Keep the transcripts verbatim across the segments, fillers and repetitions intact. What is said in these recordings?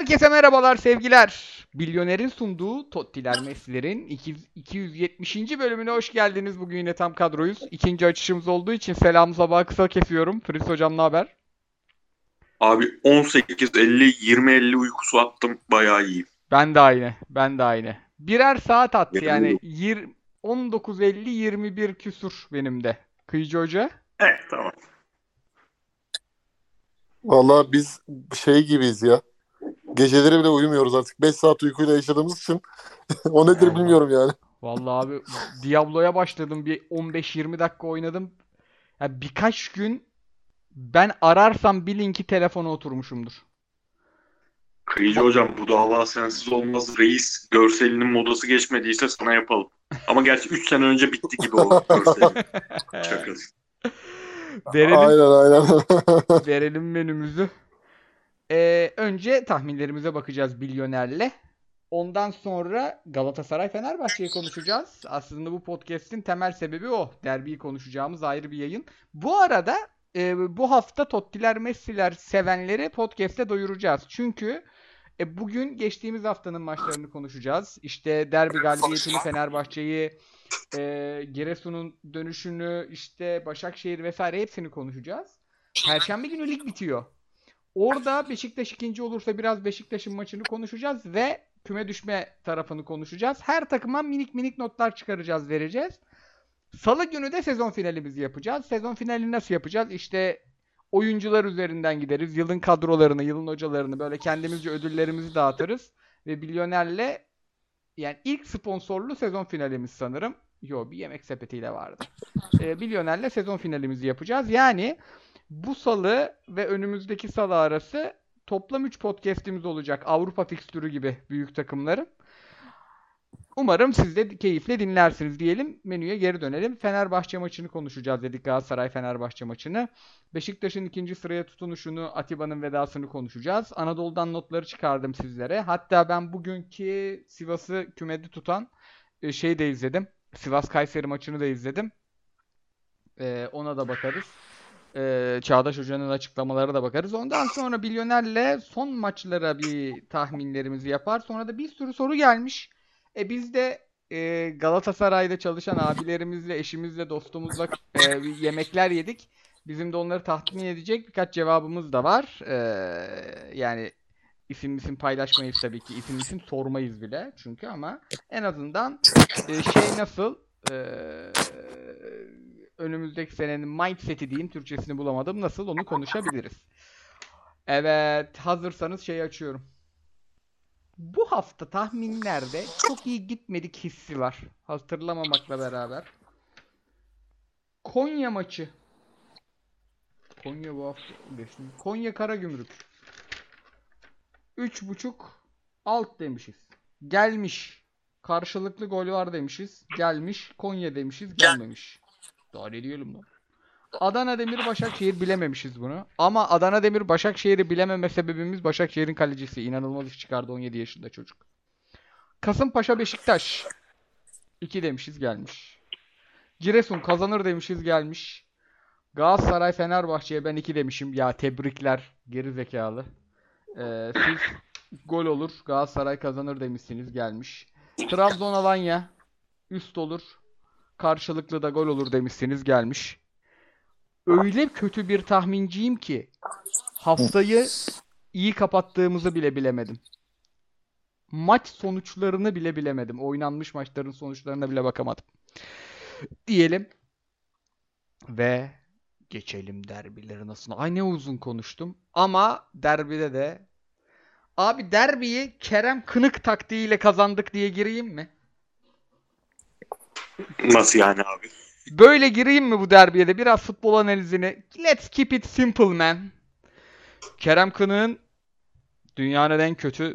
Herkese merhabalar sevgiler. Milyoner'in sunduğu Tottiler Messi'lerin iki yüz yetmişinci bölümüne hoş geldiniz. Bugün yine tam kadroyuz. İkinci açışımız olduğu için selam sabahı kısa kesiyorum. Fritz hocam ne haber? Abi on sekiz elli yirmi elli uykusu attım. Bayağı iyi. Ben de aynı. Ben de aynı. Birer saat attı yani Yani, yir- on dokuz elli yirmi bir küsur benim de. Kıyıcı hoca. evet tamam. Vallahi biz şey gibiyiz ya. Geceleri bile uyumuyoruz artık. beş saat uykuyla yaşadığımız için o nedir Vallahi. bilmiyorum yani. Vallahi abi Diablo'ya başladım. Bir on beş yirmi dakika oynadım. Ya birkaç gün ben ararsam bilin ki telefona oturmuşumdur. Kıyıcı hocam bu dava sensiz olmaz. Reis görselinin modası geçmediyse sana yapalım. Ama gerçi üç sene önce bitti gibi o görselin. Şakası. Verelim, Aynen aynen. verelim menümüzü. Ee, önce tahminlerimize bakacağız Milyoner'le. Ondan sonra Galatasaray Fenerbahçe'yi konuşacağız. Aslında bu podcast'in temel sebebi o. Derbiyi konuşacağımız ayrı bir yayın. Bu arada e, bu hafta Tottiler Messi'ler sevenleri podcast'te doyuracağız. Çünkü e, bugün geçtiğimiz haftanın maçlarını konuşacağız. İşte derbi galibiyetini, Fenerbahçe'yi, e, Giresun'un dönüşünü, işte Başakşehir vesaire hepsini konuşacağız. Perşembe günü lig bitiyor. Orada Beşiktaş ikinci olursa biraz Beşiktaş'ın maçını konuşacağız ve küme düşme tarafını konuşacağız. Her takıma minik minik notlar çıkaracağız, vereceğiz. Salı günü de sezon finalimizi yapacağız. Sezon finalini nasıl yapacağız? İşte oyuncular üzerinden gideriz. Yılın kadrolarını, yılın hocalarını böyle kendimizce ödüllerimizi dağıtırız. Ve Milyoner'le yani ilk sponsorlu sezon finalimiz sanırım. Yo bir yemek sepetiyle vardı. E, Milyoner'le sezon finalimizi yapacağız. Yani bu salı ve önümüzdeki salı arası toplam üç podcast'imiz olacak. Avrupa fikstürü gibi büyük takımların. Umarım siz de keyifle dinlersiniz diyelim. Menüye geri dönelim. Fenerbahçe maçını konuşacağız dedik. Galatasaray Fenerbahçe maçını. Beşiktaş'ın ikinci sıraya tutunuşunu, Atiba'nın vedasını konuşacağız. Anadolu'dan notları çıkardım sizlere. Hatta ben bugünkü Sivas'ı kümede tutan e, şeyi de izledim. Sivas Kayseri maçını da izledim. Ee, ona da bakarız. Ee, Çağdaş Hoca'nın açıklamaları da bakarız. Ondan sonra Milyoner'le son maçlara bir tahminlerimizi yapar. Sonra da bir sürü soru gelmiş. E biz de e, Galatasaray'da çalışan abilerimizle, eşimizle, dostumuzla e, bir yemekler yedik. Bizim de onları tahmin edecek birkaç cevabımız da var. Ee, yani isim isim paylaşmayız tabii ki. İsim isim sormayız bile. Çünkü ama en azından e, şey nasıl e, önümüzdeki senenin mindset'i diyeyim, Türkçesini bulamadım. Nasıl onu konuşabiliriz. Evet, hazırsanız şeyi açıyorum. Bu hafta tahminlerde çok iyi gitmedik hissi var. Hatırlamamakla beraber. Konya maçı. Konya bu hafta geçti. Konya Karagümrük. üç buçuk alt demişiz. Gelmiş. Karşılıklı gol var demişiz. Gelmiş. Konya demişiz. Gelmemiş. Daha ne diyelim lan? Adana Demir Başakşehir bilememişiz bunu. Ama Adana Demir Başakşehir'i bilememe sebebimiz Başakşehir'in kalecisi. İnanılmaz iş çıkardı on yedi yaşında çocuk. Kasımpaşa Beşiktaş. iki demişiz gelmiş. Giresun kazanır demişiz gelmiş. Galatasaray Fenerbahçe'ye ben iki demişim. Ya tebrikler geri zekalı. Ee, siz gol olur Galatasaray kazanır demişsiniz gelmiş. Trabzon Alanya üst olur. Karşılıklı da gol olur demişsiniz gelmiş. Öyle kötü bir tahminciyim ki haftayı iyi kapattığımızı bile bilemedim. Maç sonuçlarını bile bilemedim. Oynanmış maçların sonuçlarına bile bakamadım. Diyelim ve geçelim derbileri nasıl. Ay ne uzun konuştum. Ama derbide de abi derbiyi Kerem Kınık taktiğiyle kazandık diye gireyim mi? Nasıl yani abi? Böyle gireyim mi bu derbiye de? Biraz futbol analizini. Let's keep it simple man. Kerem Kınık'ın dünyanın en kötü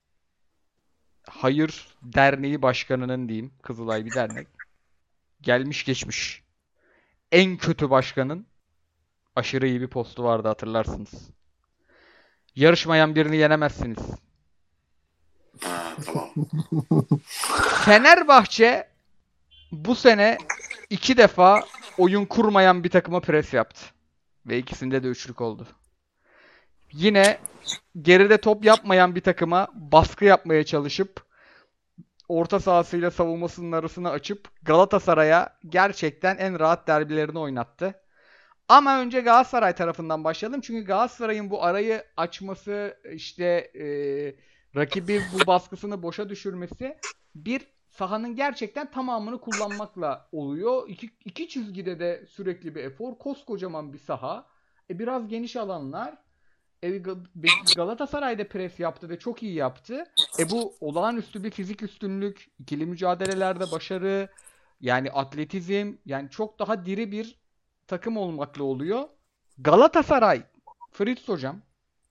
hayır derneği başkanının diyeyim. Kızılay bir dernek. Gelmiş geçmiş. En kötü başkanın aşırı iyi bir postu vardı hatırlarsınız. Yarışmayan birini yenemezsiniz. Ha, tamam. Fenerbahçe bu sene iki defa oyun kurmayan bir takıma pres yaptı. Ve ikisinde de üçlük oldu. yine geride top yapmayan bir takıma baskı yapmaya çalışıp orta sahasıyla savunmasının arasını açıp Galatasaray'a gerçekten en rahat derbilerini oynattı. Ama önce Galatasaray tarafından başlayalım. Çünkü Galatasaray'ın bu arayı açması, işte e, rakibi bu baskısını boşa düşürmesi bir sahanın gerçekten tamamını kullanmakla oluyor. İki, iki çizgide de sürekli bir efor. Koskocaman bir saha. E, biraz geniş alanlar. E, Galatasaray da pres yaptı ve çok iyi yaptı. E bu olağanüstü bir fizik üstünlük, ikili mücadelelerde başarı, yani atletizm, yani çok daha diri bir takım olmakla oluyor. Galatasaray, Fritz hocam,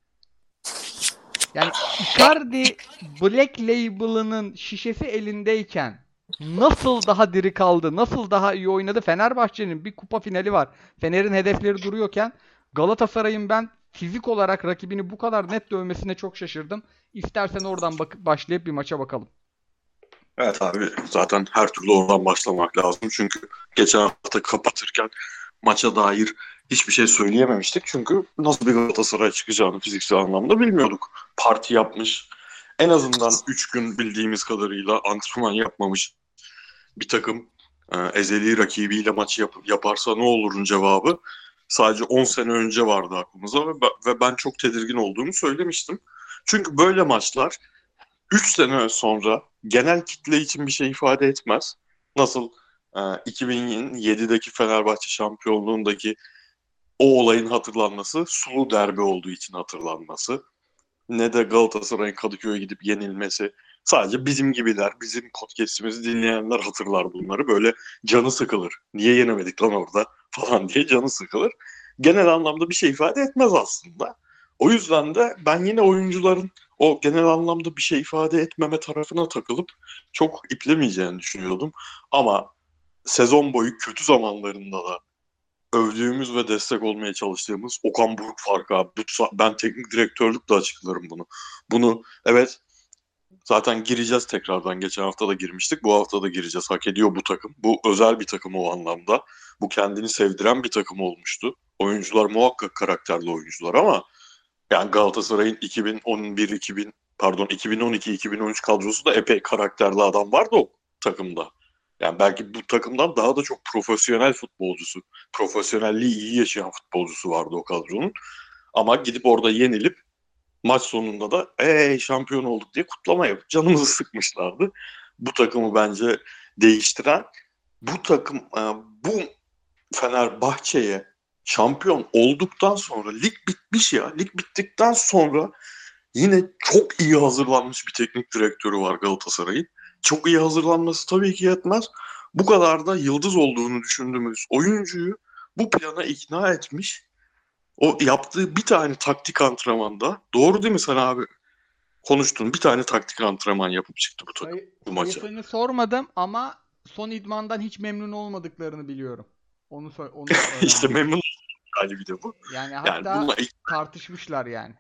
yani Icardi Black Label'ının şişesi elindeyken nasıl daha diri kaldı, nasıl daha iyi oynadı? Fenerbahçe'nin bir kupa finali var. Fener'in hedefleri duruyorken Galatasaray'ın ben fizik olarak rakibini bu kadar net dövmesine çok şaşırdım. İstersen oradan bak başlayıp bir maça bakalım. Evet abi, zaten her türlü oradan başlamak lazım. Çünkü geçen hafta kapatırken maça dair hiçbir şey söyleyememiştik. Çünkü nasıl bir Galatasaray çıkacağını fiziksel anlamda bilmiyorduk. Parti yapmış. En azından üç gün bildiğimiz kadarıyla antrenman yapmamış bir takım e, ezeli rakibiyle maç yap- yaparsa ne olurun cevabı sadece on sene önce vardı aklımıza ve, ve ben çok tedirgin olduğumu söylemiştim. Çünkü böyle maçlar üç sene sonra genel kitle için bir şey ifade etmez. Nasıl e, iki bin yedideki Fenerbahçe şampiyonluğundaki o olayın hatırlanması sulu derbi olduğu için hatırlanması, ne de Galatasaray'ın Kadıköy'e gidip yenilmesi. Sadece bizim gibiler, bizim podcast'imizi dinleyenler hatırlar bunları. Böyle canı sıkılır. Niye yenemedik lan orada falan diye canı sıkılır. Genel anlamda bir şey ifade etmez aslında. O yüzden de ben yine oyuncuların o genel anlamda bir şey ifade etmeme tarafına takılıp çok iplemeyeceğini düşünüyordum. Ama sezon boyu kötü zamanlarında da övdüğümüz ve destek olmaya çalıştığımız Okan Buruk farkı abi. Ben teknik direktörlükle açıklarım bunu. Bunu evet, zaten gireceğiz tekrardan. Geçen hafta da girmiştik. Bu hafta da gireceğiz. Hak ediyor bu takım. Bu özel bir takım o anlamda. Bu kendini sevdiren bir takım olmuştu. Oyuncular muhakkak karakterli oyuncular ama yani Galatasaray'ın iki bin on bir iki bin pardon iki bin on iki iki bin on üç kadrosu da epey karakterli adam vardı o takımda. Yani belki bu takımdan daha da çok profesyonel futbolcusu, profesyonelliği iyi yaşayan futbolcusu vardı o kadronun. Ama gidip orada yenilip maç sonunda da ey şampiyon olduk diye kutlama yapıp canımızı sıkmışlardı. Bu takımı bence değiştiren, bu takım e, bu Fenerbahçe'ye şampiyon olduktan sonra lig bitmiş ya. Lig bittikten sonra yine çok iyi hazırlanmış bir teknik direktörü var Galatasaray'ın. Çok iyi hazırlanması tabii ki yetmez. Bu kadar da yıldız olduğunu düşündüğümüz oyuncuyu bu plana ikna etmiş. O yaptığı bir tane taktik antrenmanda, doğru değil mi sen abi? Konuştun, bir tane taktik antrenman yapıp çıktı bu takım Sayı, bu maça. sayısını sormadım ama son idmandan hiç memnun olmadıklarını biliyorum. Onu so- onu öğrendim. İşte memnun hali bir de bu. Yani Yani hatta bununla tartışmışlar yani.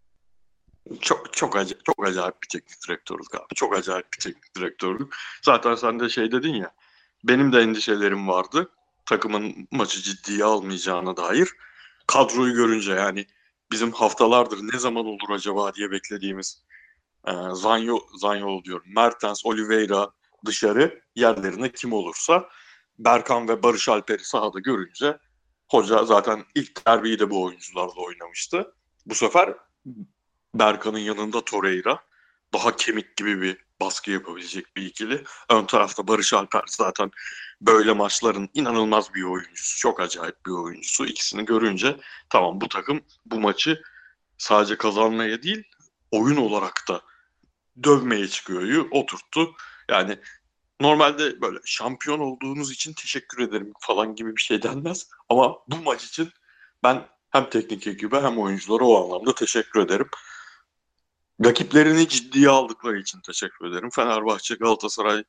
çok çok acayip, çok acayip bir teknik direktörlük abi. Çok acayip bir teknik direktörlük. Zaten sen de şey dedin ya. Benim de endişelerim vardı. Takımın maçı ciddiye almayacağına dair. Kadroyu görünce yani bizim haftalardır ne zaman olur acaba diye beklediğimiz e, Zanyo, Zanyolu diyorum. Mertens, Oliveira dışarı, yerlerine kim olursa Berkan ve Barış Alper'i sahada görünce hoca zaten ilk derbiyi de bu oyuncularla oynamıştı. Bu sefer Berkan'ın yanında Torreira, daha kemik gibi bir baskı yapabilecek bir ikili. Ön tarafta Barış Alper zaten böyle maçların inanılmaz bir oyuncusu. Çok acayip bir oyuncusu. İkisini görünce tamam, bu takım bu maçı sadece kazanmaya değil oyun olarak da dövmeye çıkıyor. Oturttu. Yani normalde böyle şampiyon olduğunuz için teşekkür ederim falan gibi bir şey denmez. Ama bu maç için ben hem teknik ekibe hem oyunculara o anlamda teşekkür ederim. Rakiplerini ciddiye aldıkları için teşekkür ederim. Fenerbahçe, Galatasaray,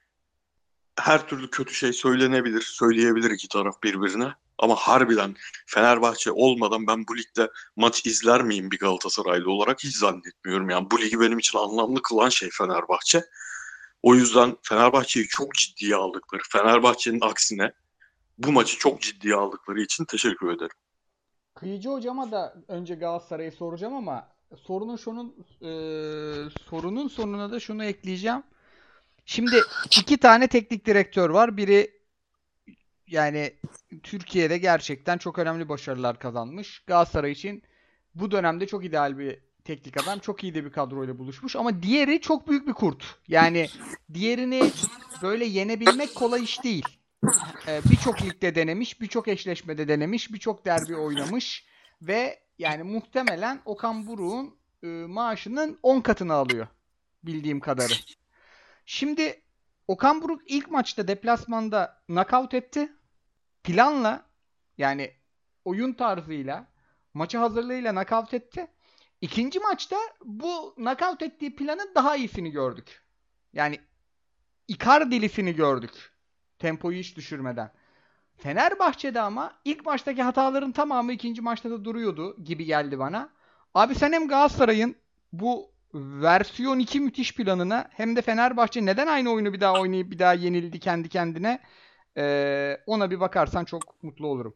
her türlü kötü şey söylenebilir, söyleyebilir iki taraf birbirine. Ama harbiden Fenerbahçe olmadan ben bu ligde maç izler miyim bir Galatasaraylı olarak hiç zannetmiyorum. Yani bu ligi benim için anlamlı kılan şey Fenerbahçe. O yüzden Fenerbahçe'yi çok ciddiye aldıkları, Fenerbahçe'nin aksine bu maçı çok ciddiye aldıkları için teşekkür ederim. Kıyıcı hocama da önce Galatasaray'ı soracağım ama sorunun şunun e, sorunun sonuna da şunu ekleyeceğim. Şimdi iki tane teknik direktör var. Biri yani Türkiye'de gerçekten çok önemli başarılar kazanmış. Galatasaray için bu dönemde çok ideal bir teknik adam. Çok iyi de bir kadroyla buluşmuş. Ama diğeri çok büyük bir kurt. Yani diğerini böyle yenebilmek kolay iş değil. Ee, birçok ligde denemiş, birçok eşleşmede denemiş, birçok derbi oynamış ve yani muhtemelen Okan Buruk'un e, maaşının on katını alıyor bildiğim kadarı. Şimdi Okan Buruk ilk maçta deplasmanda knockout etti. Planla yani oyun tarzıyla, maçı hazırlığıyla knockout etti. İkinci maçta bu knockout ettiği planın daha iyisini gördük. Yani Icardi'lisini gördük. Tempoyu hiç düşürmeden. Fenerbahçe'de ama ilk maçtaki hataların tamamı ikinci maçta da duruyordu gibi geldi bana. Abi sen hem Galatasaray'ın bu versiyon iki müthiş planına hem de Fenerbahçe neden aynı oyunu bir daha oynayıp bir daha yenildi kendi kendine, ee, ona bir bakarsan çok mutlu olurum.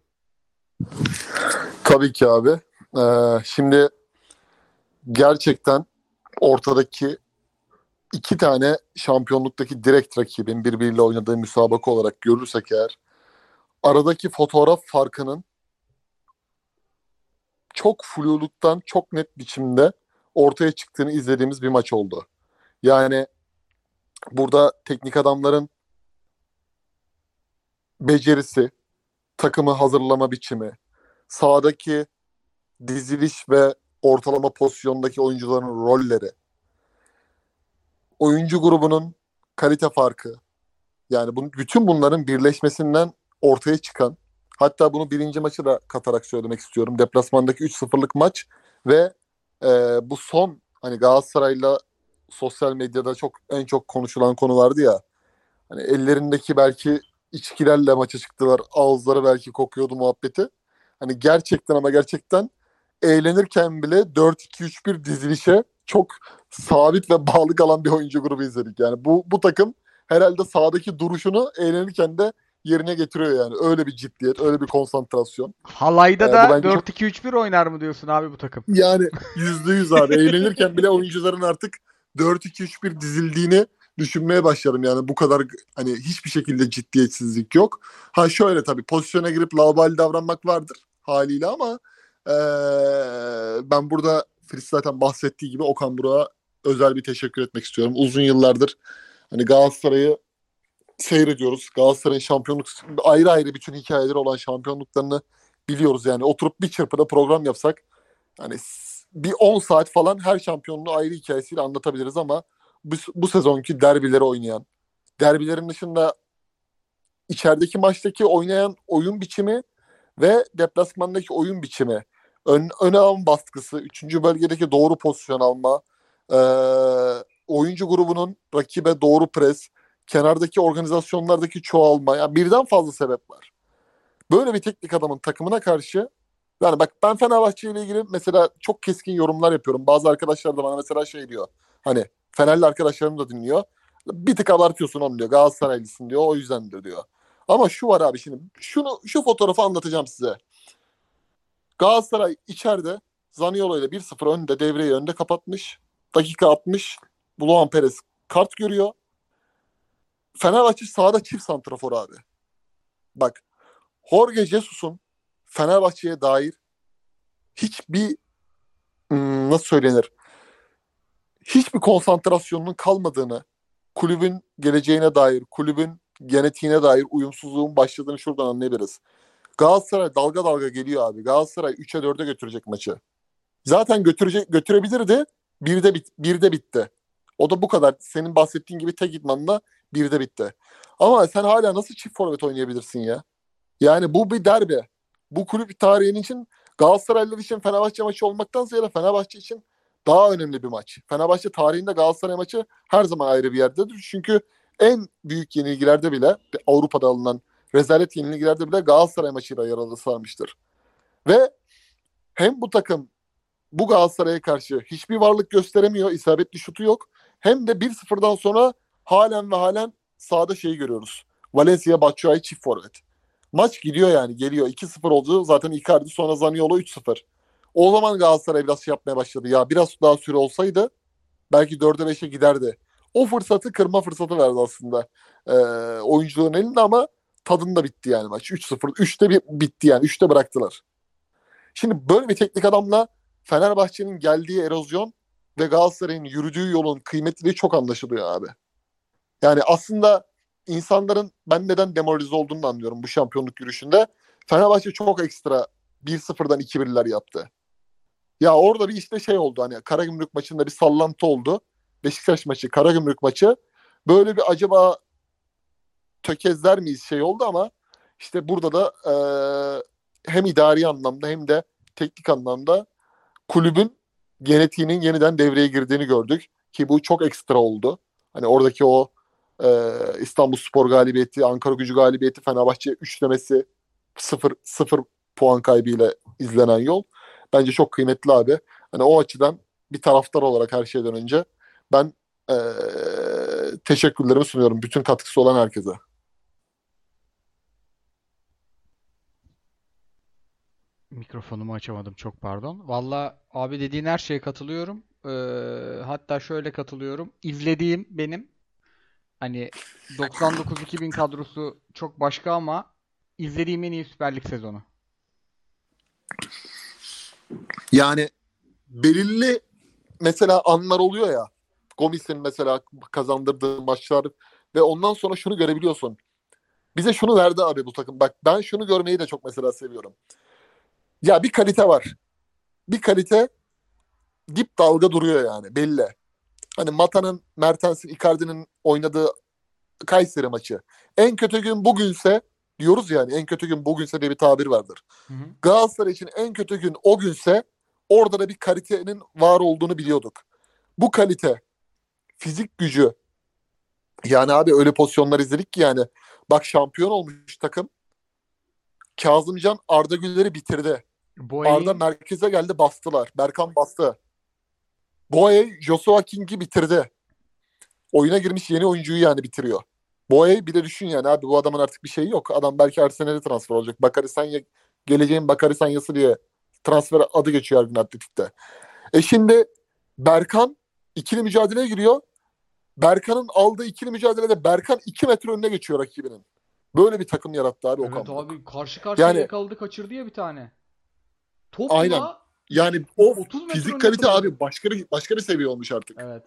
Tabii ki abi. Ee, şimdi gerçekten ortadaki iki tane şampiyonluktaki direkt rakibin birbiriyle oynadığı müsabaka olarak görürsek eğer aradaki fotoğraf farkının çok fluluktan çok net biçimde ortaya çıktığını izlediğimiz bir maç oldu. Yani burada teknik adamların becerisi, takımı hazırlama biçimi, sahadaki diziliş ve ortalama pozisyondaki oyuncuların rolleri, oyuncu grubunun kalite farkı, yani bu, bütün bunların birleşmesinden ortaya çıkan, hatta bunu birinci maçı da katarak söylemek istiyorum. Deplasmandaki üç sıfırlık maç ve e, bu son hani Galatasaray'la sosyal medyada çok en çok konuşulan konu vardı ya. Hani ellerindeki belki içkilerle maça çıktılar. Ağızları belki kokuyordu muhabbeti. Hani gerçekten ama gerçekten eğlenirken bile dört iki üç bir dizilişe çok sabit ve bağlı kalan bir oyuncu grubu izledik. Yani bu bu takım herhalde sahadaki duruşunu eğlenirken de yerine getiriyor yani. Öyle bir ciddiyet, öyle bir konsantrasyon. Halayda Ee, bu da bence çok dört iki üç bir oynar mı diyorsun abi bu takım? yani yüzde yüz abi. Eğlenirken bile oyuncuların artık dört iki üç bir dizildiğini düşünmeye başladım. Yani bu kadar hani hiçbir şekilde ciddiyetsizlik yok. Ha şöyle tabii pozisyona girip laubali davranmak vardır haliyle ama ee, ben burada Filiz zaten bahsettiği gibi Okan Buruk'a özel bir teşekkür etmek istiyorum. Uzun yıllardır hani Galatasaray'ı seyrediyoruz. Galatasaray'ın şampiyonluk ayrı ayrı bütün hikayeleri olan şampiyonluklarını biliyoruz yani. Oturup bir çırpıda program yapsak hani bir on saat falan her şampiyonluğu ayrı hikayesiyle anlatabiliriz ama bu, bu sezonki derbileri oynayan, derbilerin dışında içerideki maçtaki oynayan oyun biçimi ve deplasmandaki oyun biçimi, ön, öne alma baskısı, üçüncü bölgedeki doğru pozisyon alma, e, oyuncu grubunun rakibe doğru pres, kenardaki organizasyonlardaki çoğalma, yani birden fazla sebep var. Böyle bir teknik adamın takımına karşı yani bak ben Fenerbahçe ile ilgili mesela çok keskin yorumlar yapıyorum. Bazı arkadaşlar da bana mesela şey diyor. Hani Fenerli arkadaşlarım da dinliyor. Bir tık abartıyorsun onu diyor. Galatasaraylısın diyor. O yüzdendir diyor. Ama şu var abi şimdi. Şunu şu fotoğrafı anlatacağım size. Galatasaray içeride Zaniolo ile bir sıfır önde devreyi önde kapatmış. Dakika altmış. Luan Perez kart görüyor. Fenerbahçe sahada çift santrafor abi. Bak Jorge Jesus'un Fenerbahçe'ye dair hiçbir hmm, nasıl söylenir? Hiçbir konsantrasyonunun kalmadığını, kulübün geleceğine dair, kulübün genetiğine dair uyumsuzluğun başladığını şuradan anlayabiliriz. Galatasaray dalga dalga geliyor abi. Galatasaray üçe dörde götürecek maçı. Zaten götürecek götürebilirdi. Birde bit birde bitti. O da bu kadar. Senin bahsettiğin gibi tek idmanla birde bitti. Ama sen hala nasıl çift forvet oynayabilirsin ya? Yani bu bir derbi. Bu kulüp tarihinin için Galatasaraylılar için Fenerbahçe maçı olmaktan ziyade Fenerbahçe için daha önemli bir maç. Fenerbahçe tarihinde Galatasaray maçı her zaman ayrı bir yerdedir. Çünkü en büyük yenilgilerde bile Avrupa'da alınan rezalet yenilgilerde bile Galatasaray maçıyla yaralı sarmıştır. Ve hem bu takım bu Galatasaray'a karşı hiçbir varlık gösteremiyor. İsabetli şutu yok. Hem de bir sıfırdan sonra halen ve halen sahada şeyi görüyoruz. Valencia Batshuayi çift forvet. Maç gidiyor yani geliyor. iki sıfır oldu. Zaten Icardi sonra Zaniolo üç sıfır. O zaman Galatasaray biraz şey yapmaya başladı. Ya biraz daha süre olsaydı belki dörde beşe giderdi. O fırsatı kırma fırsatı verdi aslında. Ee, oyuncuların elinde ama tadında bitti yani maç. üç sıfır. üçte bir bitti yani. üçte bıraktılar. Şimdi böyle bir teknik adamla Fenerbahçe'nin geldiği erozyon ve Galatasaray'ın yürüdüğü yolun kıymetli çok anlaşılıyor abi. Yani aslında insanların ben neden demoralize olduğunu da anlıyorum bu şampiyonluk yürüyüşünde. Fenerbahçe çok ekstra bir sıfırdan iki birler yaptı. Ya orada bir işte şey oldu hani Karagümrük maçında bir sallantı oldu. Beşiktaş maçı, Karagümrük maçı. Böyle bir acaba tökezler miyiz şey oldu ama işte burada da e, hem idari anlamda hem de teknik anlamda kulübün genetiğinin yeniden devreye girdiğini gördük. Ki bu çok ekstra oldu. Hani oradaki o e, İstanbulspor galibiyeti, Ankaragücü galibiyeti, Fenerbahçe üçlemesi sıfır sıfır puan kaybıyla izlenen yol. Bence çok kıymetli abi. Hani o açıdan bir taraftar olarak her şeyden önce ben e, teşekkürlerimi sunuyorum bütün katkısı olan herkese. Mikrofonumu açamadım, çok pardon. Valla abi dediğin her şeye katılıyorum. Ee, hatta şöyle katılıyorum. İzlediğim benim hani doksan dokuz iki bin kadrosu çok başka ama izlediğim en iyi Süper Lig sezonu. Yani belirli mesela anlar oluyor ya. Gomis'in mesela kazandırdığı maçlar ve ondan sonra şunu görebiliyorsun. Bize şunu verdi abi bu takım. Bak ben şunu görmeyi de çok mesela seviyorum. Ya bir kalite var. Bir kalite dip dalga duruyor yani belli. Hani Mata'nın, Mertens'in, Icardi'nin oynadığı Kayseri maçı. En kötü gün bugünse diyoruz yani en kötü gün bugünse diye bir tabir vardır. Hı hı. Galatasaray için en kötü gün o günse orada da bir kalitenin var olduğunu biliyorduk. Bu kalite, fizik gücü yani abi öyle pozisyonlar izledik ki yani bak şampiyon olmuş takım. Kazımcan Arda Güler'i bitirdi. Arda Boey'in merkeze geldi bastılar. Berkan bastı. Boye Joshua King'i bitirdi. Oyuna girmiş yeni oyuncuyu yani bitiriyor. Boye bir de düşün yani abi bu adamın artık bir şeyi yok. Adam belki Arsenal'e transfer olacak. Bakary Sagna geleceğin Bakary Sagna'sı diye transfer adı geçiyor her gün Atletik'te. E şimdi Berkan ikili mücadeleye giriyor. Berkan'ın aldığı ikili mücadelede Berkan iki metre önüne geçiyor rakibinin. Böyle bir takım yarattı abi Okan evet Buruk. abi karşı karşıya Yani yakaladı, kaçırdı ya bir tane. aynen. Topla Yani o otuz metre fizik önüne kalite fırladı. abi başka bir, başka bir seviye olmuş artık. Evet.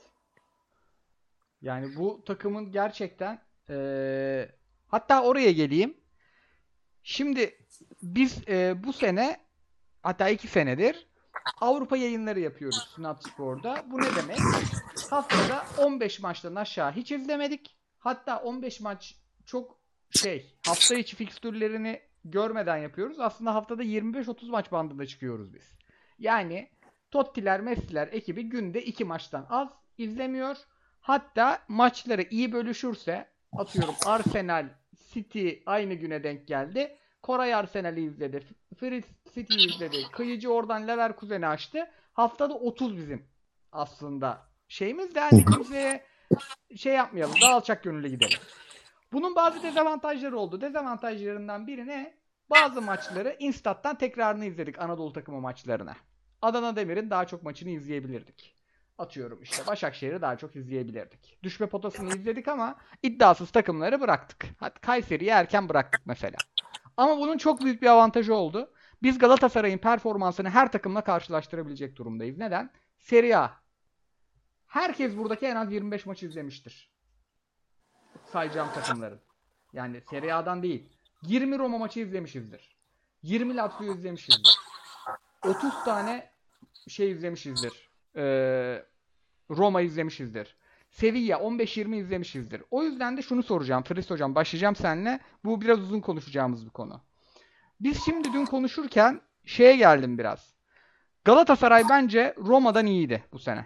Yani bu takımın gerçekten eee, hatta oraya geleyim. Şimdi biz eee, bu sene hatta iki senedir Avrupa yayınları yapıyoruz Snap Spor'da. Bu ne demek? Haftada on beş maçtan aşağı hiç izlemedik. Hatta on beş maç çok şey hafta içi fikstürlerini görmeden yapıyoruz. Aslında haftada yirmi beş otuz maç bandında çıkıyoruz biz. Yani Tottiler, Messi'ler ekibi günde iki maçtan az izlemiyor. Hatta maçları iyi bölüşürse atıyorum Arsenal, City aynı güne denk geldi. Koray Arsenal'i izledi. Fritz City'yi izledi. Kıyıcı oradan Leverkusen'i açtı. Haftada otuz bizim aslında şeyimiz de hani kimseye şey yapmayalım. Daha alçak gönüllü gidelim. Bunun bazı dezavantajları oldu. Dezavantajlarından biri ne? Bazı maçları Instat'tan tekrarını izledik Anadolu takımı maçlarına. Adana Demir'in daha çok maçını izleyebilirdik. Atıyorum işte Başakşehir'i daha çok izleyebilirdik. Düşme potasını izledik ama iddiasız takımları bıraktık. Hatta Kayseri'yi erken bıraktık mesela. Ama bunun çok büyük bir avantajı oldu. Biz Galatasaray'ın performansını her takımla karşılaştırabilecek durumdayız. Neden? Serie A. Herkes buradaki en az yirmi beş maç izlemiştir. Sayacağım takımların. Yani Serie A'dan değil. yirmi Roma maçı izlemişizdir. yirmi Lazio izlemişizdir. otuz tane şey izlemişizdir. Ee, Roma izlemişizdir. Sevilla on beş yirmi izlemişizdir. O yüzden de şunu soracağım. Fris hocam başlayacağım seninle. Bu biraz uzun konuşacağımız bir konu. Biz şimdi dün konuşurken şeye geldim biraz. Galatasaray bence Roma'dan iyiydi bu sene.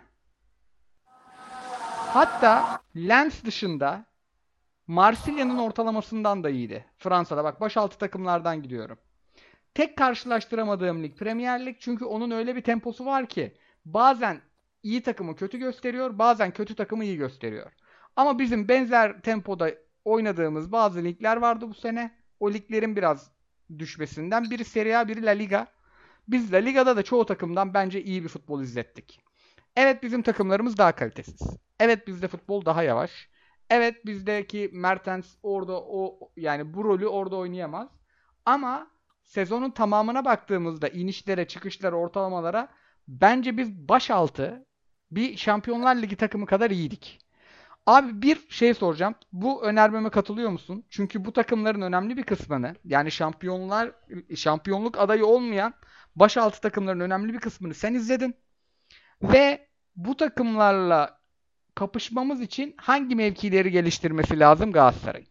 Hatta Lens dışında Marsilya'nın ortalamasından da iyiydi. Fransa'da bak başaltı takımlardan gidiyorum. Tek karşılaştıramadığım lig Premier Lig çünkü onun öyle bir temposu var ki bazen iyi takımı kötü gösteriyor, bazen kötü takımı iyi gösteriyor. Ama bizim benzer tempoda oynadığımız bazı ligler vardı bu sene. o liglerin biraz düşmesinden. Biri Serie A, biri La Liga. Biz La Liga'da da çoğu takımdan bence iyi bir futbol izlettik. Evet, bizim takımlarımız daha kalitesiz. Evet, bizde futbol daha yavaş. Evet, bizdeki Mertens orada o yani bu rolü orada oynayamaz. Ama sezonun tamamına baktığımızda inişlere, çıkışlara, ortalamalara bence biz başaltı bir Şampiyonlar Ligi takımı kadar iyiydik. Abi bir şey soracağım. Bu önermeme katılıyor musun? Çünkü bu takımların önemli bir kısmını, yani şampiyonlar şampiyonluk adayı olmayan başaltı takımların önemli bir kısmını sen izledin. Ve bu takımlarla kapışmamız için hangi mevkileri geliştirmesi lazım Galatasaray'ın?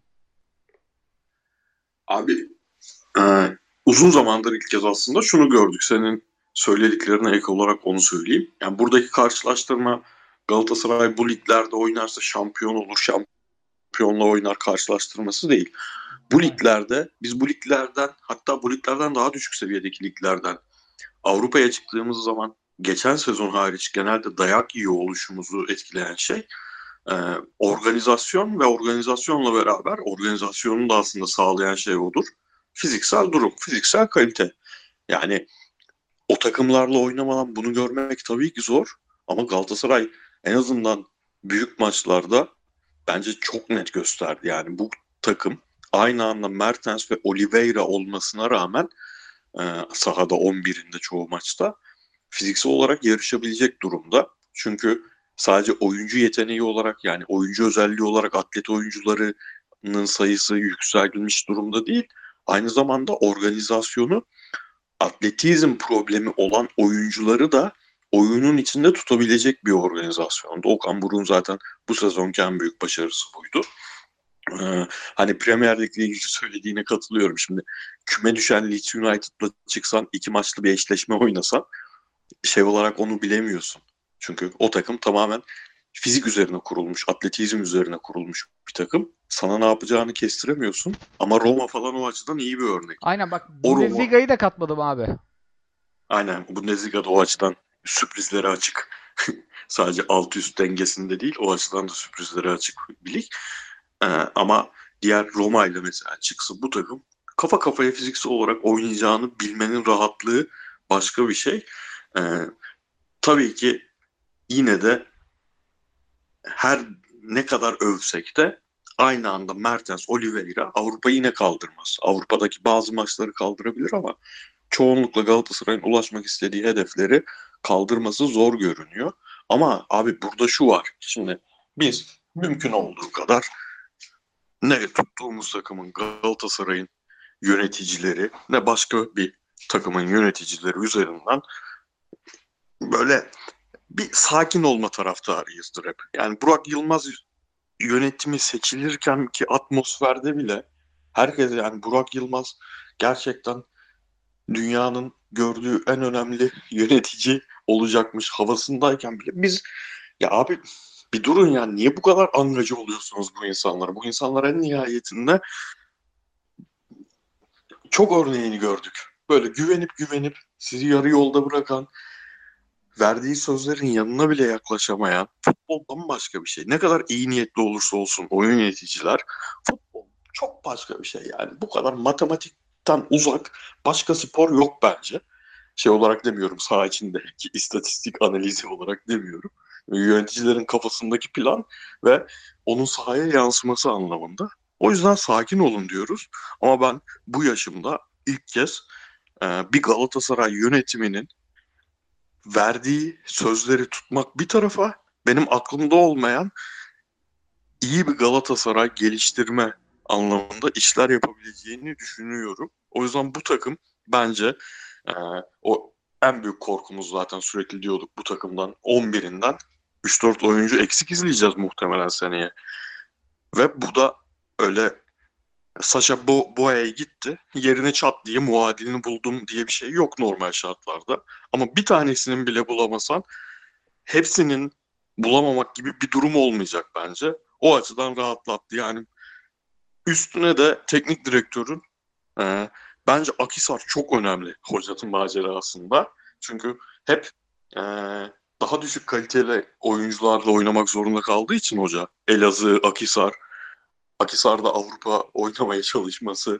Abi e, uzun zamandır ilk kez aslında şunu gördük. Senin söylediklerine ek olarak onu söyleyeyim. Yani buradaki karşılaştırma Galatasaray bu liglerde oynarsa şampiyon olur, şampiyonla oynar karşılaştırması değil. Bu liglerde, biz bu liglerden, hatta bu liglerden daha düşük seviyedeki liglerden Avrupa'ya çıktığımız zaman geçen sezon hariç genelde dayak yiyor oluşumuzu etkileyen şey e, organizasyon ve organizasyonla beraber organizasyonun da aslında sağlayan şey odur. Fiziksel durum, fiziksel kalite. Yani o takımlarla oynamadan bunu görmek tabii ki zor ama Galatasaray en azından büyük maçlarda bence çok net gösterdi. Yani bu takım aynı anda Mertens ve Oliveira olmasına rağmen e, sahada on birinde çoğu maçta fiziksel olarak yarışabilecek durumda. Çünkü sadece oyuncu yeteneği olarak yani oyuncu özelliği olarak atlet oyuncularının sayısı yükselmiş durumda değil. Aynı zamanda organizasyonu atletizm problemi olan oyuncuları da oyunun içinde tutabilecek bir organizasyonda. Okan Buruk'un zaten bu sezonki en büyük başarısı buydu. Ee, hani Premier Lig'le ilgili söylediğine katılıyorum. Şimdi küme düşen Leeds United'la çıksan iki maçlı bir eşleşme oynasan şey olarak onu bilemiyorsun. Çünkü o takım tamamen fizik üzerine kurulmuş, atletizm üzerine kurulmuş bir takım. Sana ne yapacağını kestiremiyorsun. Ama Roma falan o açıdan iyi bir örnek. Aynen bak, O Roma, Bundesliga'yı da katmadım abi. aynen Bundesliga'da o açıdan sürprizlere açık. Sadece alt üst dengesinde değil, o açıdan da sürprizlere açık bir lig. Ee, ama diğer Roma ile mesela çıksa bu takım kafa kafaya fiziksel olarak oynayacağını bilmenin rahatlığı başka bir şey. Ee, tabii ki yine de her ne kadar övsek de aynı anda Mertens, Oliveira Avrupa'yı yine kaldırmaz. Avrupa'daki bazı maçları kaldırabilir ama çoğunlukla Galatasaray'ın ulaşmak istediği hedefleri kaldırması zor görünüyor. Ama abi burada şu var. Şimdi biz mümkün olduğu kadar ne tuttuğumuz takımın Galatasaray'ın yöneticileri ne başka bir takımın yöneticileri üzerinden böyle bir sakin olma taraftarıyızdır hep. Yani Burak Yılmaz yönetimi seçilirken ki atmosferde bile herkes yani Burak Yılmaz gerçekten dünyanın gördüğü en önemli yönetici olacakmış havasındayken bile biz ya abi bir durun ya niye bu kadar angaja oluyorsunuz bu insanlara? Bu insanlar en nihayetinde çok örneğini gördük. Böyle güvenip güvenip sizi yarı yolda bırakan, verdiği sözlerin yanına bile yaklaşamayan futbol bambaşka bir şey. Ne kadar iyi niyetli olursa olsun oyun yöneticiler futbol çok başka bir şey yani. Bu kadar matematikten uzak başka spor yok bence. Şey olarak demiyorum saha içindeki istatistik analizi olarak demiyorum. Yöneticilerin kafasındaki plan ve onun sahaya yansıması anlamında. O yüzden sakin olun diyoruz. Ama ben bu yaşımda ilk kez e, bir Galatasaray yönetiminin verdiği sözleri tutmak bir tarafa benim aklımda olmayan iyi bir Galatasaray geliştirme anlamında işler yapabileceğini düşünüyorum. O yüzden bu takım bence e, o en büyük korkumuz zaten sürekli diyorduk bu takımdan on birinden üç dört oyuncu eksik izleyeceğiz muhtemelen seneye. Ve bu da öyle Sacha Bo- Boey'e gitti. Yerine çat diye muadilini buldum diye bir şey yok normal şartlarda. Ama bir tanesinin bile bulamasan hepsinin bulamamak gibi bir durum olmayacak bence. O açıdan rahatlattı. Yani üstüne de teknik direktörün e, bence Akhisar çok önemli hocanın macerasında. Çünkü hep e, daha düşük kaliteli oyuncularla oynamak zorunda kaldığı için hoca. Elazığ, Akhisar, Akhisar'da Avrupa oynamaya çalışması.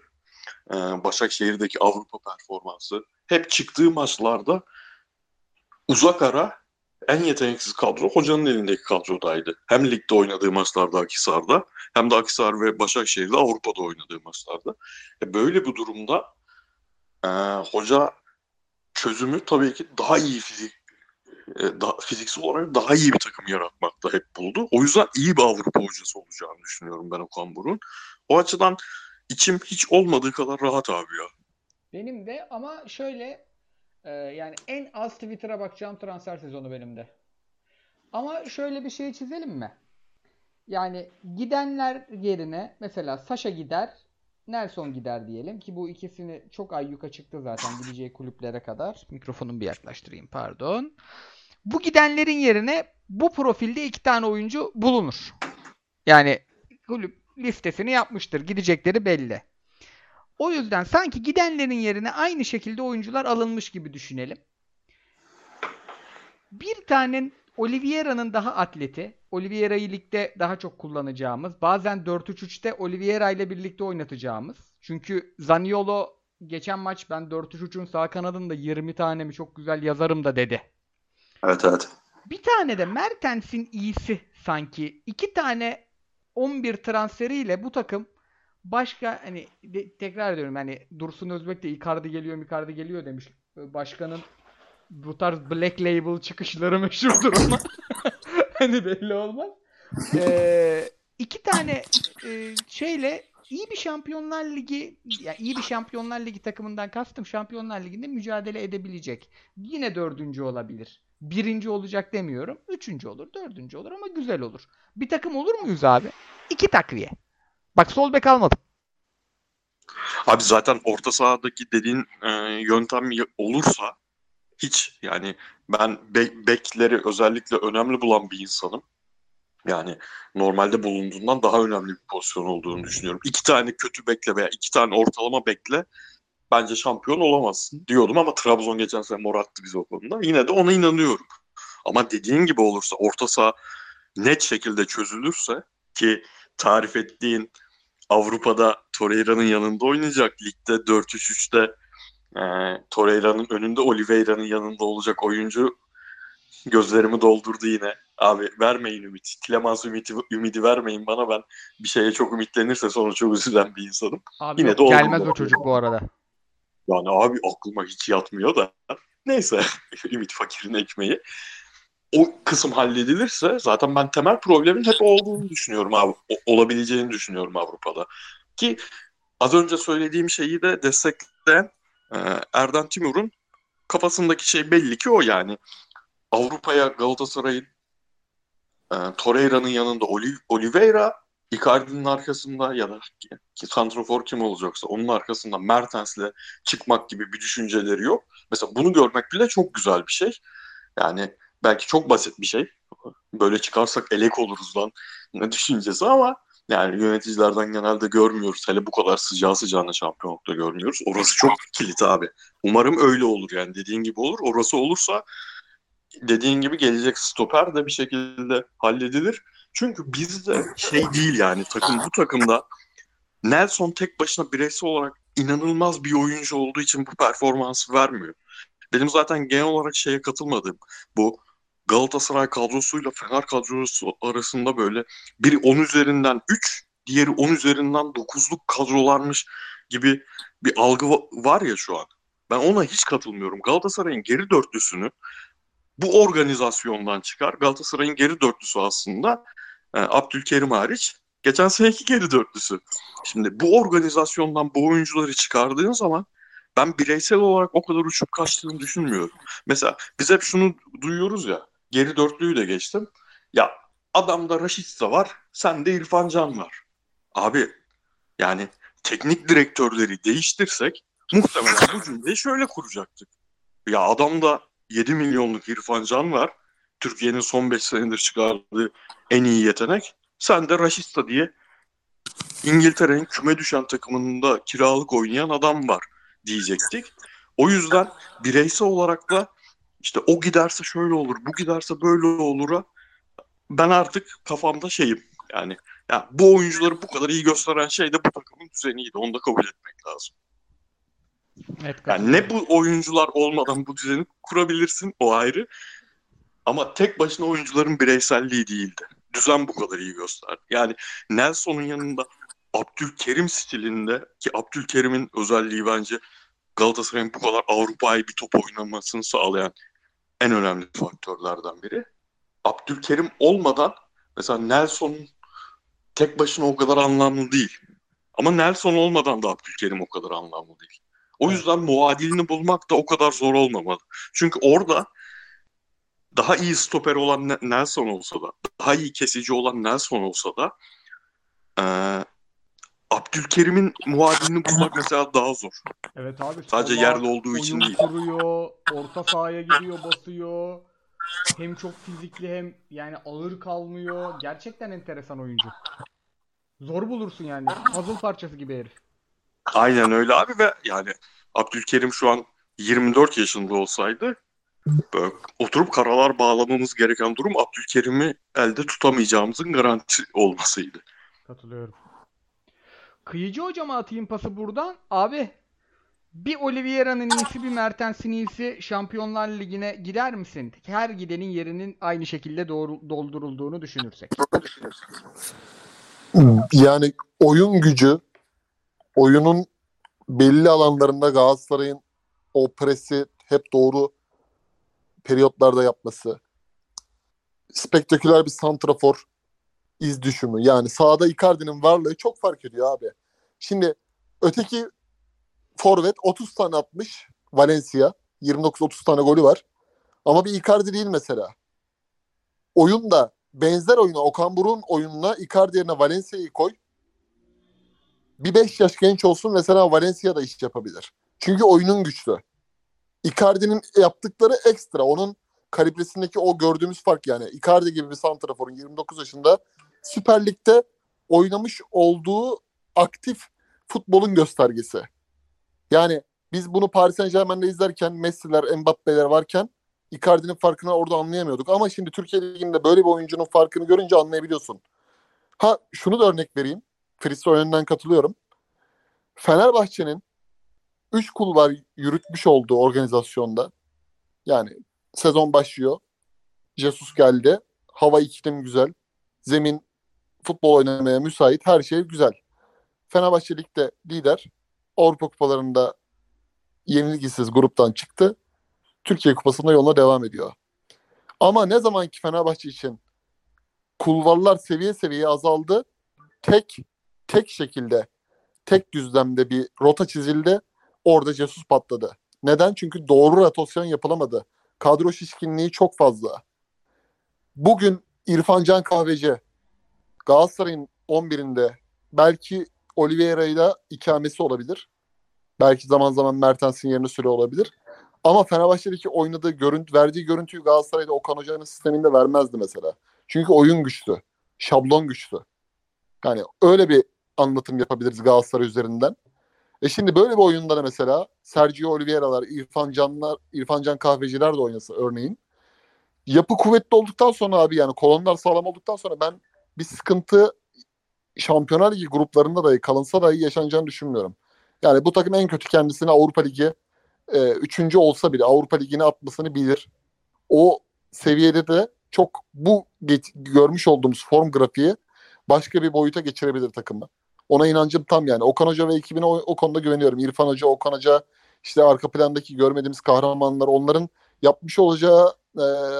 e, Başakşehir'deki Avrupa performansı, hep çıktığı maçlarda uzak ara en yeteneksiz kadro hocanın elindeki kadrodaydı. Hem ligde oynadığı maçlarda Akhisar'da, hem de Akhisar ve Başakşehir'de Avrupa'da oynadığı maçlarda. E böyle bir durumda e, hoca çözümü tabii ki daha iyi fizik, e, daha, fiziksel olarak daha iyi bir takım yaratmakta hep buldu. O yüzden iyi bir Avrupa hocası olacağını düşünüyorum ben Okan Buruk'un. O açıdan içim hiç olmadığı kadar rahat abi ya. Benim de ama şöyle e, yani en az Twitter'a bakacağım transfer sezonu benim de. Ama şöyle bir şey çizelim mi? Yani gidenler yerine mesela Saşa gider, Nelson gider diyelim ki bu ikisini çok ayyuka çıktı zaten gideceği kulüplere kadar. Mikrofonumu bir yaklaştırayım pardon. Bu gidenlerin yerine bu profilde iki tane oyuncu bulunur. Yani kulüp listesini yapmıştır. Gidecekleri belli. O yüzden sanki gidenlerin yerine aynı şekilde oyuncular alınmış gibi düşünelim. Bir tane Oliveira'nın daha atleti. Oliveira'yı ligde daha çok kullanacağımız. Bazen dört üç üçte Oliveira ile birlikte oynatacağımız. Çünkü Zaniolo geçen maç ben dört üç üçün sağ kanadında yirmi tane mi çok güzel yazarım da dedi. Evet evet. Bir tane de Mertens'in iyisi sanki. İki tane on bir transferiyle bu takım başka hani de, tekrar ediyorum hani Dursun Özbek de Icardi geliyor Icardi geliyor demiş. Başkanın bu tarz Black Label çıkışları meşhurdur ama hani belli olmaz. Ee, iki tane e, şeyle iyi bir Şampiyonlar Ligi yani iyi bir Şampiyonlar Ligi takımından kastım Şampiyonlar Ligi'nde mücadele edebilecek. Yine dördüncü olabilir. Birinci olacak demiyorum. Üçüncü olur, dördüncü olur ama güzel olur. Bir takım olur muyuz abi? İki takviye. Bak sol bek almadım. Abi zaten orta sahadaki dediğin e, yöntem y- olursa hiç yani ben be- bekleri özellikle önemli bulan bir insanım. Yani normalde bulunduğundan daha önemli bir pozisyon olduğunu düşünüyorum. İki tane kötü bekle veya iki tane ortalama bekle bence şampiyon olamazsın diyordum ama Trabzon geçen sene mor attı bizi o konuda. Yine de ona inanıyorum. Ama dediğin gibi olursa orta saha net şekilde çözülürse ki tarif ettiğin Avrupa'da Torreira'nın yanında oynayacak. Ligde dört üç üçte e, Torreira'nın önünde Oliveira'nın yanında olacak oyuncu gözlerimi doldurdu yine. Abi vermeyin ümit. Tilemans ümidi, ümidi vermeyin bana. Ben bir şeye çok ümitlenirse sonra çok üzülen bir insanım. Abi Yine yok de gelmez olmadı. o çocuk bu arada. Yani abi aklıma hiç yatmıyor da. Neyse. Ümit fakirin ekmeği. O kısım halledilirse zaten ben temel problemin hep olduğunu düşünüyorum abi. O- olabileceğini düşünüyorum Avrupa'da. Ki az önce söylediğim şeyi de destekleyen e, Erden Timur'un kafasındaki şey belli ki o yani. Avrupa'ya Galatasaray'ın e, Torreira'nın yanında Oli- Oliveira, Icardi'nin arkasında ya da ki, ki santrafor kim olacaksa onun arkasında Mertens'le çıkmak gibi bir düşünceleri yok. Mesela bunu görmek bile çok güzel bir şey. Yani belki çok basit bir şey. Böyle çıkarsak elek oluruz lan ne düşüncesi ama yani yöneticilerden genelde görmüyoruz. Hele bu kadar sıcağı sıcağına şampiyonlukta görmüyoruz. Orası çok kilit abi. Umarım öyle olur yani dediğin gibi olur. Orası olursa dediğin gibi gelecek stoper de bir şekilde halledilir. Çünkü bizde şey değil yani takım bu takımda Nelson tek başına bireysel olarak inanılmaz bir oyuncu olduğu için bu performansı vermiyor. Benim zaten genel olarak şeye katılmadığım bu Galatasaray kadrosuyla Fener kadrosu arasında böyle biri on üzerinden üç, diğeri on üzerinden dokuzluk kadrolarmış gibi bir algı va- var ya şu an. Ben ona hiç katılmıyorum. Galatasaray'ın geri dörtlüsünü bu organizasyondan çıkar. Galatasaray'ın geri dörtlüsü aslında e, Abdülkerim hariç geçen seneki geri dörtlüsü. Şimdi bu organizasyondan bu oyuncuları çıkardığın zaman ben bireysel olarak o kadar uçup kaçtığını düşünmüyorum. Mesela biz hep şunu duyuyoruz ya, geri dörtlüyü de geçtim. Ya adamda Raşitsa var, sende İrfan Can var. Abi yani teknik direktörleri değiştirsek muhtemelen bu cümleyi şöyle kuracaktık. Ya adamda yedi milyonluk İrfan Can var. Türkiye'nin son beş senedir çıkardığı en iyi yetenek. Sen de Raşitsa diye İngiltere'nin küme düşen takımında kiralık oynayan adam var diyecektik. O yüzden bireysel olarak da işte o giderse şöyle olur, bu giderse böyle olur'a ben artık kafamda şeyim yani ya bu oyuncuları bu kadar iyi gösteren şey de bu takımın düzeniydi. Onu da kabul etmek lazım. Evet, Yani ne bu oyuncular olmadan bu düzeni kurabilirsin, o ayrı. Ama tek başına oyuncuların bireyselliği değildi. Düzen bu kadar iyi gösterdi. Yani Nelson'un yanında Abdülkerim stilinde, ki Abdülkerim'in özelliği bence Galatasaray'ın bu kadar Avrupa'yı bir top oynamasını sağlayan en önemli faktörlerden biri. Abdülkerim olmadan mesela Nelson'un tek başına o kadar anlamlı değil. Ama Nelson olmadan da Abdülkerim o kadar anlamlı değil. O Evet. yüzden muadilini bulmak da o kadar zor olmamalı. Çünkü orada daha iyi stoper olan Ne- Nelson olsa da, daha iyi kesici olan Nelson olsa da eee, Abdülkerim'in muadilini bulmak mesela daha zor. Evet abi, Sadece salak, yerde olduğu için oyun değil. kuruyor, orta sahaya gidiyor, basıyor. Hem çok fizikli hem yani ağır kalmıyor. Gerçekten enteresan oyuncu. Zor bulursun yani. Puzzle parçası gibi herif. Aynen öyle abi ve yani Abdülkerim şu an yirmi dört yaşında olsaydı böyle oturup karalar bağlamamız gereken durum Abdülkerim'i elde tutamayacağımızın garanti olmasıydı. Katılıyorum. Kıyıcı hocama atayım pası buradan. Abi, bir Oliveira'nın iyisi bir Mertens'in iyisi Şampiyonlar Ligi'ne gider misin? Her gidenin yerinin aynı şekilde doğru, doldurulduğunu düşünürsek. Yani oyun gücü, oyunun belli alanlarında Galatasaray'ın o presi hep doğru periyotlarda yapması, spektaküler bir santrafor iz düşümü. Yani sahada Icardi'nin varlığı çok fark ediyor abi. Şimdi öteki forvet otuz tane atmış Valencia. yirmi dokuz otuz tane golü var. Ama bir Icardi değil mesela. Oyun da benzer oyuna, Okan Buruk'un oyununa Icardi yerine Valencia'yı koy. Bir beş yaş genç olsun mesela, Valencia da iş yapabilir. Çünkü oyunun güçlü. Icardi'nin yaptıkları ekstra. Onun kalibresindeki o gördüğümüz fark yani. Icardi gibi bir santraforun yirmi dokuz yaşında Süper Lig'de oynamış olduğu aktif futbolun göstergesi. Yani biz bunu Paris Saint-Germain'de izlerken Messi'ler, Mbappe'ler varken Icardi'nin farkını orada anlayamıyorduk. Ama şimdi Türkiye Ligi'nde böyle bir oyuncunun farkını görünce anlayabiliyorsun. Ha, şunu da örnek vereyim. Fritz'e yönünden katılıyorum. Fenerbahçe'nin üç kulvar yürütmüş olduğu organizasyonda, yani sezon başlıyor. Jesus geldi. Hava, iklim güzel. Zemin futbol oynamaya müsait. Her şey güzel. Fenerbahçe Lig'de lider. Avrupa Kupalarında yenilgisiz gruptan çıktı. Türkiye Kupası'nda yoluna devam ediyor. Ama ne zaman ki Fenerbahçe için kulvarlar seviye seviye azaldı, tek tek şekilde, tek düzlemde bir rota çizildi. Orada Jesus patladı. Neden? Çünkü doğru rotasyon yapılamadı. Kadro şişkinliği çok fazla. Bugün İrfan Can Kahveci Galatasaray'ın on birinde belki Oliveira'yla ikamesi olabilir. Belki zaman zaman Mertens'in yerine süre olabilir. Ama Fenerbahçe'deki oynadığı görüntü, verdiği görüntüyü Galatasaray'da Okan Hoca'nın sisteminde vermezdi mesela. Çünkü oyun güçlü. Şablon güçlü. Yani öyle bir anlatım yapabiliriz Galatasaray üzerinden. E şimdi böyle bir oyunda da mesela Sergio Oliveira'lar, İrfan Canlar, İrfan Can Kahveciler de oynasa örneğin. Yapı kuvvetli olduktan sonra abi, yani kolonlar sağlam olduktan sonra ben bir sıkıntı Şampiyonlar Ligi gruplarında dahi kalınsa dahi yaşanacağını düşünmüyorum. Yani bu takım en kötü kendisini Avrupa Ligi e, üçüncü olsa bile Avrupa Ligi'ne atmasını bilir. O seviyede de çok bu get- görmüş olduğumuz form grafiği başka bir boyuta geçirebilir takımı. Ona inancım tam yani. Okan Hoca ve ekibine o, o konuda güveniyorum. İrfan Hoca, Okan Hoca, işte arka plandaki görmediğimiz kahramanlar, onların yapmış olacağı e,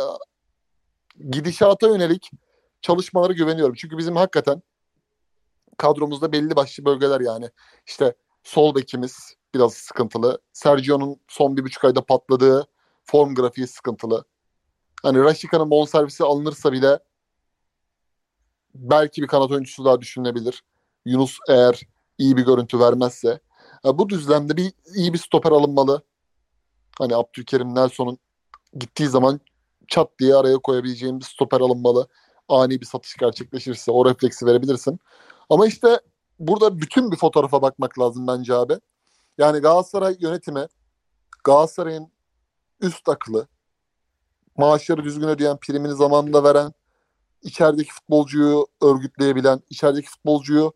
gidişata yönelik çalışmalara güveniyorum. Çünkü bizim hakikaten kadromuzda belli başlı bölgeler, yani işte sol bekimiz biraz sıkıntılı. Sergio'nun son bir buçuk ayda patladığı form grafiği sıkıntılı. Hani Raşika'nın bonservisi alınırsa bile belki bir kanat oyuncusu daha düşünülebilir. Yunus eğer iyi bir görüntü vermezse. Ya bu düzlemde bir iyi bir stoper alınmalı. Hani Abdülkerim, Nelson'un gittiği zaman çat diye araya koyabileceğin bir stoper alınmalı. Ani bir satış gerçekleşirse o refleksi verebilirsin. Ama işte burada bütün bir fotoğrafa bakmak lazım bence abi. Yani Galatasaray yönetimi, Galatasaray'ın üst aklı, maaşları düzgün ödeyen, primini zamanında veren, içerideki futbolcuyu örgütleyebilen, içerideki futbolcuyu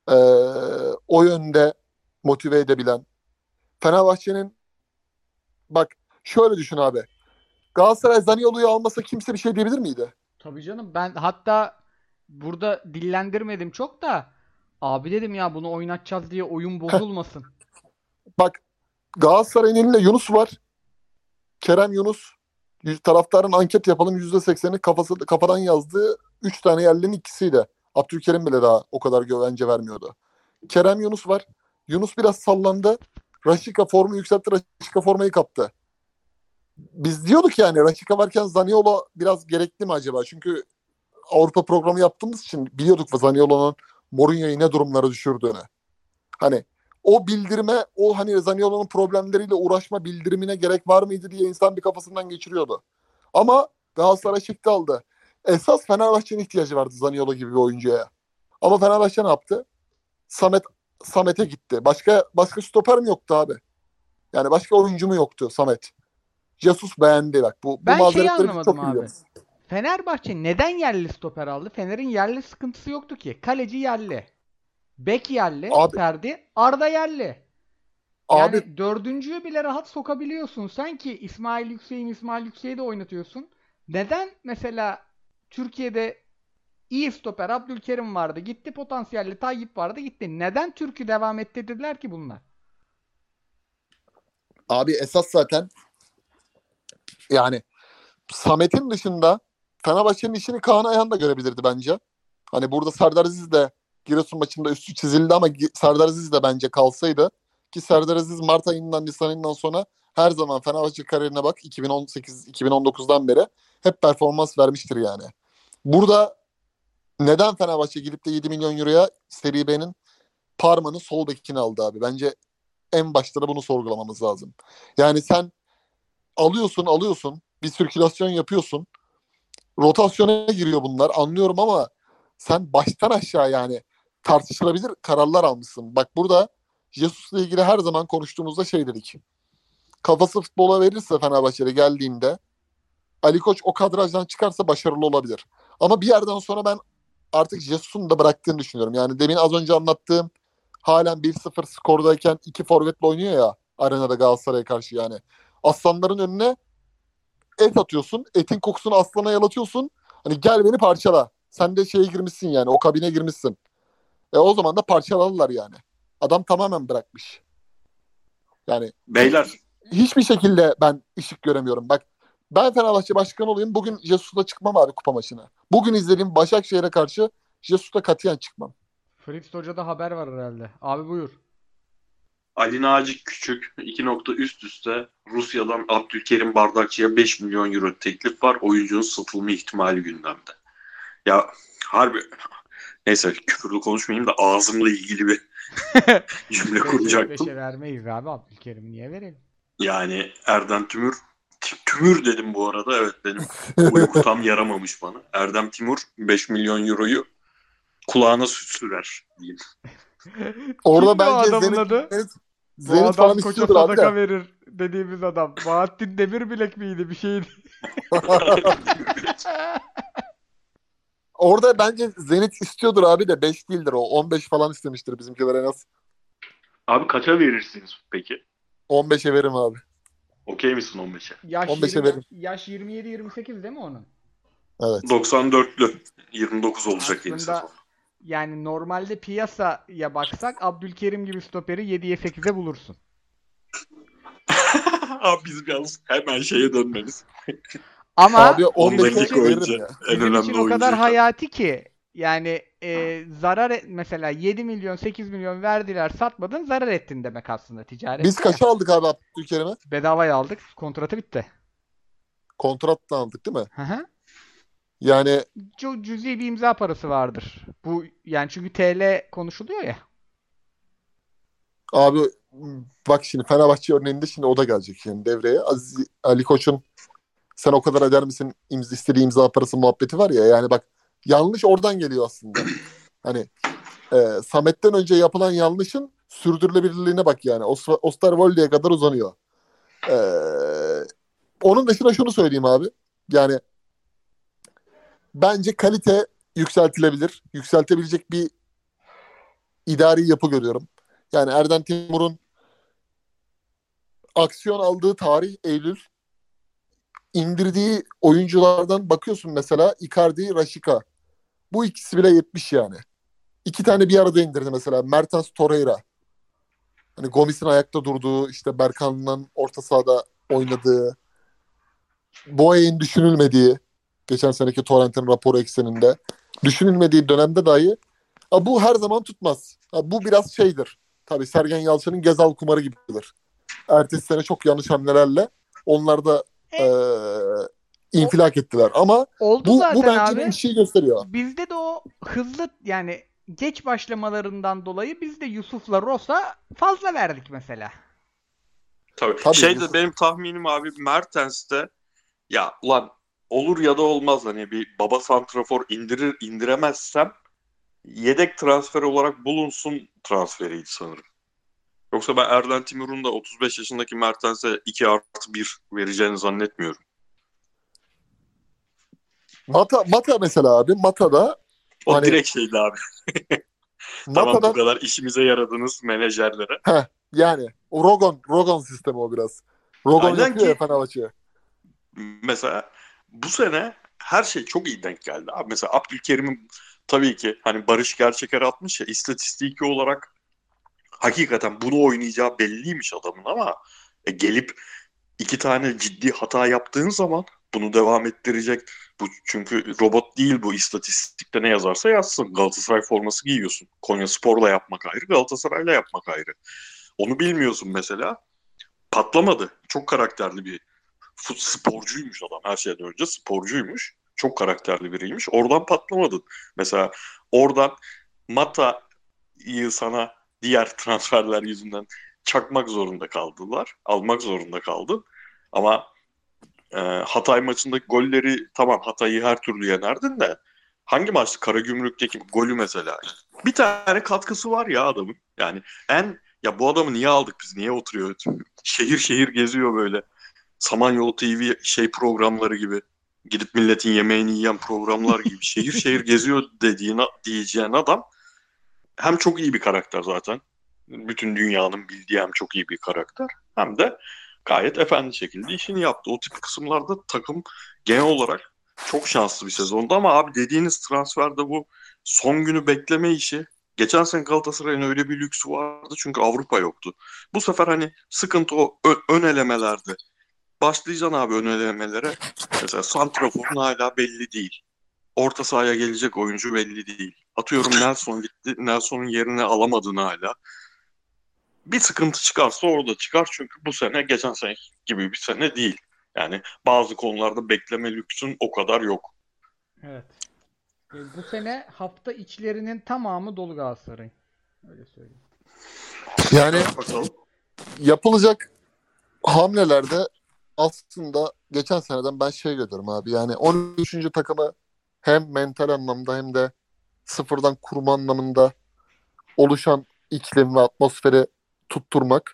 Ee, O yönde motive edebilen. Fenerbahçe'nin bak şöyle düşün abi. Galatasaray Zaniolo'yu almasa kimse bir şey diyebilir miydi? Tabii canım, ben hatta burada dillendirmedim çok da abi dedim ya bunu oynatacağız diye oyun bozulmasın. Bak Galatasaray'ın elinde Yunus var. Kerem Yunus. Yüz- Taraftarın anket yapalım yüzde sekseni kafası, kafadan yazdığı üç tane yerlinin ikisiydi. Abdülkerim bile daha o kadar güvence vermiyordu. Kerem Yunus var. Yunus biraz sallandı. Rashica formu yükseltti. Rashica formayı kaptı. Biz diyorduk yani Rashica varken Zaniolo biraz gerekli mi acaba? Çünkü Avrupa programı yaptığımız için biliyorduk Zaniolo'nun Mourinho'yu ne durumlara düşürdüğünü. Hani o bildirime, o hani Zaniolo'nun problemleriyle uğraşma bildirimine gerek var mıydı diye insan bir kafasından geçiriyordu. Ama Galatasaray çıktı aldı. Esas Fenerbahçe'nin ihtiyacı vardı Zaniolo gibi bir oyuncuya. Ama Fenerbahçe ne yaptı? Samet Samet'e gitti. Başka başka stoper mi yoktu abi? Yani başka oyuncu mu yoktu Samet? Jesus beğendi bak. Bu, bu Ben şeyi mazeretleri biz anlamadım çok abi. biliyoruz. Fenerbahçe neden yerli stoper aldı? Fener'in yerli sıkıntısı yoktu ki. Kaleci yerli. Bek yerli. Abi, Ferdi. Arda yerli. Yani abi dördüncüyü bile rahat sokabiliyorsun. Sen ki İsmail Yüksek'in İsmail Yüksek'i de oynatıyorsun. Neden mesela Türkiye'de iyi stoper Abdülkerim vardı. Gitti, potansiyelli Tayyip vardı, gitti. Neden Türk'ü devam ettirdiler ki bunlar? abi esas zaten yani Samet'in dışında Fenerbahçe'nin işini Kaan Ayhan da görebilirdi bence. Hani burada Serdar Aziz de Giresun maçında üstü çizildi ama Serdar Aziz de bence kalsaydı ki Serdar Aziz Mart ayından Nisan ayından sonra her zaman Fenerbahçe kariyerine bak iki bin on sekiz iki bin on dokuzdan beri hep performans vermiştir yani. Burada neden Fenerbahçe gidip de yedi milyon euroya Serie B'nin Parma'nın sol bekini aldı abi? Bence en başta da bunu sorgulamamız lazım. Yani sen alıyorsun alıyorsun bir sirkülasyon yapıyorsun. Rotasyona giriyor bunlar anlıyorum ama sen baştan aşağı yani tartışılabilir kararlar almışsın. Bak burada Jesus'la ilgili her zaman konuştuğumuzda şey dedik. Kafası futbola verirse Fenerbahçe'ye geldiğinde Ali Koç o kadrajdan çıkarsa başarılı olabilir. Ama bir yerden sonra ben artık Jesus'un da bıraktığını düşünüyorum. Yani demin az önce anlattığım halen bir sıfır skordayken iki forvetle oynuyor ya arenada Galatasaray'a karşı yani. Aslanların önüne et atıyorsun. Etin kokusunu aslana yalatıyorsun. Hani gel beni parçala. Sen de şeye girmişsin yani. O kabine girmişsin. E o zaman da parçaladılar yani. Adam tamamen bırakmış. Yani Beyler hiçbir şekilde ben ışık göremiyorum. Bak ben Fenerbahçe başkanı olayım. Bugün Jesus'la çıkmam abi kupa maçına. Bugün izlediğim Başakşehir'e karşı Jesus'la katiyen çıkmam. Fritz Hoca'da haber var herhalde. Abi buyur. Ali Naci Küçük iki nokta üst üste Rusya'dan Abdülkerim Bardakçı'ya beş milyon euro teklif var. Oyuncunun satılma ihtimali gündemde. Ya harbi neyse küfürlü konuşmayayım da ağzımla ilgili bir cümle beşe, kuracaktım. beşe vermeyiz abi Abdülkerim. Niye verelim? Yani Erdem Tümür Tümür dedim bu arada. Evet benim uyku tam yaramamış bana. Erdem Timur beş milyon euroyu kulağına sürer diyeyim. Orada Kimdi o bence adamın Zenit, adı? Zenit, Bu Zenit adam falan koça istiyordur abi sadaka de. verir dediğimiz adam. Bahattin Demirbilek miydi? Bir şeydi. Orada bence Zenit istiyordur abi de beş değildir o. on beş falan istemiştir bizimkiler en az. Abi kaça verirsiniz peki? on beşe veririm abi. Okey misin on beşe? Yaş, on beşe yirmi, veririm. yaş yirmi yedi yirmi sekiz değil mi onun? Evet. doksan dörtlü. yirmi dokuz olacak yeni Aslında sezon. yani normalde piyasaya baksak Abdülkerim gibi stoperi yediye sekize bulursun. Abi biz biraz hemen şeye dönmeniz. Ama Abi on on bizim beşe dakika için, veririm önce ya. en bizim önemli için o kadar oyuncuyu kat- hayati ki yani e, zarar et, mesela yedi milyon sekiz milyon verdiler satmadın, zarar ettin demek aslında ticaret. Biz kaça aldık abi Abdülkerim'i? Bedavaya aldık. Kontratı bitti. Kontratla aldık değil mi? Hı hı. Yani Çok cüzi bir imza parası vardır. Bu yani çünkü T L konuşuluyor ya. abi bak şimdi Fenerbahçe örneğinde şimdi o da gelecek yani devreye. Aziz Ali Koç'un sen o kadar eder misin imza, istediği imza parası muhabbeti var ya yani bak yanlış oradan geliyor aslında. Hani e, Samet'ten önce yapılan yanlışın sürdürülebilirliğine bak yani. Os- Osterwolde'ye kadar uzanıyor. E, Onun dışında şunu söyleyeyim abi. Yani bence kalite yükseltilebilir. Yükseltebilecek bir idari yapı görüyorum. Yani Erden Timur'un aksiyon aldığı tarih Eylül. İndirdiği oyunculardan bakıyorsun mesela Icardi, Rashica. Bu ikisi bile yetmiş yani. İki tane bir arada indirdi mesela. Mertens, Torreira. Hani Gomis'in ayakta durduğu, işte Berkan'ın orta sahada oynadığı, Boey'in düşünülmediği, geçen seneki Torrent'in raporu ekseninde düşünülmediği dönemde dahi ha, bu her zaman tutmaz. Ha, bu biraz şeydir. Tabii Sergen Yalçın'ın Gezal kumarı gibidir. Ertesi sene çok yanlış hamlelerle onlar da E, eee infilak ettiler. Ama oldu bu bu zaten bence abi. bir şey gösteriyor. Bizde de o hızlı yani geç başlamalarından dolayı biz de Yusuf'la Rosa fazla verdik mesela. Tabii. Tabii Şey de Yusuf, benim tahminim abi Mertens'te ya ulan olur ya da olmaz hani bir baba santrafor indirir indiremezsem yedek transfer olarak bulunsun transferiydi sanırım. Yoksa ben Erden Timur'un da otuz beş yaşındaki Mertens'e iki artı bir vereceğini zannetmiyorum. Mata, Mata mesela abi. Mata'da O hani direkt şeydi abi. Tamam bu Mata'dan kadar işimize yaradınız menajerlere. heh, yani o Rogon, Rogon sistemi o biraz. Rogon Aynen yapıyor ya ki Fenerbahçe'ye. mesela bu sene her şey çok iyi denk geldi. Abi mesela Abdülkerim'in tabii ki hani Barış Gerçeker atmış ya istatistiki olarak hakikaten bunu oynayacağı belliymiş adamın ama e, gelip iki tane ciddi hata yaptığın zaman bunu devam ettirecek. Bu çünkü robot değil bu istatistikte ne yazarsa yazsın. Galatasaray forması giyiyorsun. Konyaspor'la yapmak ayrı, Galatasaray'la yapmak ayrı. Onu bilmiyorsun mesela. Patlamadı. Çok karakterli bir fut sporcuymuş adam. Her şeyden önce sporcuymuş. Çok karakterli biriymiş. Oradan patlamadın. Mesela oradan Mata'yı sana diğer transferler yüzünden çakmak zorunda kaldılar. Almak zorunda kaldın. Ama e, Hatay maçındaki golleri tamam Hatay'ı her türlü yenerdin de hangi maçtı? Karagümrük'teki golü mesela. Bir tane katkısı var ya adamın. Yani en ya bu adamı niye aldık biz? Niye oturuyor? Şehir şehir geziyor böyle. Samanyolu T V şey programları gibi. Gidip milletin yemeğini yiyen programlar gibi. Şehir şehir geziyor dediğin, diyeceğin adam hem çok iyi bir karakter zaten. Bütün dünyanın bildiği hem çok iyi bir karakter. Hem de gayet efendi şekilde işini yaptı. O tip kısımlarda takım genel olarak çok şanslı bir sezondu ama abi dediğiniz transferde bu son günü bekleme işi geçen sene Galatasaray'ın öyle bir lüksü vardı çünkü Avrupa yoktu. Bu sefer hani sıkıntı o ö- ön elemelerde. Başlayacaksın abi ön elemelere. Mesela santraforun hala belli değil. Orta sahaya gelecek oyuncu belli değil. Atıyorum Nelson gitti. Nelson'un yerini alamadın hala. Bir sıkıntı çıkarsa orada çıkar çünkü bu sene geçen sene gibi bir sene değil. Yani bazı konularda bekleme lüksün o kadar yok. Evet. E, bu sene hafta içlerinin tamamı dolu Galatasaray'ın. Öyle söyleyeyim. Yani Bakalım. yapılacak hamlelerde aslında geçen seneden ben şey görüyorum abi. Yani on üçüncü takımı hem mental anlamda hem de sıfırdan kurma anlamında oluşan iklim ve atmosferi tutturmak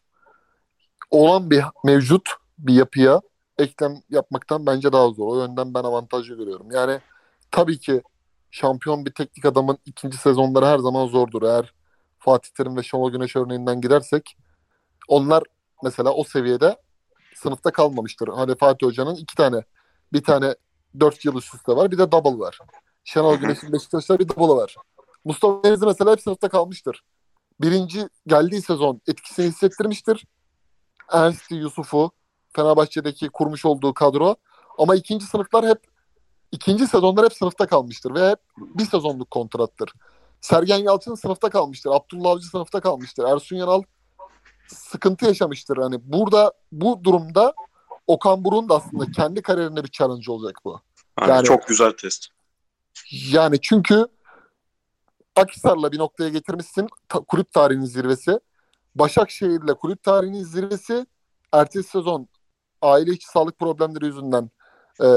olan bir mevcut bir yapıya eklem yapmaktan bence daha zor. O yönden ben avantajlı görüyorum. Yani tabii ki şampiyon bir teknik adamın ikinci sezonları her zaman zordur. Eğer Fatih Terim ve Şenol Güneş örneğinden gidersek onlar mesela o seviyede sınıfta kalmamıştır. Hani Fatih Hoca'nın iki tane bir tane dört yıl üst üste var bir de double var. Şenol Güneş'in Beşiktaş'ta bir double var. Mustafa Denizli mesela hep sınıfta kalmıştır. Birinci geldiği sezon etkisini hissettirmiştir. Ernst'i, Yusuf'u, Fenerbahçe'deki kurmuş olduğu kadro. Ama ikinci sınıflar hep ikinci sezonlar hep sınıfta kalmıştır ve hep bir sezonluk kontrattır. Sergen Yalçın sınıfta kalmıştır. Abdullah Avcı sınıfta kalmıştır. Ersun Yanal sıkıntı yaşamıştır. Hani burada bu durumda Okan Buruk'un da aslında kendi kariyerine bir challenge olacak bu. Yani Yani çok güzel test. yani çünkü Akhisar'la bir noktaya getirmişsin ta- kulüp tarihinin zirvesi. Başakşehir'le kulüp tarihinin zirvesi. Ertesi sezon aile içi sağlık problemleri yüzünden e,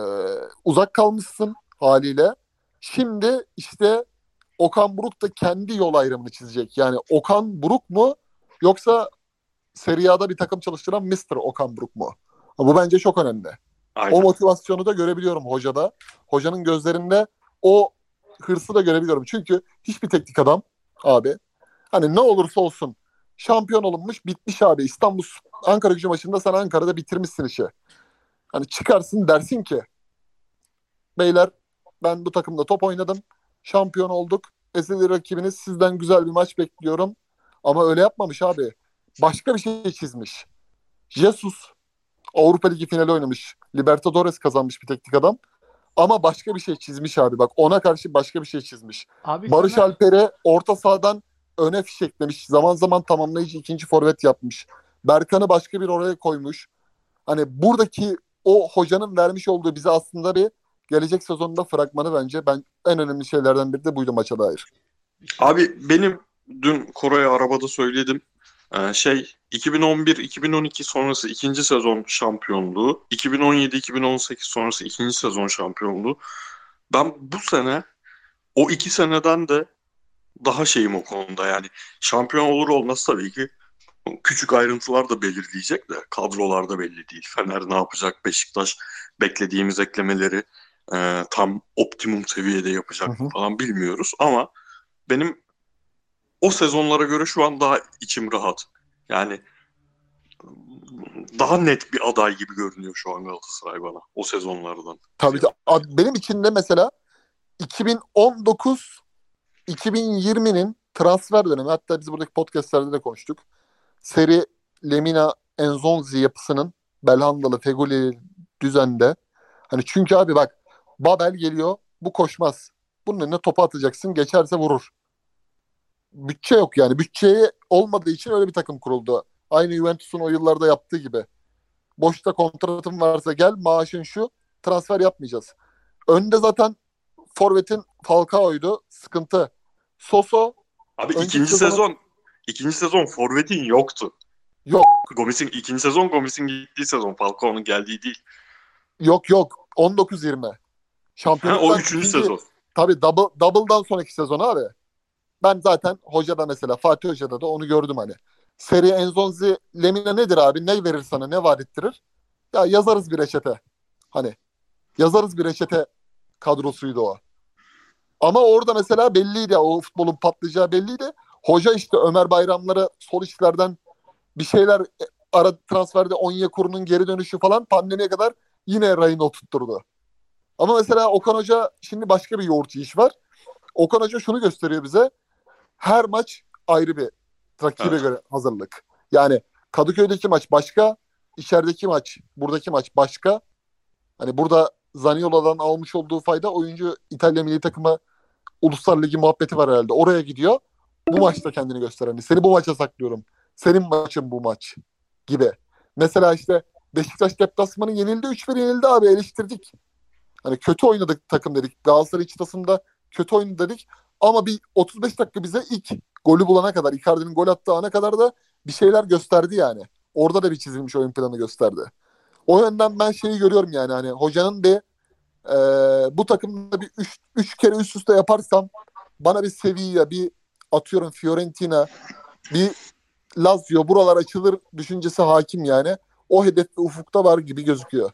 uzak kalmışsın haliyle. Şimdi işte Okan Buruk da kendi yol ayrımını çizecek. Yani Okan Buruk mu yoksa Serie A'da bir takım çalıştıran mister Okan Buruk mu? Bu bence çok önemli. Aynen. O motivasyonu da görebiliyorum hocada. Hocanın gözlerinde o hırsı da görebiliyorum. Çünkü hiçbir teknik adam abi Hani ne olursa olsun şampiyon olunmuş, bitmiş abi. İstanbul Ankara-Gücü maçında sen Ankara'da bitirmişsin işi. Hani çıkarsın dersin ki beyler ben bu takımda top oynadım. Şampiyon olduk. Ezeli rakibiniz, sizden güzel bir maç bekliyorum. Ama öyle yapmamış abi. Başka bir şey çizmiş. Jesus Avrupa Ligi finali oynamış. Libertadores kazanmış bir teknik adam. Ama başka bir şey çizmiş abi. Bak ona karşı başka bir şey çizmiş. Abi Barış sana Alper'e orta sahadan öne fişeklemiş. Zaman zaman tamamlayıcı ikinci forvet yapmış. Berkan'ı başka bir oraya koymuş. Hani buradaki o hocanın vermiş olduğu bize aslında bir gelecek sezonda fragmanı bence. Ben en önemli şeylerden biri de buydu maça dair. Abi benim dün Koray'a arabada söyledim. Ee, şey iki bin on bir iki bin on iki sonrası ikinci sezon şampiyonluğu, iki bin on yedi iki bin on sekiz sonrası ikinci sezon şampiyonluğu. Ben bu sene o iki seneden de daha şeyim o konuda yani. Şampiyon olur olmaz tabii ki küçük ayrıntılar da belirleyecek de kadrolarda belli değil. Fener ne yapacak? Beşiktaş beklediğimiz eklemeleri e, tam optimum seviyede Hı yapacak mı hı. falan bilmiyoruz ama benim o sezonlara göre şu an daha içim rahat. Yani daha net bir aday gibi görünüyor şu an Galatasaray bana o sezonlardan Tabii ki. ziyade. Abi benim için de mesela iki bin on dokuz iki bin yirminin transfer dönemi, hatta biz buradaki podcastlerde de konuştuk. Seri Lemina Enzonzi yapısının Belhandalı Feguli düzende. Hani çünkü abi bak Babel geliyor, bu koşmaz. Bunun önüne topu atacaksın, geçerse vurur. Bütçe yok yani. Bütçeye olmadığı için öyle bir takım kuruldu. Aynı Juventus'un o yıllarda yaptığı gibi. Boşta kontratın varsa gel, maaşın şu, transfer yapmayacağız. Önde zaten forvetin Falcao'ydu. Sıkıntı. Soso Abi önceki ikinci sezonu sezon ikinci sezon forvetin yoktu. yok. Gomis'in ikinci sezon Gomis'in gittiği sezon Falcao'nun geldiği değil. Yok yok. on dokuz yirmi. Ha, o Şampiyonluktan üçüncü ikinci, sezon. tabii double, double'dan sonraki sezon abi. Ben zaten hocada mesela Fatih Hoca'da da onu gördüm hani. Seri Enzonzi Lemina nedir abi? Ne verir sana? Ne vaat ettirir? Ya yazarız bir reçete. Hani yazarız bir reçete kadrosuydu o. Ama orada mesela belliydi ya, o futbolun patlayacağı belliydi. Hoca işte Ömer Bayramları sol içlerden bir şeyler, e, ara transferde Onyekuru'nun geri dönüşü falan pandemiye kadar yine rayını oturtturdu. Ama mesela Okan Hoca şimdi başka bir yoğurt iş var. Okan Hoca şunu gösteriyor bize. Her maç ayrı bir rakibe Evet. göre hazırlık. Yani Kadıköy'deki maç başka, içerideki maç, buradaki maç başka. Hani burada Zaniolo'dan almış olduğu fayda, oyuncu İtalya milli takımı Uluslar Ligi muhabbeti var herhalde. Oraya gidiyor. Bu maçta kendini gösteren. Hani seni bu maça saklıyorum. Senin maçın bu maç gibi. Mesela işte Beşiktaş deplasmanı yenildi. üç bir yenildi abi, eleştirdik. Hani kötü oynadık takım dedik. Galatasaray çıtasında kötü oynadı dedik. Ama bir otuz beş dakika bize ilk golü bulana kadar, Icardi'nin gol attığı ana kadar da bir şeyler gösterdi yani. Orada da bir çizilmiş oyun planı gösterdi. O yönden ben şeyi görüyorum yani, hani hocanın bir e, bu takımda bir üç, üç kere üst üste yaparsam bana bir Sevilla, bir atıyorum Fiorentina, bir Lazio, buralar açılır düşüncesi hakim yani. O hedef ve ufukta var gibi gözüküyor.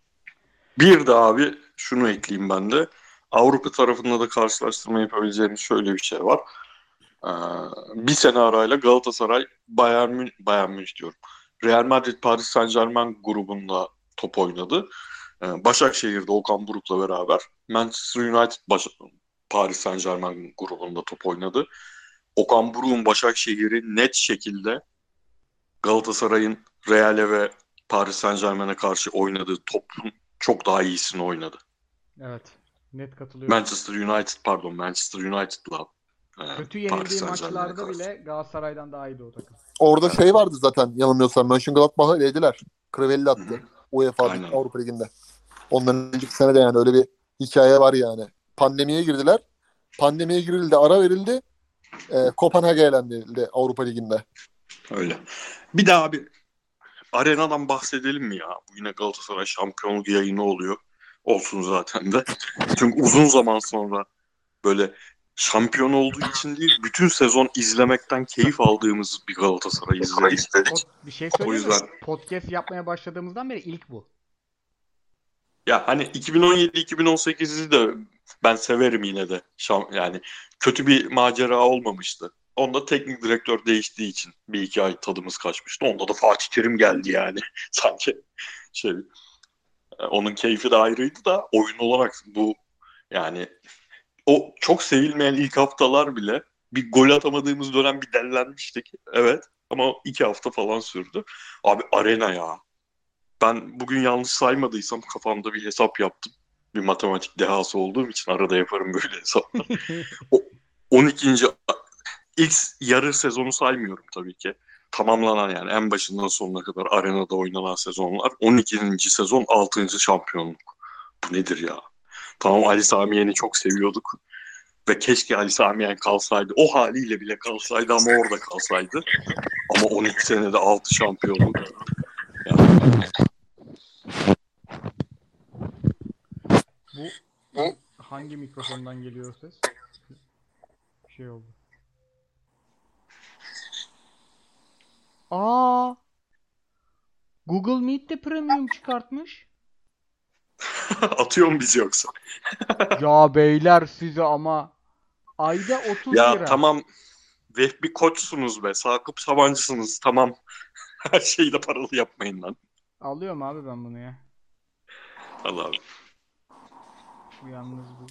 Bir de abi şunu ekleyeyim ben de. Avrupa tarafında da karşılaştırma yapabileceğimiz şöyle bir şey var. Ee, bir sene arayla Galatasaray, Bayern Münih, Bayern Münih diyorum. Real Madrid, Paris Saint-Germain grubunda top oynadı. Ee, Başakşehir'de Okan Buruk'la beraber Manchester United, Baş- Paris Saint-Germain grubunda top oynadı. Okan Buruk'un Başakşehir'i net şekilde Galatasaray'ın Real'e ve Paris Saint-Germain'e karşı oynadığı topun çok daha iyisini oynadı. evet, net katılıyorum. Manchester United pardon Manchester United'la e, Kötü Paris yenildiği Saint-Germain'e maçlarda karşı. bile Galatasaray'dan daha iyiydi o takım. Orada Evet. şey vardı zaten yanılmıyorsam. Mönchengladbach'ı elediler. Crivelli Hı attı. hı. UEFA Aynen. Avrupa Ligi'nde. Ondan önceki sene de yani öyle bir hikaye var yani. Pandemiye girdiler. Pandemiye girildi, ara verildi. E, Kopenhag'a elendirildi Avrupa Ligi'nde. Öyle. Bir daha abi arenadan bahsedelim mi ya? Bu yine Galatasaray şampiyonluk yayını oluyor. Olsun zaten de. Çünkü uzun zaman sonra böyle şampiyon olduğu için değil, bütün sezon izlemekten keyif aldığımız bir Galatasaray izledik. Pod- bir şey O söyleyeyim mi? yüzden Podcast yapmaya başladığımızdan beri ilk bu. ya hani iki bin on yedi iki bin on sekizi de ben severim yine de. Şam, yani kötü bir macera olmamıştı. Onda teknik direktör değiştiği için bir iki ay tadımız kaçmıştı. Onda da Fatih Terim geldi yani. Sanki şey, onun keyfi de ayrıydı da oyun olarak bu yani o çok sevilmeyen ilk haftalar bile bir gol atamadığımız dönem bir dellenmiştik. Evet ama iki hafta falan sürdü. Abi arena ya. Ben bugün yanlış saymadıysam kafamda bir hesap yaptım. Bir matematik dehası olduğum için arada yaparım böyle hesaplar. O on ikinci ilk yarı sezonu saymıyorum tabii ki. Tamamlanan yani en başından sonuna kadar arenada oynanan sezonlar. on ikinci sezon altıncı şampiyonluk. Bu nedir ya? Tamam Ali Sami Yen'i çok seviyorduk. Ve keşke Ali Sami Yen kalsaydı. O haliyle bile kalsaydı ama orada kalsaydı. Ama on iki senede altı şampiyonluk. Yani. Bu hangi mikrofondan geliyor ses? Bir şey oldu. Aa! Google Meet de premium çıkartmış. Atıyor mu bizi yoksa? Ya beyler size ama ayda otuz Ya lira. tamam. Vehbi koçsunuz be. Sakıp Sabancısınız. Tamam. Her şeyi de paralı yapmayın lan. Alıyorum abi ben bunu ya. Allah abi. Şu yalnız bu.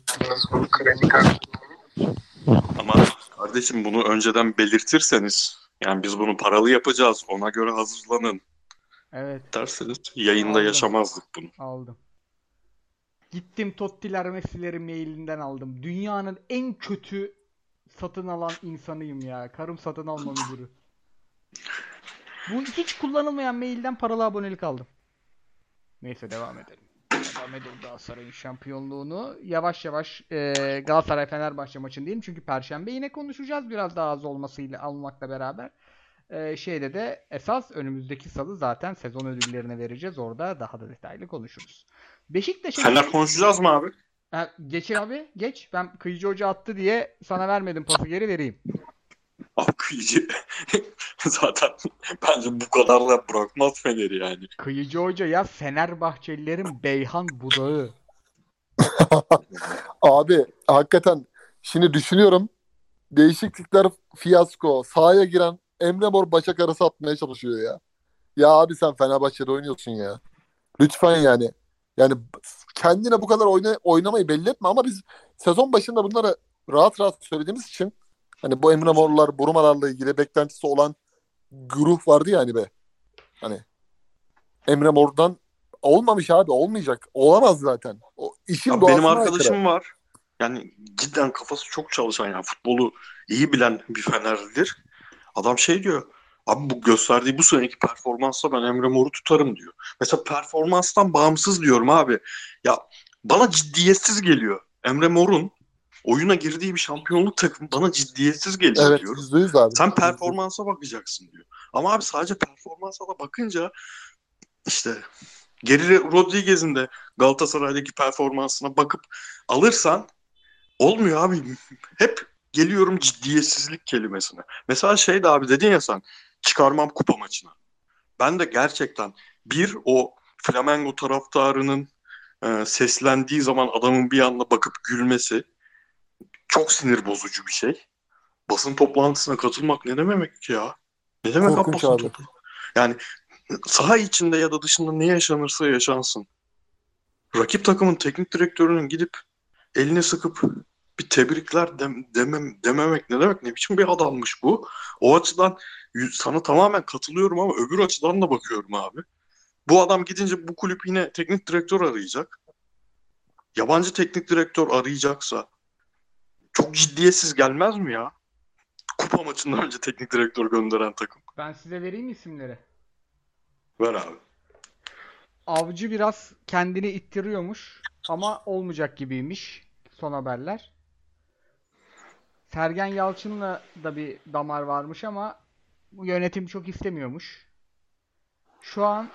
Ama kardeşim bunu önceden belirtirseniz yani biz bunu paralı yapacağız. Ona göre hazırlanın Evet derseniz yayında Aldım. yaşamazdık bunu. aldım. Gittim Tottiler Messi'lerin mailinden aldım. Dünyanın en kötü satın alan insanıyım ya. Karım satın alma müdürü. Bu hiç kullanılmayan mailden paralı abonelik aldım. Neyse devam edelim. Devam edelim Galatasaray'ın şampiyonluğunu. Yavaş yavaş e, Galatasaray-Fenerbahçe maçın değil. Çünkü Perşembe yine konuşacağız. Biraz daha az olmasıyla almakla beraber. E, şeyde de esas önümüzdeki salı zaten sezon ödüllerini vereceğiz. Orada daha da detaylı konuşuruz. Beşiktaş'a Fener konuşacağız mı abi? Ha, geç abi geç. Ben Kıyıcı Hoca attı diye sana vermedim pası geri vereyim. Akıcı. Zaten bence bu kadar da bırakmaz Fener'i yani. Kıyıcı Hoca ya Fenerbahçelilerin Beyhan Budağı. Abi hakikaten şimdi düşünüyorum. Değişiklikler fiyasko. Sahaya giren Emre Mor Başak arası atmaya çalışıyor ya. Ya abi sen Fenerbahçe'de oynuyorsun ya. Lütfen yani. Yani kendine bu kadar oyna, oynamayı belli etme ama biz sezon başında bunları rahat rahat söylediğimiz için hani bu Emre Morlar, Burmalarla ilgili beklentisi olan güruh vardı ya hani be. Hani Emre Mor'dan olmamış abi, olmayacak. Olamaz zaten. O işin Ya doğasına benim arkadaşım aykırı. var. Yani cidden kafası çok çalışan yani futbolu iyi bilen bir Fenerlidir. Adam şey diyor. Abi bu gösterdiği bu seneki performansla ben Emre Mor'u tutarım diyor. Mesela performanstan bağımsız diyorum abi. Ya bana ciddiyetsiz geliyor. Emre Mor'un oyuna girdiği bir şampiyonluk takımı bana ciddiyetsiz geliyor Evet, diyorum. yüzde yüz abi. Sen performansa bakacaksın diyor. Ama abi sadece performansa da bakınca işte Geri Rodriguez'in de Galatasaray'daki performansına bakıp alırsan olmuyor abi. Hep geliyorum ciddiyetsizlik kelimesine. Mesela şey de abi dedin ya sen çıkarmam kupa maçına. Ben de gerçekten bir o Flamengo taraftarının e, seslendiği zaman adamın bir anda bakıp gülmesi çok sinir bozucu bir şey. Basın toplantısına katılmak ne demek ya? Ne demek abi Korkunç basın abi. toplantısı? Yani saha içinde ya da dışında ne yaşanırsa yaşansın. Rakip takımın teknik direktörünün gidip elini sıkıp bir tebrikler dem, demem, dememek ne demek? Ne biçim bir adammış bu? O açıdan y- sana tamamen katılıyorum ama öbür açıdan da bakıyorum abi. Bu adam gidince bu kulüp yine teknik direktör arayacak. Yabancı teknik direktör arayacaksa çok ciddiyetsiz gelmez mi ya? Kupa maçından önce teknik direktör gönderen takım. Ben size vereyim isimleri. Ver abi. Avcı biraz kendini ittiriyormuş ama olmayacak gibiymiş son haberler. Sergen Yalçın'la da bir damar varmış ama bu yönetim çok istemiyormuş. Şu an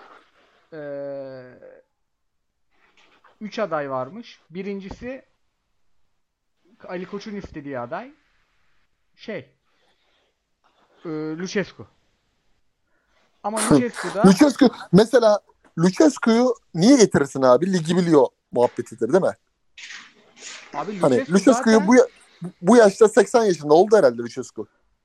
üç aday varmış. Birincisi Ali Koç'un istediği aday. Şey e, Lucescu. Ama Lucescu da Lucescu mesela Lucescu'yu niye getirirsin abi? Ligi biliyor muhabbetidir değil mi? abi Hani Lucescu Lucescu'yu zaten bu bu yaşta seksen yaşında oldu herhalde Lucescu.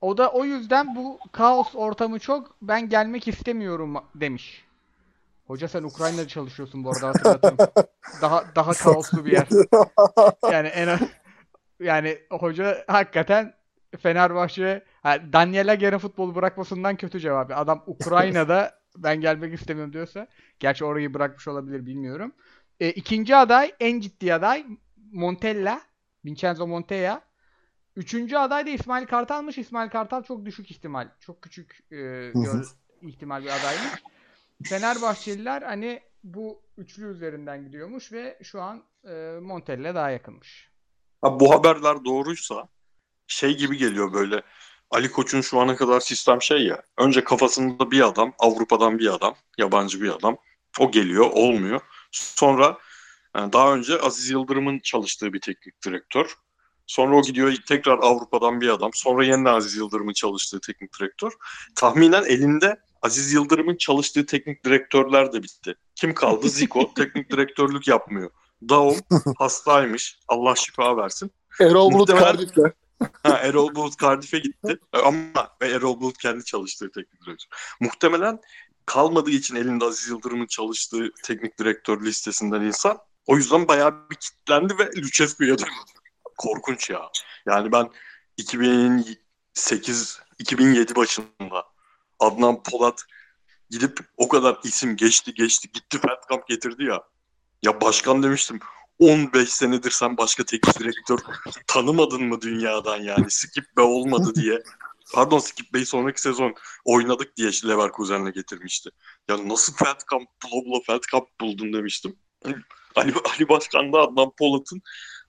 O da o yüzden bu kaos ortamı çok, ben gelmek istemiyorum demiş. Hoca sen Ukrayna'da çalışıyorsun bu arada, hatırlatayım. Daha daha kaoslu bir yer. Yani en az, yani hoca hakikaten Fenerbahçe, ha, Daniel Ager'in futbolu bırakmasından kötü cevabı. Adam Ukrayna'da ben gelmek istemiyorum diyorsa, gerçi orayı bırakmış olabilir, bilmiyorum. E, ikinci aday, en ciddi aday Montella, Vincenzo Montella. Üçüncü aday da İsmail Kartal'mış. İsmail Kartal çok düşük ihtimal. Çok küçük e, gör, ihtimal bir adaymış. Fenerbahçeliler hani bu üçlü üzerinden gidiyormuş ve şu an e, Montella daha yakınmış. Ha, bu haberler doğruysa şey gibi geliyor böyle. Ali Koç'un şu ana kadar sistem şey ya. Önce kafasında bir adam, Avrupa'dan bir adam, yabancı bir adam. O geliyor, olmuyor. Sonra yani daha önce Aziz Yıldırım'ın çalıştığı bir teknik direktör. Sonra o gidiyor tekrar Avrupa'dan bir adam. Sonra yeniden Aziz Yıldırım'ın çalıştığı teknik direktör. Tahminen elinde Aziz Yıldırım'ın çalıştığı teknik direktörler de bitti. Kim kaldı? Zico teknik direktörlük yapmıyor. Daum hastaymış. Allah şifa versin. Erol Bulut Muhtemelen- Cardiff'le. Ha, Erol Bulut Cardiff'e gitti. Ama ve Erol Bulut kendi çalıştığı teknik direktör. Muhtemelen kalmadığı için elinde Aziz Yıldırım'ın çalıştığı teknik direktör listesinden insan. O yüzden bayağı bir kitlendi ve Lucescu'ya döndü. Korkunç ya. Yani ben iki bin sekiz iki bin yedi başında Adnan Polat gidip o kadar isim geçti geçti gitti Feldkamp getirdi ya. Ya başkan demiştim. on beş senedir sen başka teknik direktör tanımadın mı dünyadan yani? Skip Bey olmadı diye. Pardon, Skip Bey'i sonraki sezon oynadık diye Leverkusen'le getirmişti. Ya nasıl Feldkamp, bula Feldkamp buldun demiştim. Ali, Ali Başkan da Adnan Polat'ın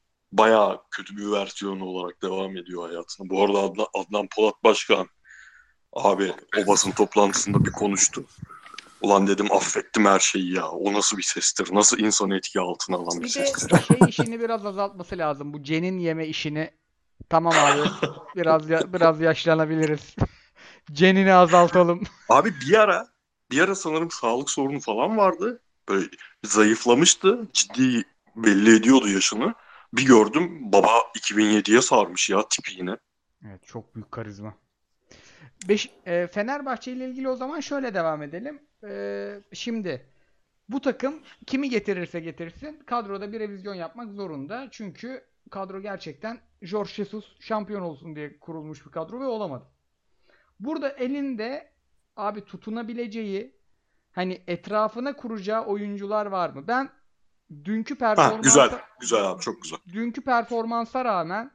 bayağı kötü bir versiyonu olarak devam ediyor hayatına. Bu arada Adnan, Adnan Polat Başkan abi o basın toplantısında bir konuştu. Ulan dedim affettim her şeyi ya. O nasıl bir sestir? Nasıl insanı etki altına alan bir Bir de sestir? şey işini biraz azaltması lazım. Bu cenin yeme işini. Tamam abi. Biraz ya, biraz yaşlanabiliriz. Cenini azaltalım. Abi bir ara bir ara sanırım sağlık sorunu falan vardı. Böyle zayıflamıştı. Ciddi belli ediyordu yaşını. Bir gördüm baba iki bin yediye sarmış ya tipi yine. Evet, çok büyük karizma. Beş, e, Fenerbahçe ile ilgili o zaman şöyle devam edelim. E, şimdi bu takım kimi getirirse getirsin kadroda bir revizyon yapmak zorunda. Çünkü kadro gerçekten Jorge Jesus şampiyon olsun diye kurulmuş bir kadro ve olamadı. Burada elinde abi tutunabileceği, hani etrafına kuracağı oyuncular var mı? Ben dünkü Ha, performansa güzel. Güzel abi, çok güzel. dünkü performansa rağmen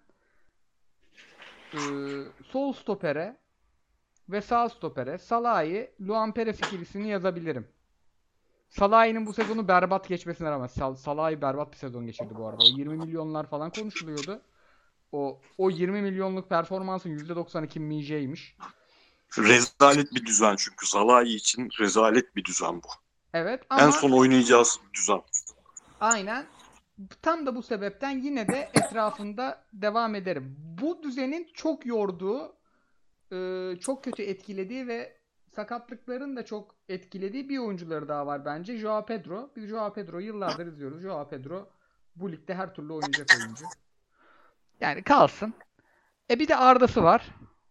e, sol stopere ve sağ stopere Salah'ı, Luan Perez ikilisini yazabilirim. Salah'ın bu sezonu berbat geçmesine rağmen Sal Salah'ı berbat bir sezon geçirdi bu arada. O yirmi milyonlar falan konuşuluyordu. O o yirmi milyonluk performansın yüzde doksan iki Mije'ymiş. Rezalet bir düzen çünkü. Zalai için rezalet bir düzen bu. Evet ama En son oynayacağız düzen. aynen. Tam da bu sebepten yine de etrafında devam ederim. Bu düzenin çok yorduğu, e, çok kötü etkilediği ve sakatlıkların da çok etkilediği bir oyuncuları daha var bence. Joao Pedro. Biz Joao Pedro'yu yıllardır izliyoruz. Joao Pedro bu ligde her türlü oynayacak oyuncu. Yani kalsın. E bir de Arda'sı var.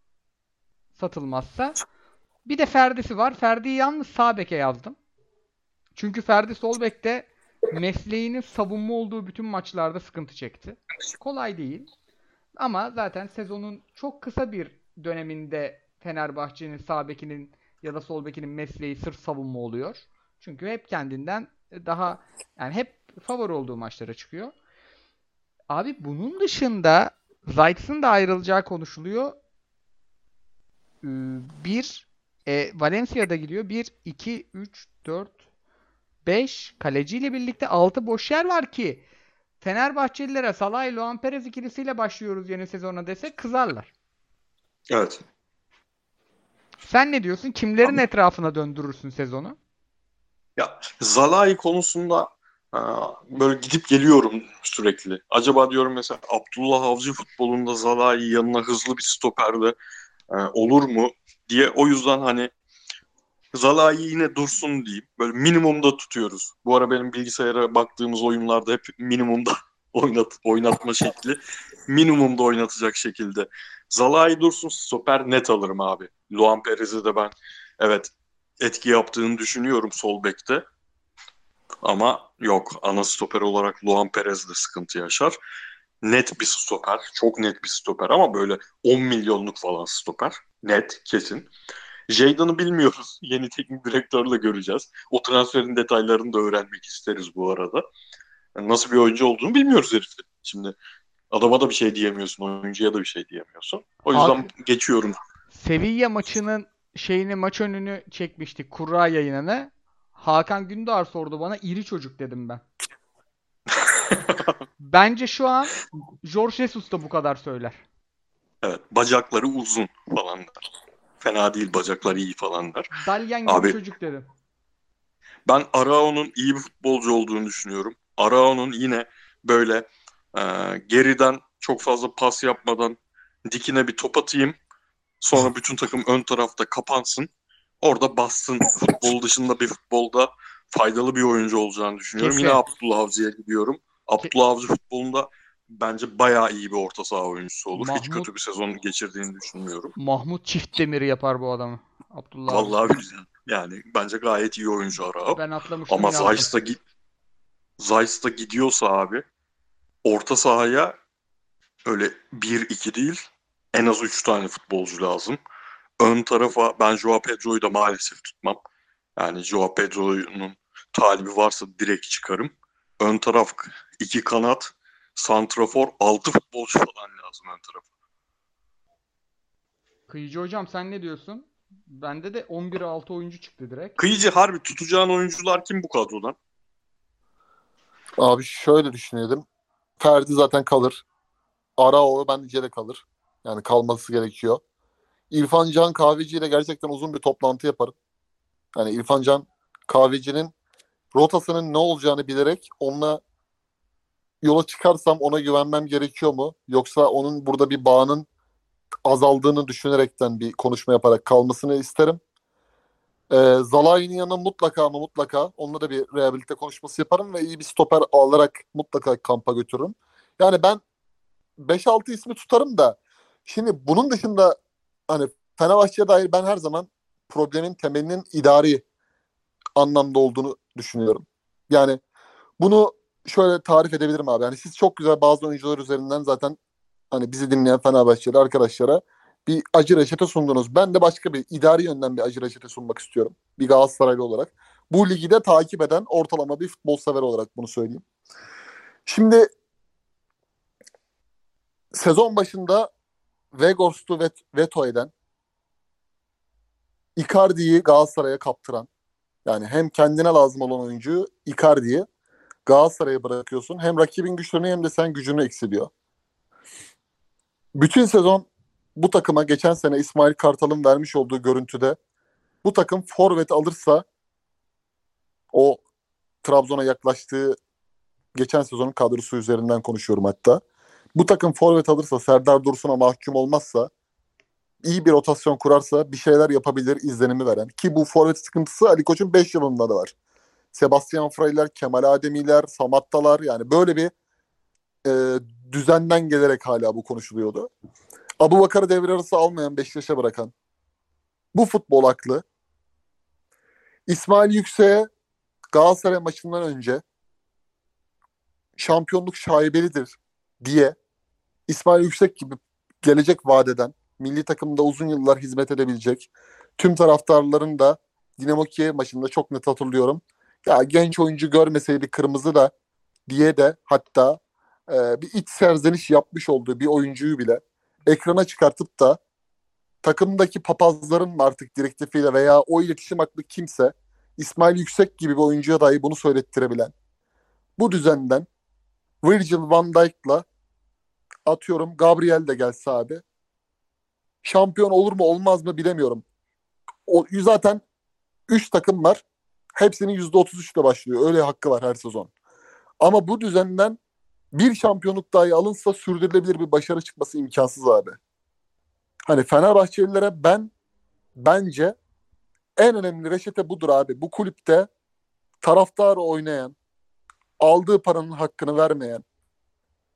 Satılmazsa. Bir de Ferdi'si var. Ferdi'yi yalnız sağ beke yazdım. Çünkü Ferdi sol bekte mesleğinin savunma olduğu bütün maçlarda sıkıntı çekti. Kolay değil. Ama zaten sezonun çok kısa bir döneminde Fenerbahçe'nin sağ bekinin ya da sol bekinin mesleği sırf savunma oluyor. Çünkü hep kendinden daha, yani hep favori olduğu maçlara çıkıyor. Abi bunun dışında Zayt'sın da ayrılacağı konuşuluyor. Ee, Bir e, Valencia'da gidiyor. bir, iki, üç, dört, beş kaleciyle birlikte altı boş yer var ki Fenerbahçelilere Salah, Luan Perez ikilisiyle başlıyoruz yeni sezona desek kızarlar. Evet. Sen ne diyorsun? Kimlerin etrafına döndürürsün sezonu? Ya Zalai konusunda aa, böyle gidip geliyorum sürekli. Acaba diyorum mesela Abdullah Avcı futbolunda Zalai yanına hızlı bir stoperde e, olur mu diye, o yüzden hani Zalai yine dursun diyeyim. Böyle minimumda tutuyoruz. Bu ara benim bilgisayara baktığımız oyunlarda hep minimumda oynat, oynatma şekli. minimumda oynatacak şekilde. Zalai Dursun stoper net alırım abi. Luan Perez'i de ben evet etki yaptığını düşünüyorum sol bekte. Ama yok, ana stoper olarak Luan Perez de sıkıntı yaşar. Net bir stoper. Çok net bir stoper ama böyle on milyonluk falan stoper. Net, kesin. Jadon'u bilmiyoruz. Yeni teknik direktörle göreceğiz. O transferin detaylarını da öğrenmek isteriz bu arada. Yani nasıl bir oyuncu olduğunu bilmiyoruz herifin. Şimdi adama da bir şey diyemiyorsun, oyuncuya da bir şey diyemiyorsun. O Hak yüzden geçiyorum. Sevilla maçının şeyini maç önünü çekmiştik kurra yayınını. Hakan Gündoğar sordu bana iri çocuk dedim ben. Bence şu an Jorge Jesus da bu kadar söyler. Evet, bacakları uzun falan der. Fena değil, bacakları iyi falan der. Dalyan gibi Abi çocuk dedim. ben Arao'nun iyi bir futbolcu olduğunu düşünüyorum. Arao'nun yine böyle e, geriden çok fazla pas yapmadan dikine bir top atayım. Sonra bütün takım ön tarafta kapansın. Orada bassın. Futbol dışında bir futbolda faydalı bir oyuncu olacağını düşünüyorum. Yine Kesin. Abdullah Avcı'ya gidiyorum. Ke- Abdullah Avcı futbolunda bence bayağı iyi bir orta saha oyuncusu olur. Hiç Mahmut kötü bir sezon geçirdiğini düşünmüyorum. Mahmut çift demiri yapar bu adamı. Abdullah Avcı. Vallahi billahi. Yani bence gayet iyi oyuncu Arao. Ben atlamıştım Ama yazdım. Zayt'ta gi- Zayt'ta gidiyorsa abi orta sahaya öyle bir iki değil en az üç tane futbolcu lazım. Ön tarafa ben Joao Pedro'yu da maalesef tutmam. Yani Joao Pedro'nun talibi varsa direkt çıkarım. Ön taraf iki kanat, santrafor, altı futbolcu falan lazım ön tarafa. Kıyıcı hocam sen ne diyorsun? Bende de on bire altı oyuncu çıktı direkt. Kıyıcı harbi tutacağın oyuncular kim bu kadrodan? Abi şöyle düşünelim. Ferdi zaten kalır. Arao bence de kalır. Yani kalması gerekiyor. İrfan Can Kahveci ile gerçekten uzun bir toplantı yaparım. Yani İrfan Can Kahveci'nin rotasının ne olacağını bilerek onunla yola çıkarsam ona güvenmem gerekiyor mu? Yoksa onun burada bir bağının azaldığını düşünerekten bir konuşma yaparak kalmasını isterim. Ee, Zalai'nin yanına mutlaka ama mutlaka onunla da bir rehabilite konuşması yaparım ve iyi bir stoper alarak mutlaka kampa götürürüm. Yani ben beş altı ismi tutarım da şimdi bunun dışında hani Fenerbahçe'ye dair ben her zaman problemin temelinin idari anlamda olduğunu düşünüyorum. Yani bunu şöyle tarif edebilirim abi. Yani siz çok güzel bazı oyuncular üzerinden zaten hani bizi dinleyen Fenerbahçeli arkadaşlara bir acı reçete sundunuz. Ben de başka bir idari yönden bir acı reçete sunmak istiyorum. Bir Galatasaraylı olarak. Bu ligi de takip eden ortalama bir futbol sever olarak bunu söyleyeyim. Şimdi sezon başında Weghorst'u vet- veto eden, Icardi'yi Galatasaray'a kaptıran, yani hem kendine lazım olan oyuncuyu Icardi'yi Galatasaray'a bırakıyorsun. Hem rakibin güçlerini hem de sen gücünü eksiliyor. Bütün sezon bu takıma geçen sene İsmail Kartal'ın vermiş olduğu görüntüde bu takım forvet alırsa o Trabzon'a yaklaştığı geçen sezonun kadrosu üzerinden konuşuyorum hatta. Bu takım forvet alırsa Serdar Dursun'a mahkum olmazsa iyi bir rotasyon kurarsa bir şeyler yapabilir izlenimi veren. Ki bu forvet sıkıntısı Ali Koç'un beş yılında da var. Sebastian Freyler, Kemal Ademiler, Samattalar yani böyle bir e, düzenden gelerek hala bu konuşuluyordu. Abubakar'ı devre arası almayan Beşiktaş'a bırakan bu futbol aklı İsmail Yüksek'e Galatasaray maçından önce şampiyonluk şaibelidir diye İsmail Yüksek gibi gelecek vadeden milli takımda uzun yıllar hizmet edebilecek tüm taraftarların da Dinamo Kiev maçında çok net hatırlıyorum. Ya genç oyuncu görmeseydi kırmızı da diye de hatta e, bir iç serzeniş yapmış olduğu bir oyuncuyu bile ekrana çıkartıp da takımdaki papazların mı artık direktifiyle veya o iletişim aklı kimse İsmail Yüksek gibi bir oyuncuya dahi bunu söylettirebilen bu düzenden Virgil van Dijk'la atıyorum Gabriel de gelse abi şampiyon olur mu olmaz mı bilemiyorum. O, zaten üç takım var. Hepsinin yüzde otuz üçle başlıyor. Öyle hakkı var her sezon. Ama bu düzenden bir şampiyonluk dahi alınsa sürdürülebilir bir başarı çıkması imkansız abi. Hani Fenerbahçelilere ben bence en önemli reçete budur abi. Bu kulüpte taraftarı oynayan, aldığı paranın hakkını vermeyen,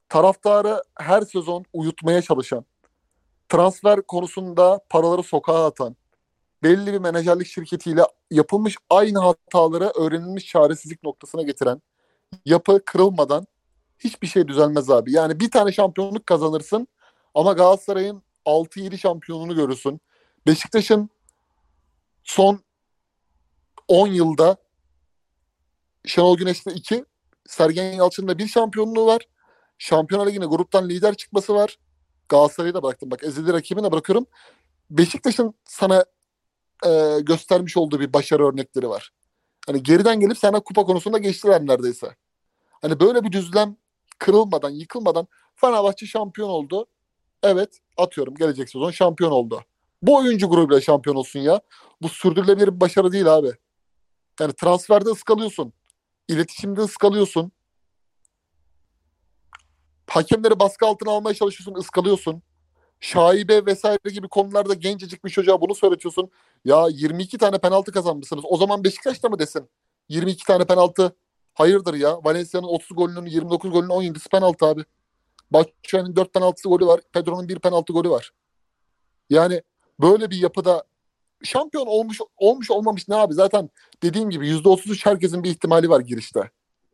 taraftarı her sezon uyutmaya çalışan, transfer konusunda paraları sokağa atan, belli bir menajerlik şirketiyle yapılmış aynı hataları öğrenilmiş çaresizlik noktasına getiren yapı kırılmadan hiçbir şey düzelmez abi. Yani bir tane şampiyonluk kazanırsın ama Galatasaray'ın altı yedi şampiyonunu görürsün. Beşiktaş'ın son on yılda Şenol Güneş'te iki, Sergen Yalçın'da bir şampiyonluğu var. Şampiyonlar Ligi'ne gruptan lider çıkması var. Galatasaray'ı da bıraktım. Bak ezeli rakibine bırakıyorum. Beşiktaş'ın sana e, göstermiş olduğu bir başarı örnekleri var. Hani geriden gelip sana kupa konusunda geçtiler neredeyse. Hani böyle bir düzlem kırılmadan, yıkılmadan Fenerbahçe şampiyon oldu. Evet, atıyorum gelecek sezon şampiyon oldu. Bu oyuncu grubuyla şampiyon olsun ya. Bu sürdürülebilir bir başarı değil abi. Yani transferde ıskalıyorsun. İletişimde ıskalıyorsun. Hakemleri baskı altına almaya çalışıyorsun, ıskalıyorsun. Şaibe vesaire gibi konularda gencecik bir çocuğa bunu söyletiyorsun. Ya yirmi iki tane penaltı kazanmışsınız. O zaman Beşiktaş'ta mı desin? yirmi iki tane penaltı. Hayırdır ya? Valencia'nın otuz golünün, yirmi dokuz golünün on yedisi penaltı abi. Batshuayi'nin dört penaltısı golü var. Pedro'nun bir penaltı golü var. Yani böyle bir yapıda şampiyon olmuş olmuş olmamış ne abi? Zaten dediğim gibi yüzde otuz üç herkesin bir ihtimali var girişte.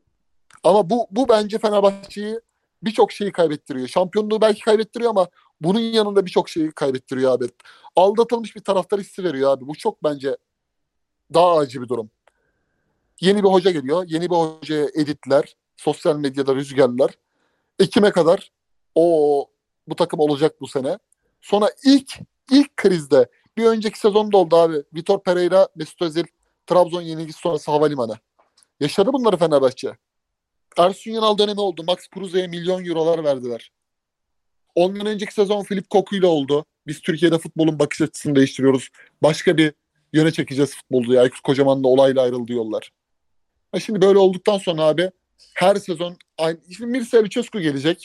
Ama bu bu bence Fenerbahçe'yi birçok şeyi kaybettiriyor. Şampiyonluğu belki kaybettiriyor ama bunun yanında birçok şeyi kaybettiriyor abi. Aldatılmış bir taraftar hissi veriyor abi. Bu çok bence daha acı bir durum. Yeni bir hoca geliyor. Yeni bir hocaya editler, sosyal medyada rüzgarlar. Ekim'e kadar o bu takım olacak bu sene. Sonra ilk ilk krizde bir önceki sezonda oldu abi. Vitor Pereira, Mesut Özil, Trabzon yenilgisi sonrası havalimanı. Yaşadı bunları Fenerbahçe. Ersun Yanal dönemi oldu. Max Kruse'ye milyon eurolar verdiler. Ondan önceki sezon Filip Koku'yla oldu. Biz Türkiye'de futbolun bakış açısını değiştiriyoruz. Başka bir yöne çekeceğiz futbolu diye. Aykut Kocaman'la olayla ayrıldı yollar. Ha şimdi böyle olduktan sonra abi her sezon aynı. Şimdi Mircea Lucescu gelecek.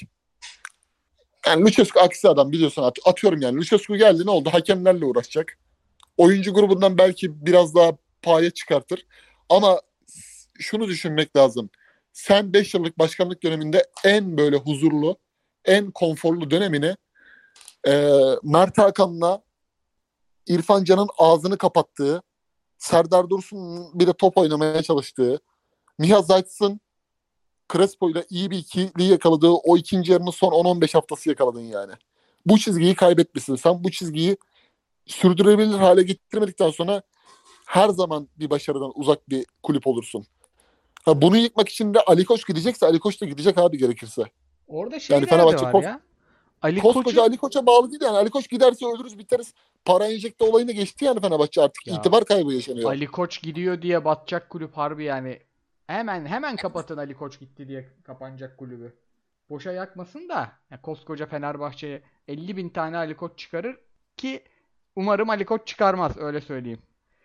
Yani Lucescu aksi adam biliyorsun at- atıyorum yani. Lucescu geldi ne oldu? Hakemlerle uğraşacak. Oyuncu grubundan belki biraz daha paye çıkartır. Ama şunu düşünmek lazım. Sen beş yıllık başkanlık döneminde en böyle huzurlu, en konforlu dönemini e, Mert Hakan'la İrfan Can'ın ağzını kapattığı, Serdar Dursun'un bir de top oynamaya çalıştığı, Miha Zayt'sın Crespo ile iyi bir ikili yakaladığı o ikinci yarının son on on beş haftası yakaladın yani. Bu çizgiyi kaybetmişsin. Sen bu çizgiyi sürdürebilir hale getirmedikten sonra her zaman bir başarıdan uzak bir kulüp olursun. Ha, bunu yıkmak için de Ali Koç gidecekse Ali Koç da gidecek abi gerekirse. Orada şey Yani derdi Fenerbahçe var kos- ya. Ali koskoca Koç'un Ali Koç'a bağlı değil yani. Ali Koç giderse ölürüz biteriz. Para enjekte olayını geçti yani Fenerbahçe artık ya itibar kaybı yaşanıyor. Ali Koç gidiyor diye batacak kulüp harbi yani. Hemen hemen kapatın Ali Koç gitti diye kapanacak kulübü. Boşa yakmasın da ya koskoca Fenerbahçe'ye elli bin tane Ali Koç çıkarır ki umarım Ali Koç çıkarmaz öyle söyleyeyim.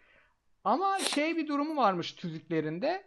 Ama şey bir durumu varmış tüzüklerinde.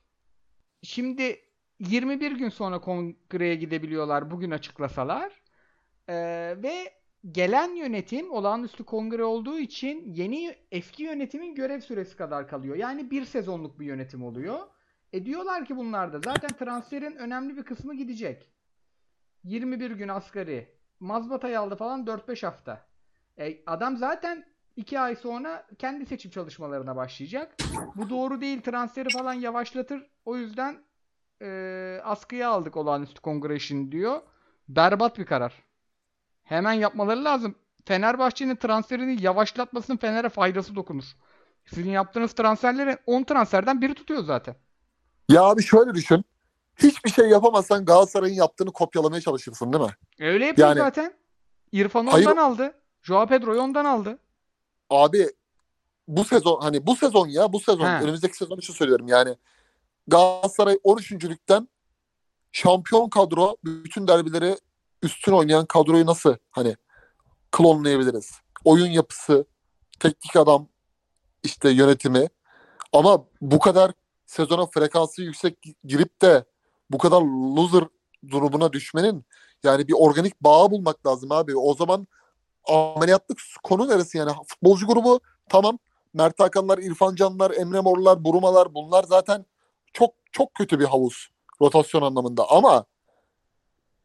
Şimdi yirmi bir gün sonra kongreye gidebiliyorlar bugün açıklasalar. Ee, ve gelen yönetim olağanüstü kongre olduğu için yeni eski yönetimin görev süresi kadar kalıyor. Yani bir sezonluk bir yönetim oluyor. E diyorlar ki bunlar da zaten transferin önemli bir kısmı gidecek. yirmi bir gün asgari. Mazbatayı aldı falan dört beş hafta. E, adam zaten iki ay sonra kendi seçim çalışmalarına başlayacak. Bu doğru değil. Transferi falan yavaşlatır. O yüzden e, askıya aldık olağanüstü kongre işini diyor. Berbat bir karar. Hemen yapmaları lazım. Fenerbahçe'nin transferini yavaşlatmasının Fener'e faydası dokunur. Sizin yaptığınız transferlerin on transferden biri tutuyor zaten. Ya abi şöyle düşün. Hiçbir şey yapamazsan Galatasaray'ın yaptığını kopyalamaya çalışırsın değil mi? Öyle yapıyor Yani zaten. İrfan hayır ondan aldı. Joao Pedro'yu ondan aldı. abi bu sezon hani bu sezon ya bu sezon He. önümüzdeki sezon için söylüyorum yani Galatasaray on üçüncü ligden şampiyon kadro bütün derbileri üstün oynayan kadroyu nasıl hani klonlayabiliriz? Oyun yapısı, teknik adam, işte yönetimi ama bu kadar sezona frekansı yüksek girip de bu kadar loser durumuna düşmenin yani bir organik bağı bulmak lazım abi. O zaman ameliyatlık konu neresi yani? Futbolcu grubu tamam. Mert Hakanlar, İrfan Canlar, Emre Morlar, Burumalar bunlar zaten çok çok kötü bir havuz rotasyon anlamında ama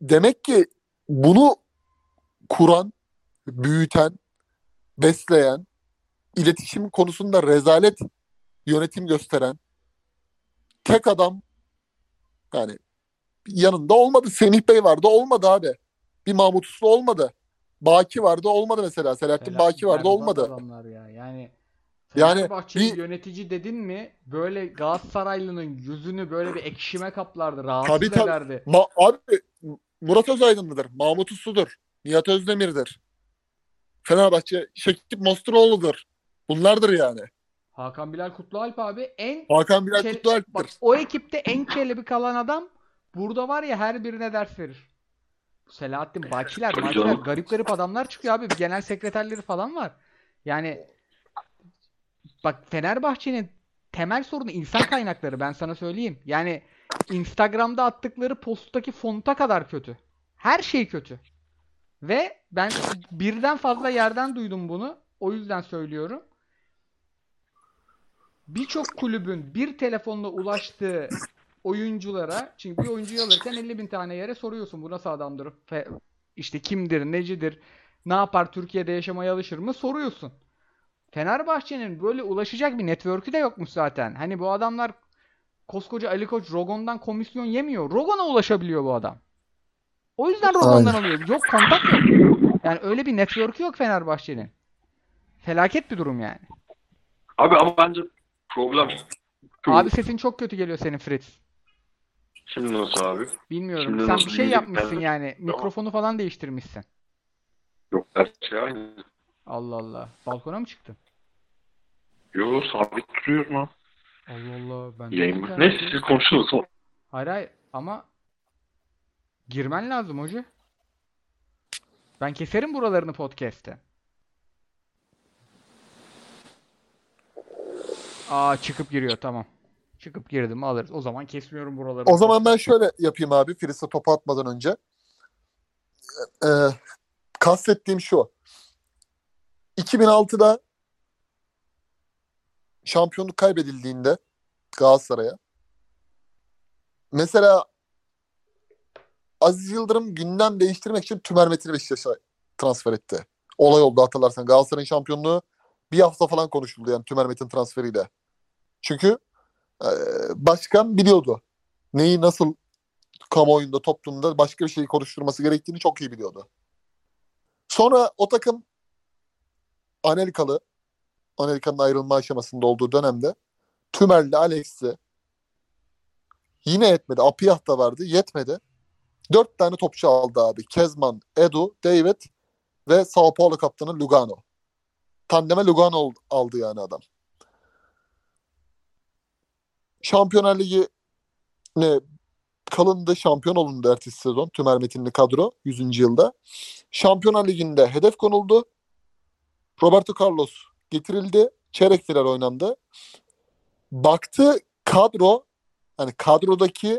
demek ki bunu kuran, büyüten, besleyen, iletişim konusunda rezalet yönetim gösteren tek adam, yani yanında olmadı. Semih Bey vardı, olmadı abi. Bir Mahmut Uslu olmadı. Baki vardı, olmadı mesela. Selahattin Selahattin Baki vardı, berbat olmadı. adamlar ya. Yani Yani Fenerbahçe'nin bir yönetici dedin mi böyle Galatasaraylı'nın yüzünü böyle bir ekşime kaplardı, tabii rahatsız tabii. ederdi. Ma- abi Murat Özaydın'dır, Mahmut Uslu'dur, Nihat Özdemir'dir. Fenerbahçe Şekip Mosturoğlu'dur. Bunlardır yani. Hakan Bilal Kutlualp abi en Hakan Bilal kel... Kutlualp'tir. Bak o ekipte en kellebi kalan adam burada var ya her birine ders verir. Selahattin Bakiler, Tabii Makiler canım. garip garip adamlar çıkıyor abi. Bir genel sekreterleri falan var. Yani bak Fenerbahçe'nin temel sorunu insan kaynakları ben sana söyleyeyim. Yani Instagram'da attıkları posttaki fonta kadar kötü. Her şey kötü. Ve ben birden fazla yerden duydum bunu. O yüzden söylüyorum. Birçok kulübün bir telefonla ulaştığı oyunculara, çünkü bir oyuncuyu alırken elli bin tane yere soruyorsun. Bu nasıl adamdır? Fe- işte kimdir, necidir, ne yapar, Türkiye'de yaşamaya alışır mı soruyorsun. Fenerbahçe'nin böyle ulaşacak bir network'ü de yokmuş zaten. Hani bu adamlar koskoca Ali Koç Rogon'dan komisyon yemiyor. Rogon'a ulaşabiliyor bu adam. O yüzden Rogon'dan Aynen. alıyor. Yok kontak yok. Yani öyle bir network'ü yok Fenerbahçe'nin. Felaket bir durum yani. Abi ama bence problem şu. Abi sesin çok kötü geliyor senin Fritz. Şimdi nasıl abi? Bilmiyorum. Şimdi Sen nasıl bir şey diyecek yapmışsın yani? yani. Tamam. Mikrofonu falan değiştirmişsin. Yok her şey aynı. Allah Allah. Balkona mı çıktın? Yo sabit duruyor mu? Allah Allah. Ben de Yayın mı? interneti. Neyse siz konuşuruz. Hayır hayır ama girmen lazım hoca. Ben keserim buralarını podcast'te. Aa çıkıp giriyor tamam. Çıkıp girdim alırız. O zaman kesmiyorum buralarını. O zaman ben şöyle yapayım abi, Fritz'e topu atmadan önce. Ee, kastettiğim şu. iki bin altıda şampiyonluk kaybedildiğinde Galatasaray'a, mesela Aziz Yıldırım gündem değiştirmek için Tümer Metin'i Beşiktaş'a transfer etti. Olay oldu hatırlarsan. Galatasaray'ın şampiyonluğu bir hafta falan konuşuldu yani Tümer Metin transferiyle. Çünkü e, başkan biliyordu. Neyi nasıl kamuoyunda, toplumda başka bir şeyi konuşturması gerektiğini çok iyi biliyordu. Sonra o takım Anelkalı, Anelka'nın ayrılma aşamasında olduğu dönemde Tümer'le Alex'i yine yetmedi. Apiyah da vardı. Yetmedi. Dört tane topçu aldı abi. Kezman, Edu, David ve Sao Paulo kaptanı Lugano. Tandeme Lugano aldı yani adam. Şampiyonlar Ligi ne kalındı, şampiyon olundu ertesi sezon. Tümer Metinli kadro yüzüncü yılda. Şampiyonlar Ligi'nde hedef konuldu. Roberto Carlos getirildi. Çeyrek final oynandı. Baktı kadro, hani kadrodaki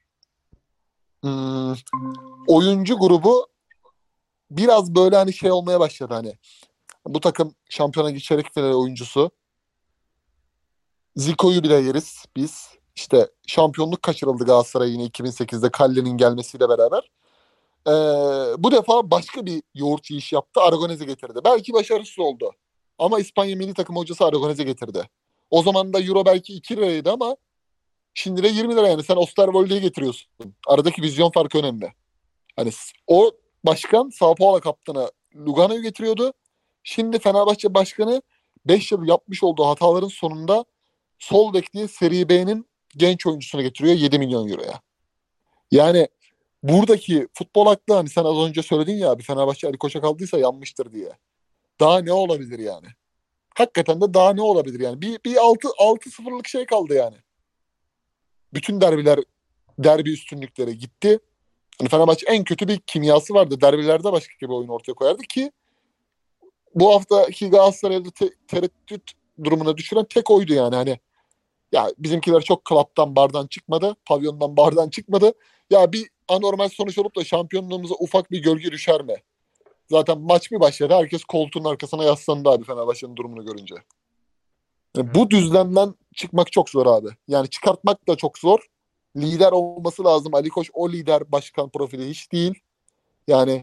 ım, oyuncu grubu biraz böyle hani şey olmaya başladı hani. Bu takım Şampiyonlar Ligi çeyrek final oyuncusu. Zico'yu bile yeriz biz. İşte şampiyonluk kaçırıldı Galatasaray yine iki bin sekizde Kalle'nin gelmesiyle beraber. Ee, bu defa başka bir yoğurt iş yaptı. Aragonese getirdi. Belki başarısız oldu. Ama İspanya milli takım hocası Aragonese getirdi. O zaman da Euro belki iki liraydı ama şimdi de yirmi lira yani. Sen Osterwolde'yi getiriyorsun. Aradaki vizyon farkı önemli. Hani o başkan Sao Paulo kaptanı Lugano'yu getiriyordu. Şimdi Fenerbahçe başkanı beş yıl yapmış olduğu hataların sonunda sol bek diye Serie B'nin genç oyuncusunu getiriyor yedi milyon euroya. Yani buradaki futbol aklı, hani sen az önce söyledin ya abi, Fenerbahçe Ali Koç'a kaldıysa yanmıştır diye. Daha ne olabilir yani? Hakikaten de daha ne olabilir yani? Bir, bir altı altı sıfırlık şey kaldı yani. Bütün derbiler, derbi üstünlükleri gitti. Hani Fenerbahçe en kötü bir kimyası vardı. Derbilerde başka bir oyun ortaya koyardı ki bu haftaki Galatasaray'da te- tereddüt durumuna düşüren tek oydu yani. Hani ya bizimkiler çok klaptan bardan çıkmadı. Pavyondan bardan çıkmadı. Ya bir anormal sonuç olup da şampiyonluğumuza ufak bir gölge düşer mi? Zaten maç bir başladı. Herkes koltuğun arkasına yaslandı abi Fenerbahçe'nin durumunu görünce. Yani bu düzlemden çıkmak çok zor abi. Yani çıkartmak da çok zor. lider olması lazım. Ali Koç o lider başkan profili hiç değil. Yani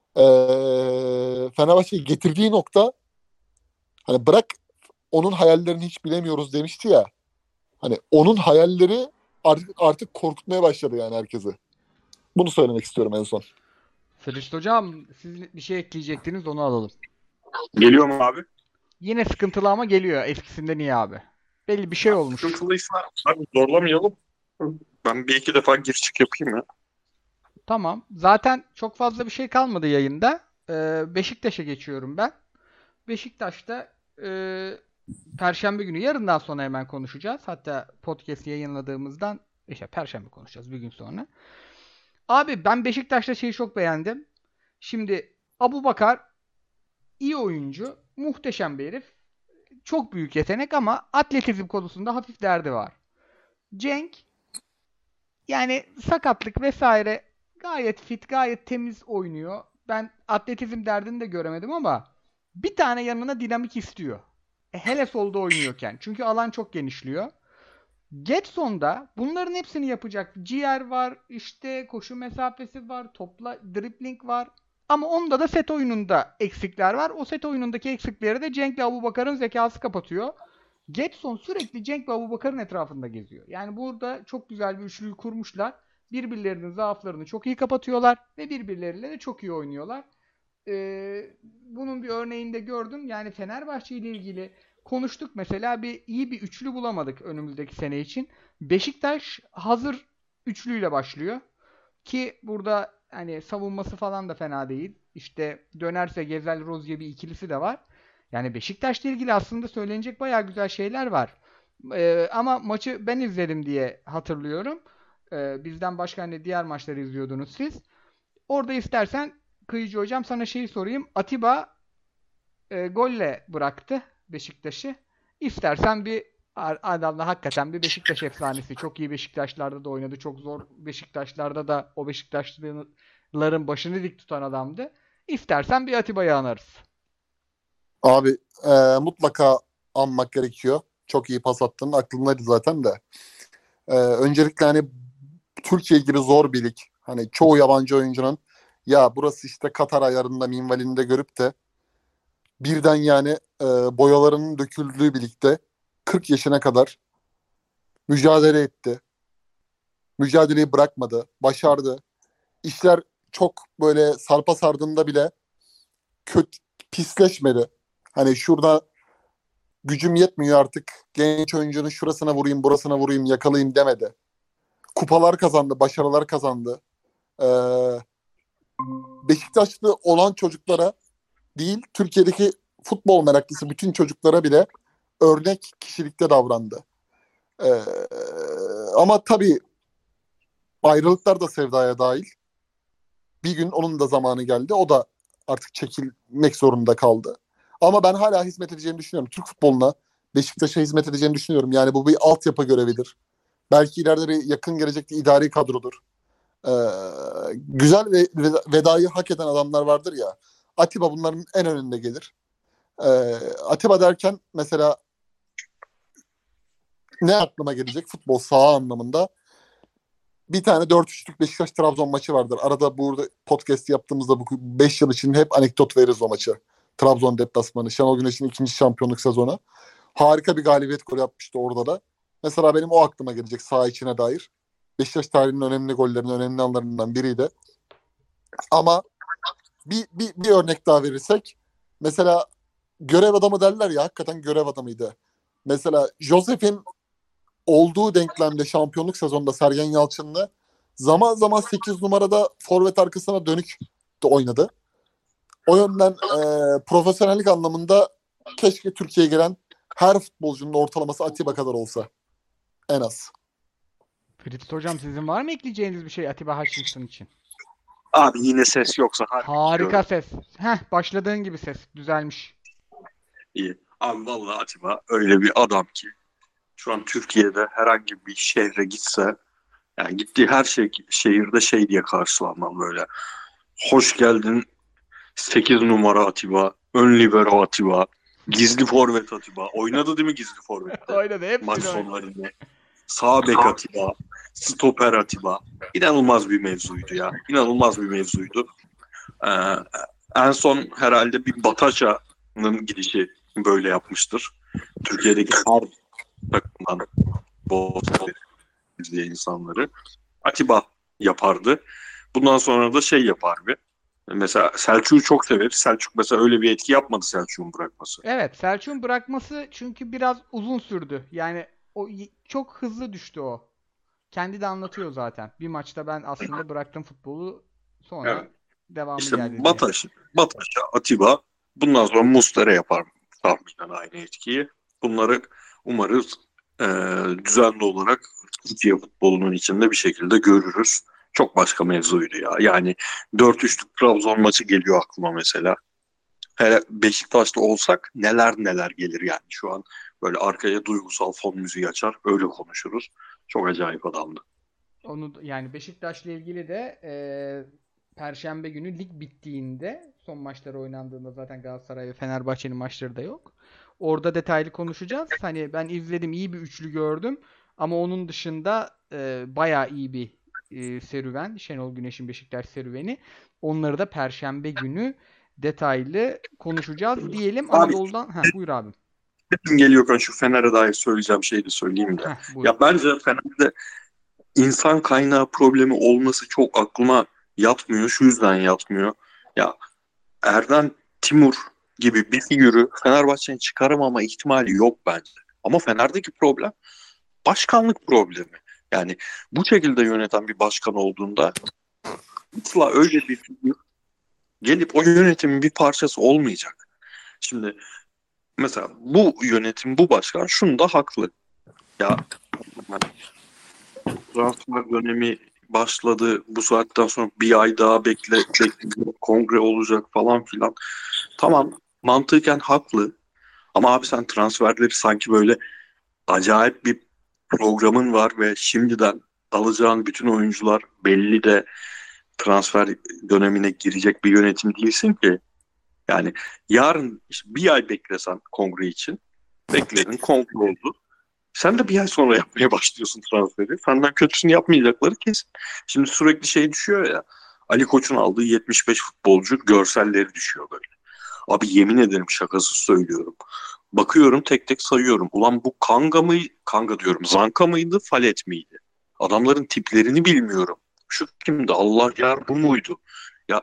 ee, Fenerbahçe'yi getirdiği nokta, hani bırak onun hayallerini hiç bilemiyoruz demişti ya. Hani onun hayalleri artık, artık korkutmaya başladı yani herkesi. Bunu söylemek istiyorum en son. Sırışt hocam, siz bir şey ekleyecektiniz, onu alalım. Geliyor mu abi? Yine sıkıntılı ama geliyor. Eskisinden iyi abi. Belli bir şey olmuş. Sıkıntılıysa abi zorlamayalım. Ben bir iki defa gir çık yapayım ya. Tamam. Zaten çok fazla bir şey kalmadı yayında. Ee, Beşiktaş'a geçiyorum ben. Beşiktaş'ta e, Perşembe günü, yarından sonra hemen konuşacağız. Hatta podcast yayınladığımızdan işte Perşembe konuşacağız bir gün sonra. Abi ben Beşiktaş'ta şeyi çok beğendim. Şimdi Abubakar iyi oyuncu, muhteşem bir herif. Çok büyük yetenek ama atletizm konusunda hafif derdi var. Cenk yani sakatlık vesaire gayet fit, gayet temiz oynuyor. Ben atletizm derdini de göremedim ama bir tane yanına dinamik istiyor. E, hele solda oynuyorken. Çünkü alan çok genişliyor. Getson'da bunların hepsini yapacak. Ciğer var, işte koşu mesafesi var, topla dribbling var. Ama onda da set oyununda eksikler var. O set oyunundaki eksikleri de Cenk ve Abubakar'ın zekası kapatıyor. Getson sürekli Cenk ve Abubakar'ın etrafında geziyor. Yani burada çok güzel bir üçlüyü kurmuşlar. Birbirlerinin zaaflarını çok iyi kapatıyorlar ve birbirleriyle de çok iyi oynuyorlar. Ee, bunun bir örneğini de gördüm. Yani Fenerbahçe ile ilgili konuştuk mesela, bir iyi bir üçlü bulamadık önümüzdeki sene için. Beşiktaş hazır üçlüyle başlıyor. Ki burada hani savunması falan da fena değil. İşte dönerse Gezel Rozier bir ikilisi de var. Yani Beşiktaş'la ilgili aslında söylenecek bayağı güzel şeyler var. Ee, ama maçı ben izledim diye hatırlıyorum. Ee, bizden başka hani diğer maçları izliyordunuz siz. Orada istersen Kıyıcı hocam sana şeyi sorayım. Atiba e, golle bıraktı Beşiktaş'ı. İstersen bir adamla hakikaten bir Beşiktaş efsanesi. Çok iyi Beşiktaşlarda da oynadı. Çok zor Beşiktaşlarda da o Beşiktaşlıların başını dik tutan adamdı. İstersen bir Atiba'yı anarız. Abi e, mutlaka anmak gerekiyor. Çok iyi pas attın. Aklımdaydı zaten de. E, öncelikle hani Türkiye gibi zor bir lig. Hani çoğu yabancı oyuncunun ya burası işte Katar ayarında minvalinde görüp de birden yani e, boyalarının döküldüğü bir ligde kırk yaşına kadar mücadele etti. Mücadeleyi bırakmadı. Başardı. İşler çok böyle sarpa sardığında bile kötü, pisleşmedi. Hani şurada gücüm yetmiyor artık. Genç oyuncunun şurasına vurayım, burasına vurayım, yakalayayım demedi. Kupalar kazandı, başarılar kazandı. Ee, Beşiktaşlı olan çocuklara değil, Türkiye'deki futbol meraklısı bütün çocuklara bile örnek kişilikte davrandı. Ee, ama tabii ayrılıklar da sevdaya dahil. Bir gün onun da zamanı geldi. O da artık çekilmek zorunda kaldı. Ama ben hala hizmet edeceğini düşünüyorum. Türk futboluna, Beşiktaş'a hizmet edeceğini düşünüyorum. Yani bu bir altyapı görevidir. Belki ileride bir yakın gelecekte idari kadrodur. Ee, güzel ve vedayı hak eden adamlar vardır ya. Atiba bunların en önünde gelir. Ee, Atiba derken mesela ne aklıma gelecek futbol saha anlamında? Bir tane dört üçlük Beşiktaş-Trabzon maçı vardır. Arada burada podcast yaptığımızda bu beş yıl için hep anekdot veririz o maçı. Trabzon deplasmanı. Şenol Güneş'in ikinci şampiyonluk sezonu. Harika bir galibiyet golü yapmıştı orada da. Mesela benim o aklıma gelecek saha içine dair. Beşiktaş tarihinin önemli gollerinin önemli anlarından biriydi. Ama bir, bir, bir örnek daha verirsek, mesela görev adamı derler ya, hakikaten görev adamıydı. Mesela Josef'in olduğu denklemde şampiyonluk sezonunda Sergen Yalçın'la zaman zaman sekiz numarada forvet arkasına dönük de oynadı. O yönden e, profesyonellik anlamında keşke Türkiye'ye gelen her futbolcunun ortalaması Atiba kadar olsa. En az. Fritz hocam, sizin var mı ekleyeceğiniz bir şey Atiba Hutchinson için? Abi yine ses yoksa harika ses. Heh, başladığın gibi ses. Düzelmiş. İyi. Abi vallahi Atiba öyle bir adam ki şu an Türkiye'de herhangi bir şehre gitse, yani gittiği her şey şehirde şey diye karşılanmam böyle. Hoş geldin sekiz numara Atiba, ön libero Atiba, gizli forvet Atiba. Oynadı değil mi gizli forvette? Oynadı, hepsini Maç oynadı. sonlarında. sağ bek Atiba, stoper Atiba. İnanılmaz bir mevzuydu ya. İnanılmaz bir mevzuydu. Ee, en son herhalde bir Bataşa'nın gidişi böyle yapmıştır. Türkiye'deki her takımdan Bosna izleyen insanları Atiba yapardı. Bundan sonra da şey yapar bir. Mesela Selçuk'u çok sever. Selçuk mesela öyle bir etki yapmadı Selçuk'un bırakması. Evet, Selçuk'un bırakması çünkü biraz uzun sürdü. Yani o y- çok hızlı düştü o. Kendi de anlatıyor zaten. Bir maçta ben aslında bıraktım futbolu, sonra Evet. devamı İşte geldi diye. Bataş, Bataş'a Atiba bundan sonra Muslera yapar tahminen aynı etkiyi. Bunları umarız e, düzenli olarak Türkiye futbolunun içinde bir şekilde görürüz. Çok başka mevzuydu ya. Yani dört üçlük Trabzon maçı geliyor aklıma mesela. Hele Beşiktaş'ta olsak neler neler gelir yani. Şu an böyle arkaya duygusal fon müziği açar öyle konuşuruz. Çok acayip adamdı. Onu da- yani Beşiktaş'la ilgili de e, Perşembe günü lig bittiğinde, son maçlar oynandığında, zaten Galatasaray ve Fenerbahçe'nin maçları da yok. Orada detaylı konuşacağız. Hani ben izledim, iyi bir üçlü gördüm. Ama onun dışında e, bayağı iyi bir e, serüven. Şenol Güneş'in Beşiktaş serüveni. Onları da Perşembe günü detaylı konuşacağız diyelim. Abi Anadolu'dan... Heh, buyur abim. sesim geliyorken şu Fener'e dair söyleyeceğim şeyi de söyleyeyim de. Heh, buyur. Ya bence Fener'de insan kaynağı problemi olması çok aklıma yatmıyor. Şu yüzden yatmıyor. Ya Erden Timur gibi bir figürü Fenerbahçe'nin çıkaramama ihtimali yok bence. Ama Fener'deki problem başkanlık problemi. Yani bu şekilde yöneten bir başkan olduğunda asla öyle bir figür gelip o yönetimin bir parçası olmayacak. Şimdi mesela bu yönetim, bu başkan şunu da haklı. Ya transfer dönemi başladı. Bu saatten sonra bir ay daha bekle, bekle kongre olacak falan filan. Tamam, mantıken haklı. Ama abi sen transferleri sanki böyle acayip bir programın var ve şimdiden alacağın bütün oyuncular belli de transfer dönemine girecek bir yönetim değilsin ki. Yani yarın işte bir ay beklesen kongre için, bekledin, kongre oldu. Sen de bir ay sonra yapmaya başlıyorsun transferi. Senden kötüsünü yapmayacakları kesin. Şimdi sürekli şey düşüyor ya. Ali Koç'un aldığı yetmiş beş futbolcu görselleri düşüyor böyle. Abi yemin ederim şakasız söylüyorum. Bakıyorum tek tek sayıyorum. Ulan bu Kanga mı? Kanga diyorum. Zanka mıydı? Falet miydi? Adamların tiplerini bilmiyorum. Şu kimdi? Allah yar bu muydu? Ya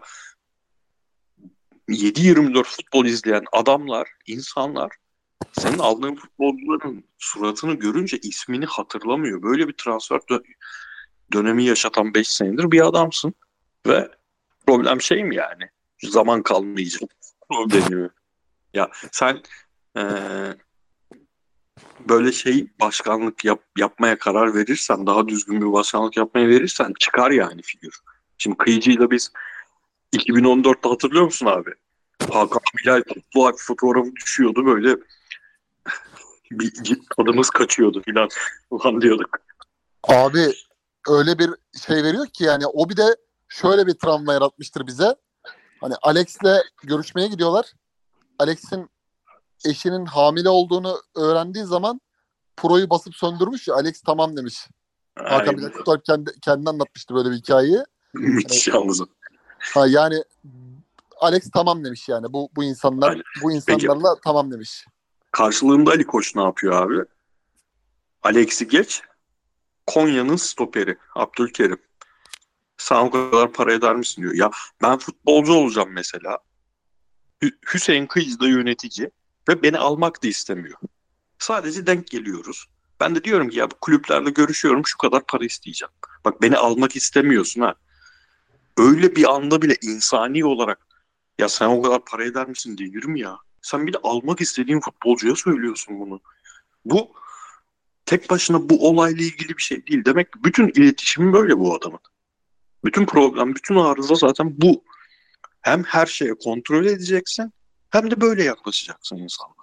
yedi yirmi dört futbol izleyen adamlar, insanlar senin aldığın futbolcuların suratını görünce ismini hatırlamıyor. Böyle bir transfer dö- dönemi yaşatan beş senedir bir adamsın. Ve problem şey mi yani? Zaman kalmayacak problemi mi? Ya sen eee, böyle şey başkanlık yap, yapmaya karar verirsen, daha düzgün bir başkanlık yapmaya verirsen çıkar yani figür. Şimdi Kıyıcı'yla biz iki bin on dörtte hatırlıyor musun abi? Hakan Bilal Kutluay fotoğrafı düşüyordu böyle bir tadımız kaçıyordu filan. Ulan diyorduk. Abi öyle bir şey veriyor ki yani o bir de şöyle bir travma yaratmıştır bize. Hani Alex'le görüşmeye gidiyorlar. Alex'in eşinin hamile olduğunu öğrendiği zaman Pro'yu basıp söndürmüş ya, Alex tamam demiş. Hakan Bilal Aynen. Kutluay kendi, kendi anlatmıştı böyle bir hikayeyi. Müthiş yalnız. Ha yani Alex tamam demiş yani. Bu bu insanlar Aynen. bu Peki insanlarla tamam demiş. karşılığında Ali Koç ne yapıyor abi? Alex'i geç. Konya'nın stoperi Abdülkerim. Sen o kadar para eder misin diyor. Ya ben futbolcu olacağım mesela. Hü- Hüseyin Kıyıcı da yönetici ve beni almak da istemiyor. Sadece denk geliyoruz. Ben de diyorum ki ya bu kulüplerle görüşüyorum şu kadar para isteyeceğim. Bak beni almak istemiyorsun ha. Öyle bir anda bile insani olarak ya sen o kadar para eder misin denir mi ya? Sen bir de almak istediğin futbolcuya söylüyorsun bunu. Bu tek başına bu olayla ilgili bir şey değil. Demek ki bütün iletişimi böyle bu adamın. Bütün problem, bütün arıza zaten bu. Hem her şeye kontrol edeceksin hem de böyle yaklaşacaksın insanlara.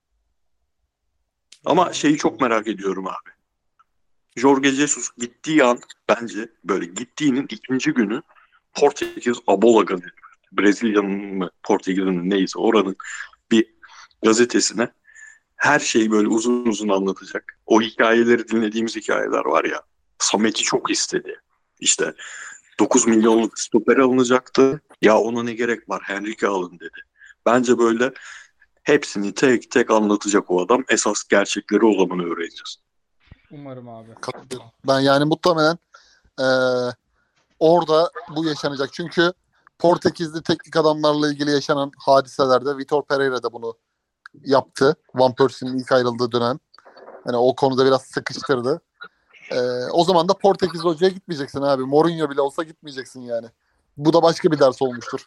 Ama şeyi çok merak ediyorum abi. Jorge Jesus gittiği an bence böyle gittiğinin ikinci günü Portekiz Abola gazetesi, Brezilya'nın mı Portekiz'in mi neyse oranın bir gazetesine her şeyi böyle uzun uzun anlatacak. O hikayeleri dinlediğimiz hikayeler var ya. Samet'i çok istedi. İşte dokuz milyonluk stoper alınacaktı. Ya ona ne gerek var? Henrique alın dedi. Bence böyle hepsini tek tek anlatacak o adam. Esas gerçekleri o zaman öğreneceğiz. Umarım abi. Katılıyorum. Ben yani muhtemelen eee, orada bu yaşanacak. Çünkü Portekizli teknik adamlarla ilgili yaşanan hadiselerde Vitor Pereira da bunu yaptı. Van Persie'nin ilk ayrıldığı dönem. Yani o konuda biraz sıkıştırdı. Ee, o zaman da Portekiz hocaya gitmeyeceksin abi. Mourinho bile olsa gitmeyeceksin yani. Bu da başka bir ders olmuştur.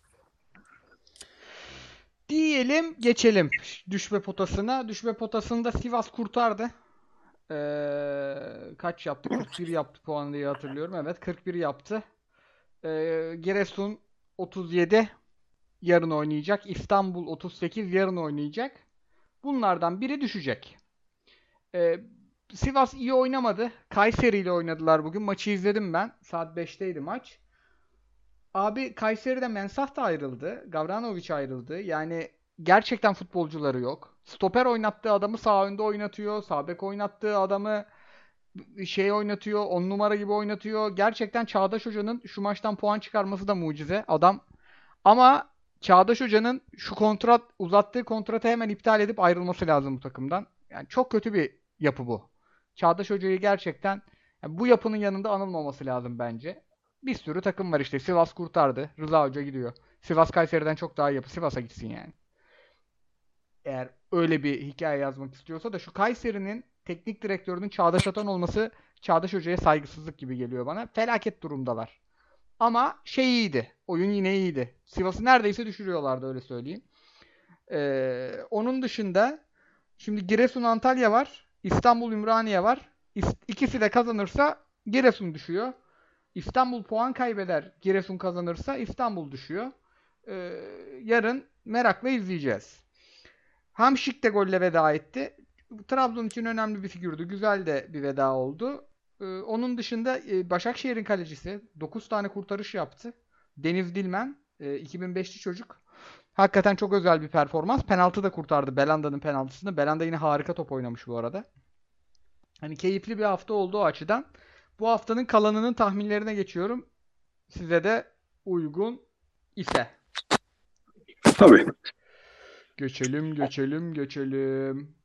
Diyelim geçelim düşme potasına. Düşme potasında Sivas kurtardı. Ee, kaç yaptı? kırk bir yaptı puan diye hatırlıyorum. Evet, kırk bir yaptı. Ee, Giresun otuz yedi yarın oynayacak. İstanbul otuz sekiz yarın oynayacak. Bunlardan biri düşecek. Ee, Sivas iyi oynamadı. Kayseri ile oynadılar bugün. Maçı izledim ben. Saat beşteydi maç. Abi Kayseri'de Mensah da ayrıldı. Gavranovic ayrıldı. Yani gerçekten futbolcuları yok. Stoper oynattığı adamı sağ önde oynatıyor. Sağ bek oynattığı adamı şey oynatıyor. On numara gibi oynatıyor. Gerçekten Çağdaş Hoca'nın şu maçtan puan çıkarması da mucize. Adam ama Çağdaş Hoca'nın şu kontrat uzattığı kontratı hemen iptal edip ayrılması lazım bu takımdan. Yani çok kötü bir yapı bu. Çağdaş Hoca'yı gerçekten yani bu yapının yanında anılmaması lazım bence. Bir sürü takım var işte. Sivas kurtardı. Rıza Hoca gidiyor. Sivas Kayseri'den çok daha iyi yapı. Sivas'a gitsin yani. Eğer öyle bir hikaye yazmak istiyorsa da şu Kayseri'nin teknik direktörünün Çağdaş Atan olması Çağdaş Hoca'ya saygısızlık gibi geliyor bana. Felaket durumdalar. Ama şey iyiydi. Oyun yine iyiydi. Sivas'ı neredeyse düşürüyorlardı öyle söyleyeyim. Ee, onun dışında şimdi Giresun Antalya var. İstanbul Ümraniye var. İs- İkisi de kazanırsa Giresun düşüyor. İstanbul puan kaybeder. Giresun kazanırsa İstanbul düşüyor. Ee, yarın merakla izleyeceğiz. Hamşik de golle veda etti. Trabzon için önemli bir figürdü. Güzel de bir veda oldu. Ee, onun dışında e, Başakşehir'in kalecisi dokuz tane kurtarış yaptı. Deniz Dilmen, e, iki bin beşli çocuk. Hakikaten çok özel bir performans. Penaltı da kurtardı Belanda'nın penaltısını. Belanda yine harika top oynamış bu arada. Hani keyifli bir hafta oldu o açıdan. Bu haftanın kalanının tahminlerine geçiyorum. Size de uygun ise. Tabii. Geçelim, geçelim, geçelim.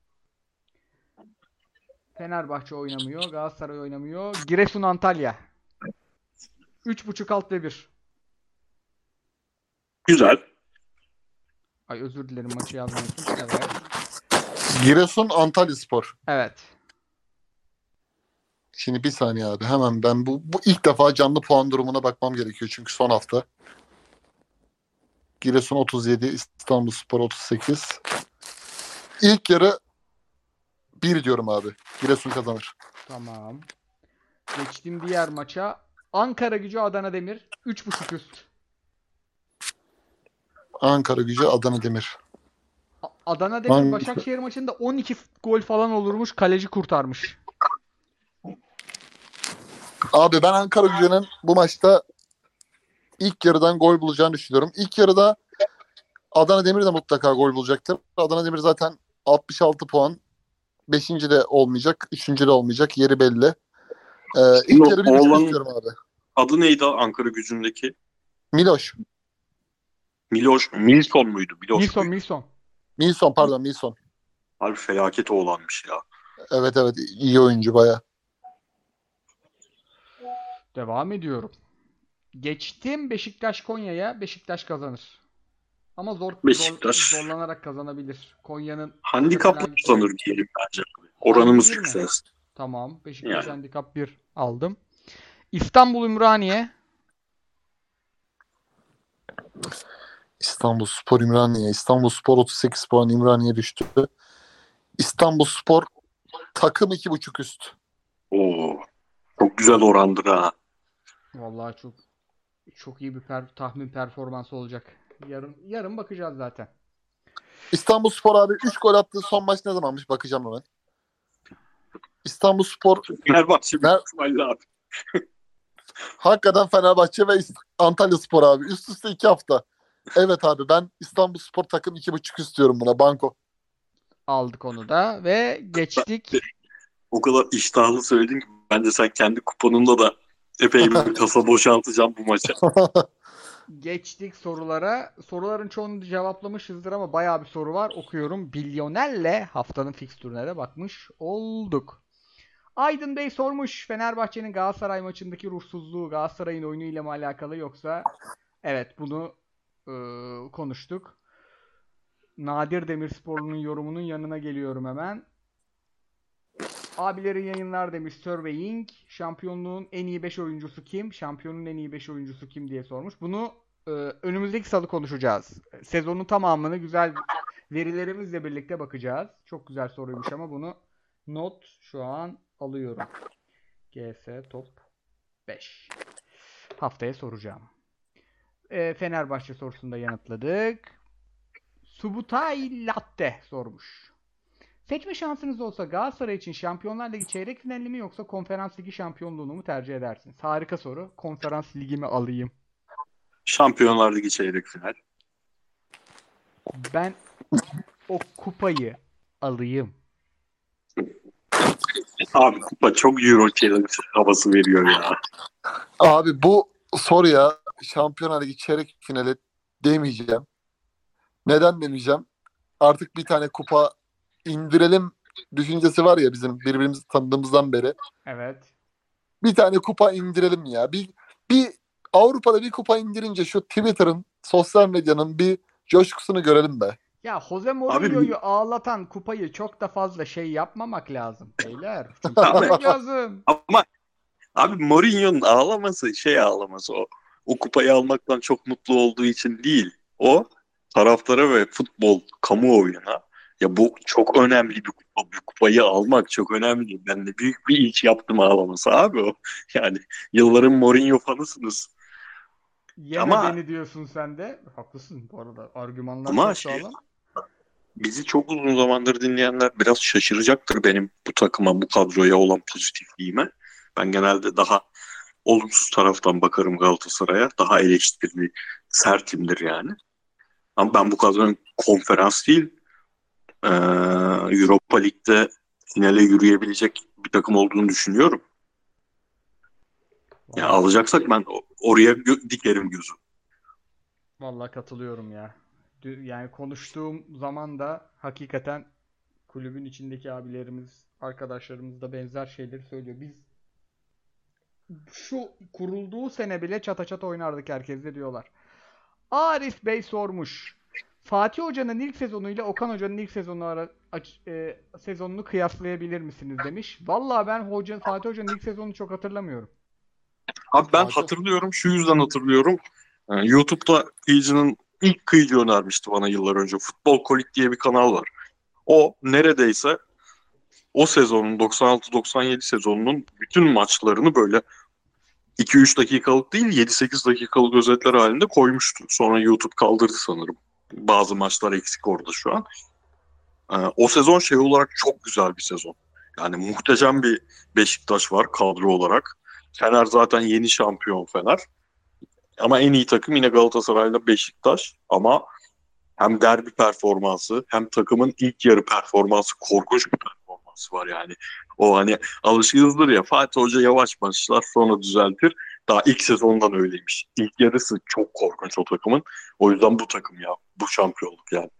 Fenerbahçe oynamıyor. Galatasaray oynamıyor. Giresun Antalya. üç buçuk alt ve bir. Güzel. Ay özür dilerim maçı yazmayı unuttum. Evet. Giresun Antalyaspor. Evet. Şimdi bir saniye abi. Hemen ben bu, bu ilk defa canlı puan durumuna bakmam gerekiyor. Çünkü son hafta. Giresun otuz yedi, İstanbulspor otuz sekiz. İlk yarı bir diyorum abi. Giresun kazanır. Tamam. Geçtim diğer maça. Ankara Gücü Adana Demir. üç buçuk üst. Ankara Gücü Adana Demir. A- Adana Demir An- Başakşehir maçında on iki gol falan olurmuş. Kaleci kurtarmış. Abi ben Ankara Gücü'nün bu maçta ilk yarıdan gol bulacağını düşünüyorum. İlk yarıda Adana Demir de mutlaka gol bulacaktır. Adana Demir zaten altmış altı puan. Beşinci de olmayacak. Üçüncü de olmayacak. Yeri belli. Ee, ilk yarı bir buçuk Oğlan istiyorum abi. adı neydi Ankara Gücü'ndeki? Miloş. Miloš, Milson muydu? Miloš Milson, muydu? Milson. Milson pardon Milson. Harbi felaket oğlanmış ya. Evet evet iyi oyuncu baya. Devam ediyorum. Geçtim Beşiktaş Konya'ya. Beşiktaş kazanır. Ama zor, Beşiktaş. zor zorlanarak kazanabilir. Konya'nın Handikapla falan- kazanır diyelim bence. Oranımız bir mi? yüksek. Tamam. Beşiktaş Yani. handikap bir aldım. İstanbul Ümraniye. İstanbulspor Ümraniye. İstanbulspor otuz sekiz puan İmraniye düştü. İstanbulspor takım iki buçuk üst. Oo, çok güzel orandır ha. Vallahi çok çok iyi bir per- tahmin performansı olacak. Yarın yarın bakacağız zaten. İstanbulspor abi üç gol attığı son maç ne zamanmış bakacağım hemen. İstanbulspor Fenerbahçe Ben- ihtimalle abi. hakikaten Fenerbahçe ve İst- Antalyaspor abi. Üst üste iki hafta. Evet abi ben İstanbulspor takım iki buçuk üst diyorum buna banko. Aldık onu da ve geçtik. O kadar iştahlı söyledin ki bence sen kendi kuponunda da epey bir kasa boşaltacağım bu maça. Geçtik sorulara. Soruların çoğunu cevaplamışızdır ama bayağı bir soru var. Okuyorum. Bilyoner'le haftanın fikstürüne de bakmış olduk. Aydın Bey sormuş. Fenerbahçe'nin Galatasaray maçındaki ruhsuzluğu Galatasaray'ın oyunuyla mı alakalı yoksa evet bunu e, konuştuk. Nadir Demirsporlu'nun yorumunun yanına geliyorum hemen. Abilerin yayınlar demiş Surveying. Şampiyonluğun en iyi beş oyuncusu kim? Şampiyonun en iyi beş oyuncusu kim diye sormuş. Bunu e, önümüzdeki salı konuşacağız. Sezonun tamamını güzel verilerimizle birlikte bakacağız. Çok güzel soruymuş ama bunu not şu an alıyorum. G S Top beş. Haftaya soracağım. E, Fenerbahçe sorusunu da yanıtladık. Subutay Latte sormuş. Seçme şansınız olsa Galatasaray için Şampiyonlar Ligi çeyrek finalini mi yoksa Konferans Ligi şampiyonluğunu mu tercih edersiniz? Harika soru. Konferans Ligi mi alayım? Şampiyonlar Ligi çeyrek final. Ben o kupayı alayım. Abi kupa çok Euro Challenge havası veriyor ya. Abi bu soruya Şampiyonlar Ligi çeyrek finali demeyeceğim. Neden demeyeceğim? Artık bir tane kupa indirelim düşüncesi var ya bizim birbirimizi tanıdığımızdan beri. Evet. Bir tane kupa indirelim ya. Bir bir Avrupa'da bir kupa indirince şu Twitter'ın, sosyal medyanın bir coşkusunu görelim be. Ya Jose Mourinho'yu ağlatan kupayı çok da fazla şey yapmamak lazım beyler. Çünkü lazım. Ama abi Mourinho'nun ağlaması şey ağlaması o. O kupayı almaktan çok mutlu olduğu için değil. O taraftara ve futbol kamuoyuna ya bu çok önemli bir kupa. Bu kupayı almak çok önemli. Ben de büyük bir iş yaptım ağlaması abi o. Yani yılların Mourinho fanısınız. Yeme Ama- beni diyorsun sen de. Haklısın bu arada. Argümanlar Ama çok şey- sağlam. Bizi çok uzun zamandır dinleyenler biraz şaşıracaktır benim bu takıma, bu kadroya olan pozitifliğime. Ben genelde daha olumsuz taraftan bakarım Galatasaray'a. Daha eleştirili, sertimdir yani. Ama ben bu kadronun konferans değil, e, Europa Lig'de finale yürüyebilecek bir takım olduğunu düşünüyorum. Yani Vallahi- alacaksak ben o- oraya gö- dikerim gözü. Vallahi katılıyorum ya. Dü- Yani konuştuğum zaman da hakikaten kulübün içindeki abilerimiz, arkadaşlarımız da benzer şeyleri söylüyor. Biz şu kurulduğu sene bile çata çata oynardık herkes de diyorlar. Arif Bey sormuş. Fatih Hoca'nın ilk sezonuyla Okan Hoca'nın ilk sezonu ara, aç- e, sezonunu kıyaslayabilir misiniz demiş. Vallahi ben hoca, Fatih Hoca'nın ilk sezonunu çok hatırlamıyorum. Abi ben Fatih- hatırlıyorum, şu yüzden hatırlıyorum. Ee, YouTube'da Kıyıcı'nın ilk Kıyıcı önermişti bana yıllar önce. Futbol Kolik diye bir kanal var. O neredeyse o sezonun doksan altı doksan yedi sezonunun bütün maçlarını böyle iki üç dakikalık değil yedi sekiz dakikalık özetler halinde koymuştu. Sonra YouTube kaldırdı sanırım. Bazı maçlar eksik orada şu an. Ee, o sezon şey olarak çok güzel bir sezon. Yani muhteşem bir Beşiktaş var kadro olarak. Fener zaten yeni şampiyon Fener. Ama en iyi takım yine Galatasaray'la Beşiktaş. Ama hem derbi performansı hem takımın ilk yarı performansı korkunç bir performansı var yani. O hani alışığızdır ya Fatih Hoca yavaş başlar sonra düzeltir. Daha ilk sezondan öyleymiş. İlk yarısı çok korkunç o takımın. O yüzden bu takım ya. Bu şampiyonluk yani.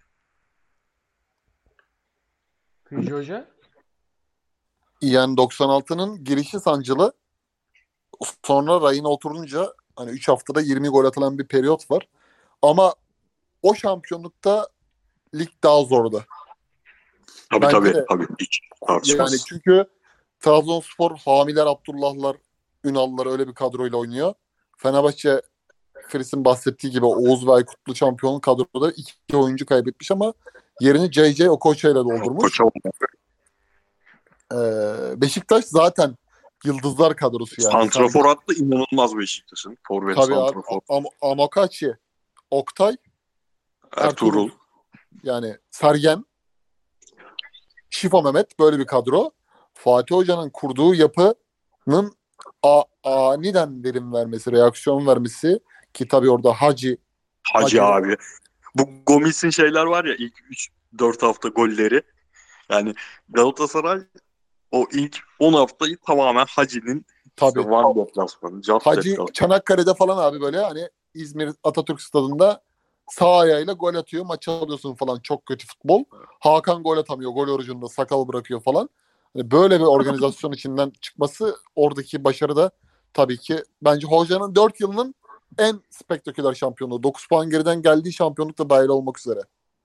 Kıyıcı Hoca? Yani doksan altının girişi sancılı. Sonra rayına oturunca hani üç haftada yirmi gol atılan bir periyot var. Ama o şampiyonlukta lig daha zordu. Tabii Bence tabii. de. tabii. Hiç tartışmaz. Yani çünkü Trabzonspor Hamiler, Abdullahlar, Ünallar öyle bir kadroyla oynuyor. Fenerbahçe Fris'in bahsettiği gibi Oğuz ve Aykutlu şampiyonluk kadroda iki oyuncu kaybetmiş ama yerini J J Okocha ile doldurmuş. Koça Ee, Beşiktaş zaten yıldızlar kadrosu yani. santrafor hattı inanılmaz Beşiktaş'ın. Forvet Tabii abi. santrafor. Am Amokachi, Oktay, Ertuğrul. yani Sergen, Şifa Mehmet böyle bir kadro. Fatih Hoca'nın kurduğu yapının a aniden verim vermesi, reaksiyon vermesi ki tabii orada Hacı Hacı Hacı. abi. Bu Gomis'in şeyler var ya ilk üç dört hafta golleri. Yani Galatasaray o ilk on haftayı tamamen Hacı'nin Tabii. işte Van deplasmanı, Cap Hacı deplasmanı. Çanakkale'de falan abi böyle hani İzmir Atatürk Stadı'nda sağ ayağıyla gol atıyor, maç alıyorsun falan. Çok kötü futbol. Hakan gol atamıyor. Gol orucunda sakal bırakıyor falan. Hani böyle bir organizasyon içinden çıkması oradaki başarı da tabii ki bence hocanın dört yılının en spektaküler şampiyonluğu. dokuz puan geriden geldiği şampiyonluk da dahil olmak üzere.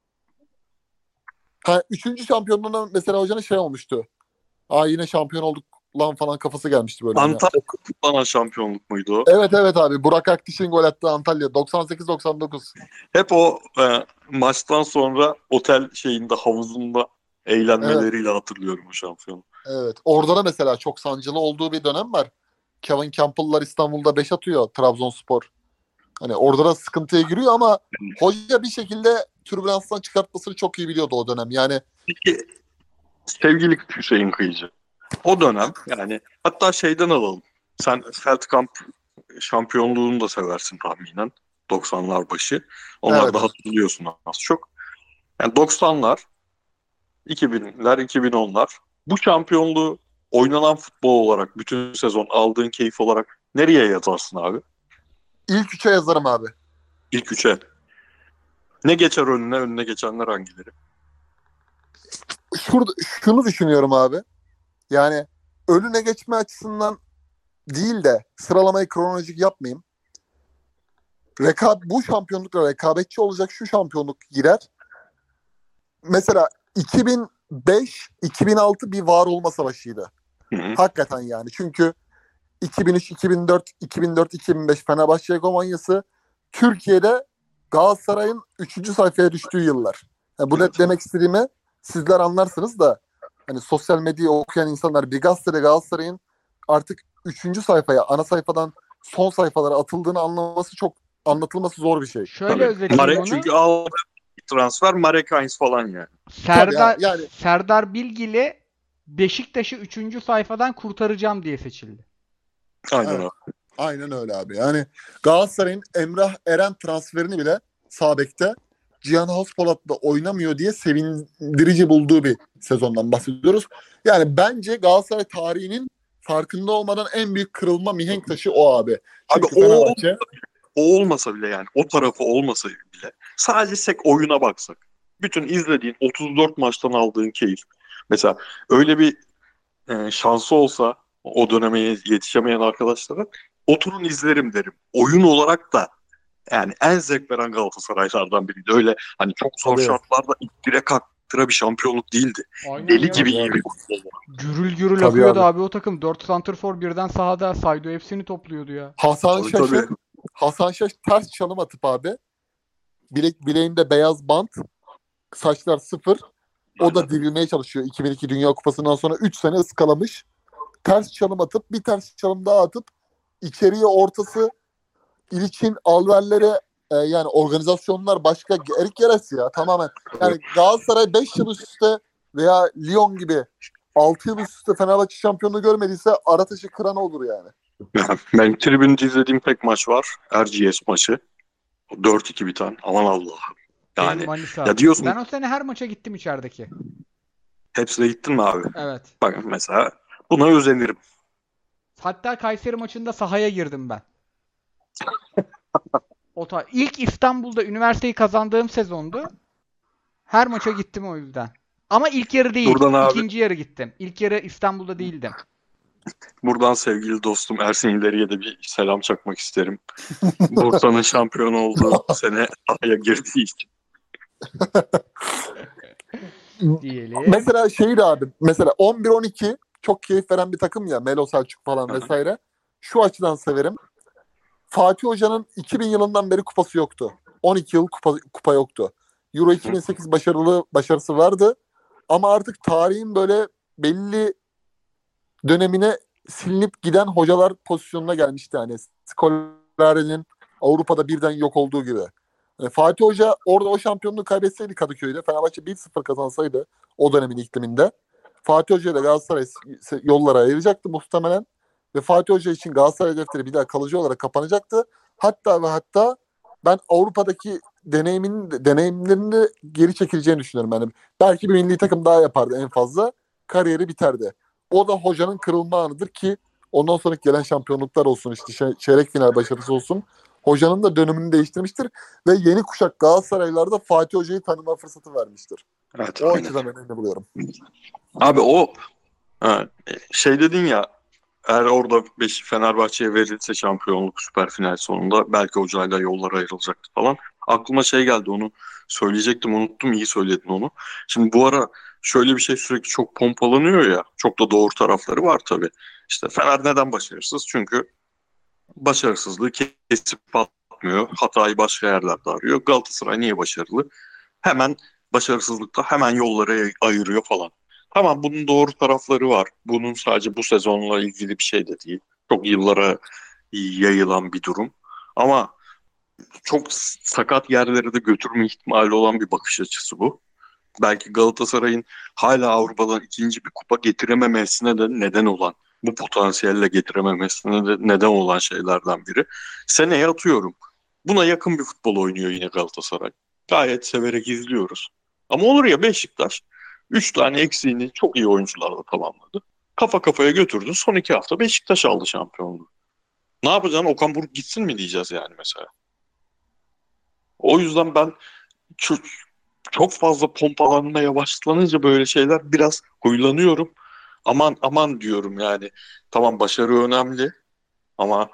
Ha, üçüncü şampiyonluğuna mesela hocanın şey olmuştu. Aa yine şampiyon olduk lan falan kafası gelmişti böyle. Hani. Antalya kutlanan şampiyonluk muydu o? Evet evet abi. Burak Akdiş'in gol attığı Antalya doksan sekiz doksan dokuz. Hep o e, maçtan sonra otel şeyinde havuzunda eğlenmeleriyle hatırlıyorum o şampiyonu. Evet. Orada da mesela çok sancılı olduğu bir dönem var. Kevin Campbell'lar İstanbul'da beş atıyor Trabzonspor. Hani orada da sıkıntıya giriyor ama hoca bir şekilde türbülanstan çıkartmasını çok iyi biliyordu o dönem. Yani Peki sevgili Hüseyin Kıyıcı, o dönem yani hatta şeyden alalım. Sen Feldkamp şampiyonluğunu da seversin tahminen. doksanlar başı. Onlar Evet. da hatırlıyorsun az çok. Yani doksanlar, iki binler, iki bin onlar. Bu şampiyonluğu oynanan futbol olarak bütün sezon aldığın keyif olarak nereye yazarsın abi? ilk üçe yazarım abi. İlk üçe. Ne geçer önüne? Önüne geçenler hangileri? Şurada, şunu düşünüyorum abi. Yani önüne geçme açısından değil de sıralamayı kronolojik yapmayayım. Rekab bu şampiyonlukla rekabetçi olacak şu şampiyonluk girer. Mesela iki bin beş iki bin altı bir var olma savaşıydı. Hı hı. Hakikaten yani. Çünkü iki bin üç iki bin dört iki bin dört iki bin beş Fenerbahçe hegemonyası Türkiye'de Galatasaray'ın üçüncü sayfaya düştüğü yıllar. Yani bu Evet. ne demek istediğimi sizler anlarsınız da hani sosyal medyayı okuyan insanlar bir gazetede Galatasaray'ın artık üçüncü sayfaya ana sayfadan son sayfalara atıldığını anlaması çok anlatılması zor bir şey. Şöyle Tabii. özetleyeyim Marek, onu. çünkü al transfer Marek Hines falan yani. Serdar, Tabii yani- Serdar Bilgili Beşiktaş'ı üçüncü sayfadan kurtaracağım diye seçildi. Aynen Evet. öyle. Aynen öyle abi. Yani Galatasaray'ın Emrah Eren transferini bile sağ bekte Cihan Haspolat'la oynamıyor diye sevindirici bulduğu bir sezondan bahsediyoruz. Yani bence Galatasaray tarihinin farkında olmadan en büyük kırılma mihenk taşı o abi. Abi Çünkü o, Fenerbahçe o olmasa bile yani o tarafı olmasa bile sadece sek oyuna baksak. Bütün izlediğin otuz dört maçtan aldığın keyif. Mesela öyle bir e, şansı olsa o döneme yetişemeyen arkadaşlara oturun izlerim derim. Oyun olarak da yani en zevk veren Galatasaraylardan biriydi. Öyle hani çok zor Tabii. şartlarda ittire kaktıra bir şampiyonluk değildi. Aynen Deli ya. gibi Tabii iyi abi. bir futbol. Gürül gürül Tabii akıyordu abi. abi. o takım. dört santrfor birden sahada Saydo hepsini topluyordu ya. Hasan Tabii, Şaş'ın tabii. Hasan Şaş ters çalım atıp abi bilek, bileğinde beyaz bant, saçlar sıfır. O da dirilmeye çalışıyor. iki bin iki Dünya Kupası'ndan sonra üç sene ıskalamış. Ters çalım atıp bir ters çalım daha atıp içeriye ortası İliç'in alverlere e, yani organizasyonlar başka Erik Yeres ya tamamen. Yani Galatasaray beş yıl üst üste veya Lyon gibi altı yıl üst üste Fenerbahçe şampiyonluğu görmediyse Arataş'ı kıran olur yani. Yani ben tribünde izlediğim tek maç var. Erciyes maçı. dört iki biten. Aman Allah'ım. Benim Yani Manisa. ya diyorsun Ben o sene her maça gittim içerideki. hepsine gittin mi abi? Evet. Bak mesela buna özenirim. Hatta Kayseri maçında sahaya girdim ben. O ta- İlk İstanbul'da üniversiteyi kazandığım sezondu. Her maça gittim o yüzden. Ama ilk yarı değil. Buradan abi- İkinci yarı gittim. İlk yarı İstanbul'da değildim. Buradan sevgili dostum Ersin İleri'ye de bir selam çakmak isterim. Bursa'nın şampiyon olduğu sene sahaya girdiği için. Diyelim. Mesela şeydi abi mesela on bir on iki çok keyif veren bir takım ya Melo Selçuk falan Hı hı. vesaire. Şu açıdan severim. Fatih Hoca'nın iki bin yılından beri kupası yoktu. on iki yıl kupa, kupa yoktu. Euro iki bin sekiz başarılı başarısı vardı. Ama artık tarihin böyle belli dönemine silinip giden hocalar pozisyonuna gelmişti. Yani Scolari'nin Avrupa'da birden yok olduğu gibi. Yani Fatih Hoca orada o şampiyonluğu kaybetseydi Kadıköy'de Fenerbahçe bir sıfır kazansaydı o dönemin ikliminde Fatih Hoca ile Galatasaray yollara ayıracaktı muhtemelen. Ve Fatih Hoca için Galatasaray defteri bir daha kalıcı olarak kapanacaktı. Hatta ve hatta ben Avrupa'daki deneyimin deneyimlerini geri çekileceğini düşünüyorum. Yani belki bir milli takım daha yapardı en fazla. Kariyeri biterdi. O da hocanın kırılma anıdır ki ondan sonra gelen şampiyonluklar olsun, işte şey- çeyrek final başarısı olsun. Hocanın da dönemini değiştirmiştir ve yeni kuşak Galatasaraylılarda Fatih Hoca'yı tanıma fırsatı vermiştir. Evet, O aynen. açıdan önemli buluyorum. Abi o ha, şey dedin ya, eğer orada beş Fenerbahçe'ye verilse şampiyonluk süper final sonunda belki hocayla yollar ayrılacaktı falan. Aklıma şey geldi, onu söyleyecektim, unuttum, iyi söyledin onu. Şimdi bu ara şöyle bir şey sürekli çok pompalanıyor ya, çok da doğru tarafları var tabii. İşte Fener neden başarısız? Çünkü başarısızlığı kesip atmıyor. Hatayı başka yerlerde arıyor. Galatasaray niye başarılı? Hemen başarısızlıkta hemen yolları ayırıyor falan. Tamam, bunun doğru tarafları var. Bunun sadece bu sezonla ilgili bir şey de değil. Çok yıllara yayılan bir durum. Ama çok sakat yerlere de götürme ihtimali olan bir bakış açısı bu. Belki Galatasaray'ın hala Avrupa'dan ikinci bir kupa getirememesine de neden olan, bu potansiyelle getirememesine de neden olan şeylerden biri. Seneye atıyorum, buna yakın bir futbol oynuyor yine Galatasaray. Gayet severek izliyoruz. Ama olur ya Beşiktaş, üç tane eksiğini çok iyi oyuncularla tamamladı. Kafa kafaya götürdü. Son iki hafta Beşiktaş aldı şampiyonluğu. Ne yapacaksın? Okan Buruk gitsin mi diyeceğiz yani mesela. O yüzden ben çok, çok fazla pompalanmaya başlanınca böyle şeyler biraz huylanıyorum. Aman aman diyorum yani. Tamam, başarı önemli ama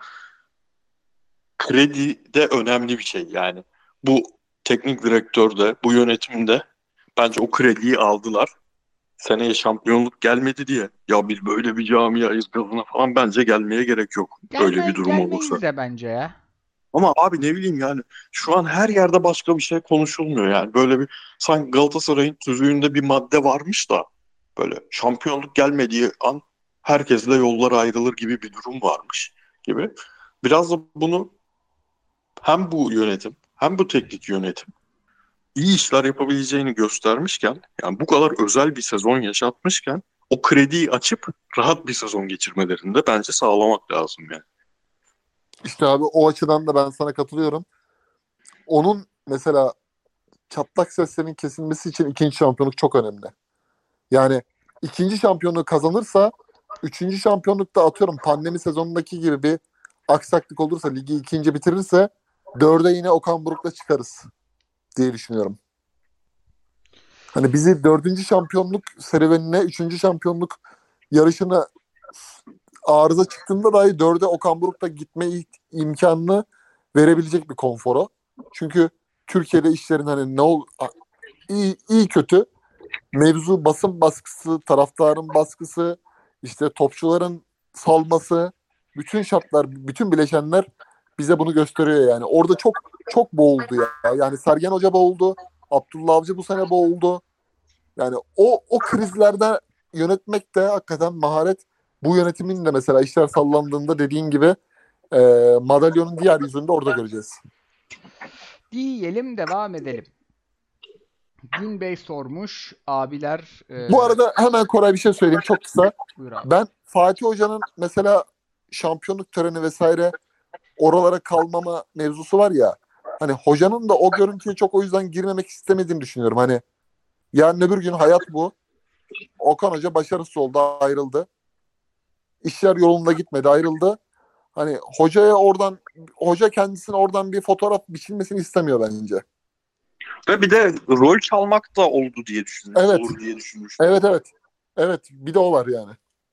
kredi de önemli bir şey yani. Bu teknik direktör de, bu yönetim de bence o krediyi aldılar. Seneye şampiyonluk gelmedi diye ya biz böyle bir camiayız gazına falan bence gelmeye gerek yok. Öyle Gelme, bir durum olursa. gelmeyiz de bence ya. Ama abi ne bileyim yani, şu an her yerde başka bir şey konuşulmuyor yani. Böyle bir, sanki Galatasaray'ın tüzüğünde bir madde varmış da böyle şampiyonluk gelmediği an herkesle yollar ayrılır gibi bir durum varmış gibi. Biraz da bunu hem bu yönetim hem bu teknik yönetim iyi işler yapabileceğini göstermişken, yani bu kadar özel bir sezon yaşatmışken o krediyi açıp rahat bir sezon geçirmelerini de bence sağlamak lazım yani. İşte abi o açıdan da ben sana katılıyorum. Onun mesela çatlak seslerin kesilmesi için ikinci şampiyonluk çok önemli. Yani ikinci şampiyonluğu kazanırsa üçüncü şampiyonlukta atıyorum pandemi sezonundaki gibi bir aksaklık olursa, ligi ikinci bitirirse dörde yine Okan Buruk'la çıkarız diye düşünüyorum. Hani bizi dördüncü şampiyonluk serüvenine, üçüncü şampiyonluk yarışına arıza çıktığında dahi dörde Okan Buruk'la gitme imkanını verebilecek bir konfora. Çünkü Türkiye'de işlerin hani ne ol iyi, iyi kötü mevzu basın baskısı, taraftarın baskısı, işte topçuların salması, bütün şartlar, bütün bileşenler bize bunu gösteriyor yani. Orada çok çok boğuldu ya. Yani Sergen Hoca boğuldu, Abdullah Avcı bu sene boğuldu. Yani o o krizlerde yönetmek de hakikaten maharet. Bu yönetimin de mesela işler sallandığında dediğin gibi e, madalyonun diğer yüzünü de orada göreceğiz. Diyelim, devam edelim. Gün Bey sormuş. Abiler e, Bu arada hemen Koray bir şey söyleyeyim çok kısa. buyur abi. Ben Fatih Hoca'nın mesela şampiyonluk töreni vesaire oralara kalmama mevzusu var ya. Hani hocanın da o görüntüye çok o yüzden girmemek istemediğini düşünüyorum. Hani yarın öbür gün hayat bu. Okan Hoca başarısız oldu, ayrıldı. İşler yolunda gitmedi, ayrıldı. Hani hocaya oradan, hoca kendisine oradan bir fotoğraf biçilmesini istemiyor bence. Ve bir de rol çalmak da oldu diye düşünmüş, Evet. olur diye düşünmüştüm. Evet evet. Evet bir de o var yani.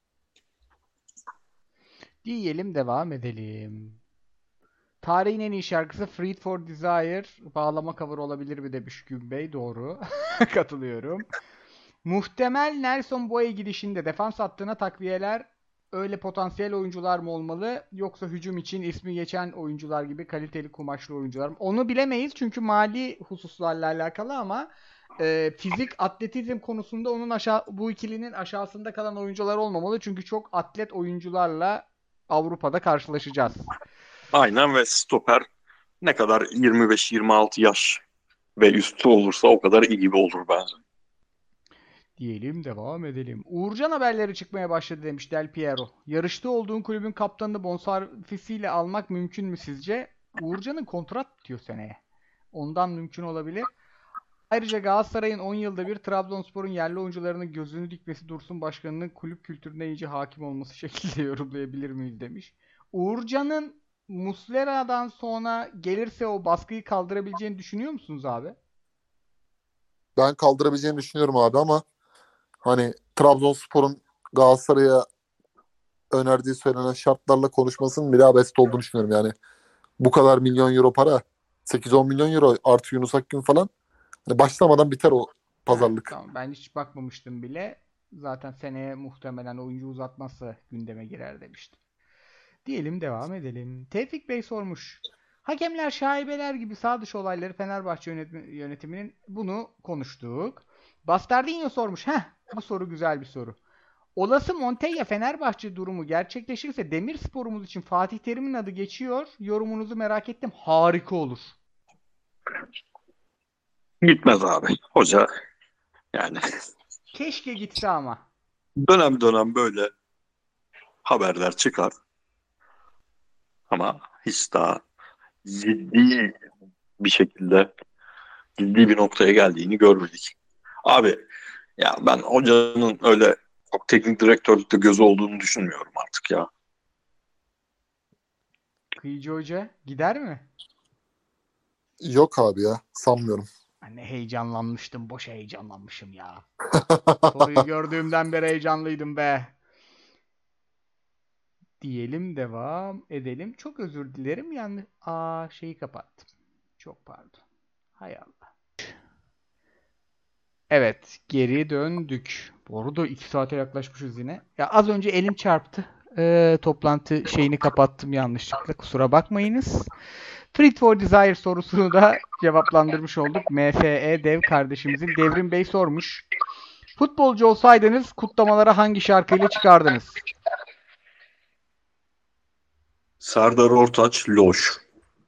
Diyelim, devam edelim. Tarihin en iyi şarkısı Freed for Desire. Bağlama cover olabilir mi demiş Gün Bey. Doğru. Katılıyorum. Muhtemel Nelson Boya gidişinde defans hattına takviyeler öyle potansiyel oyuncular mı olmalı yoksa hücum için ismi geçen oyuncular gibi kaliteli kumaşlı oyuncular mı? Onu bilemeyiz çünkü mali hususlarla alakalı ama e, fizik, atletizm konusunda onun aşağı bu ikilinin aşağısında kalan oyuncular olmamalı çünkü çok atlet oyuncularla Avrupa'da karşılaşacağız. Aynen, ve stoper ne kadar yirmi beş yirmi altı yaş ve üstü olursa o kadar iyi gibi olur bence. Diyelim, devam edelim. Uğurcan haberleri çıkmaya başladı demiş Del Piero. Yarışta olduğun kulübün kaptanını bonservisiyle almak mümkün mü sizce? Uğurcan'ın kontrat bitiyor seneye. ondan mümkün olabilir. Ayrıca Galatasaray'ın on yılda bir Trabzonspor'un yerli oyuncularının gözünü dikmesi Dursun Başkanı'nın kulüp kültürüne iyice hakim olması şekilde yorumlayabilir miyiz demiş. Uğurcan'ın Muslera'dan sonra gelirse o baskıyı kaldırabileceğini düşünüyor musunuz abi? Ben kaldırabileceğini düşünüyorum abi ama hani Trabzonspor'un Galatasaray'a önerdiği söylenen şartlarla konuşmasının bile abest olduğunu düşünüyorum yani. Bu kadar milyon euro para, sekiz on milyon euro artı Yunus Akgün falan. Hani başlamadan biter o pazarlık. Ha, tamam, ben hiç bakmamıştım bile. Zaten seneye muhtemelen oyuncu uzatmazsa gündeme girer demiştim. Diyelim devam edelim. Tevfik Bey sormuş. Hakemler şaibeler gibi sağ dışı olayları Fenerbahçe yönetim- yönetiminin bunu konuştuk. Bastardinho sormuş. Heh, bu soru güzel bir soru. Olası Montella Fenerbahçe durumu gerçekleşirse Demirspor'umuz için Fatih Terim'in adı geçiyor. Yorumunuzu merak ettim. Harika olur. Gitmez abi. Hoca yani Keşke gitse ama. dönem dönem böyle haberler çıkar. Ama hiç daha ciddi bir şekilde ciddi bir noktaya geldiğini görmedik. Abi ya ben hocanın öyle çok teknik direktörlükte gözü olduğunu düşünmüyorum artık ya. Kıyıcı Hoca gider mi? Yok abi ya, sanmıyorum. Ben ne heyecanlanmıştım. Boşa heyecanlanmışım ya. Soruyu gördüğümden beri heyecanlıydım be. Diyelim devam edelim. Çok özür dilerim. Yani aa şeyi kapattım. Çok pardon. Hay Allah. Evet, geri döndük. Bu arada iki saate yaklaşmışız yine. Ya az önce elim çarptı. Ee, toplantı şeyini kapattım yanlışlıkla. Kusura bakmayınız. Treat for Desire sorusunu da cevaplandırmış olduk. M F E Dev kardeşimizin Devrim Bey sormuş. Futbolcu olsaydınız kutlamalara hangi şarkıyla çıkardınız? Serdar Ortaç, Loş.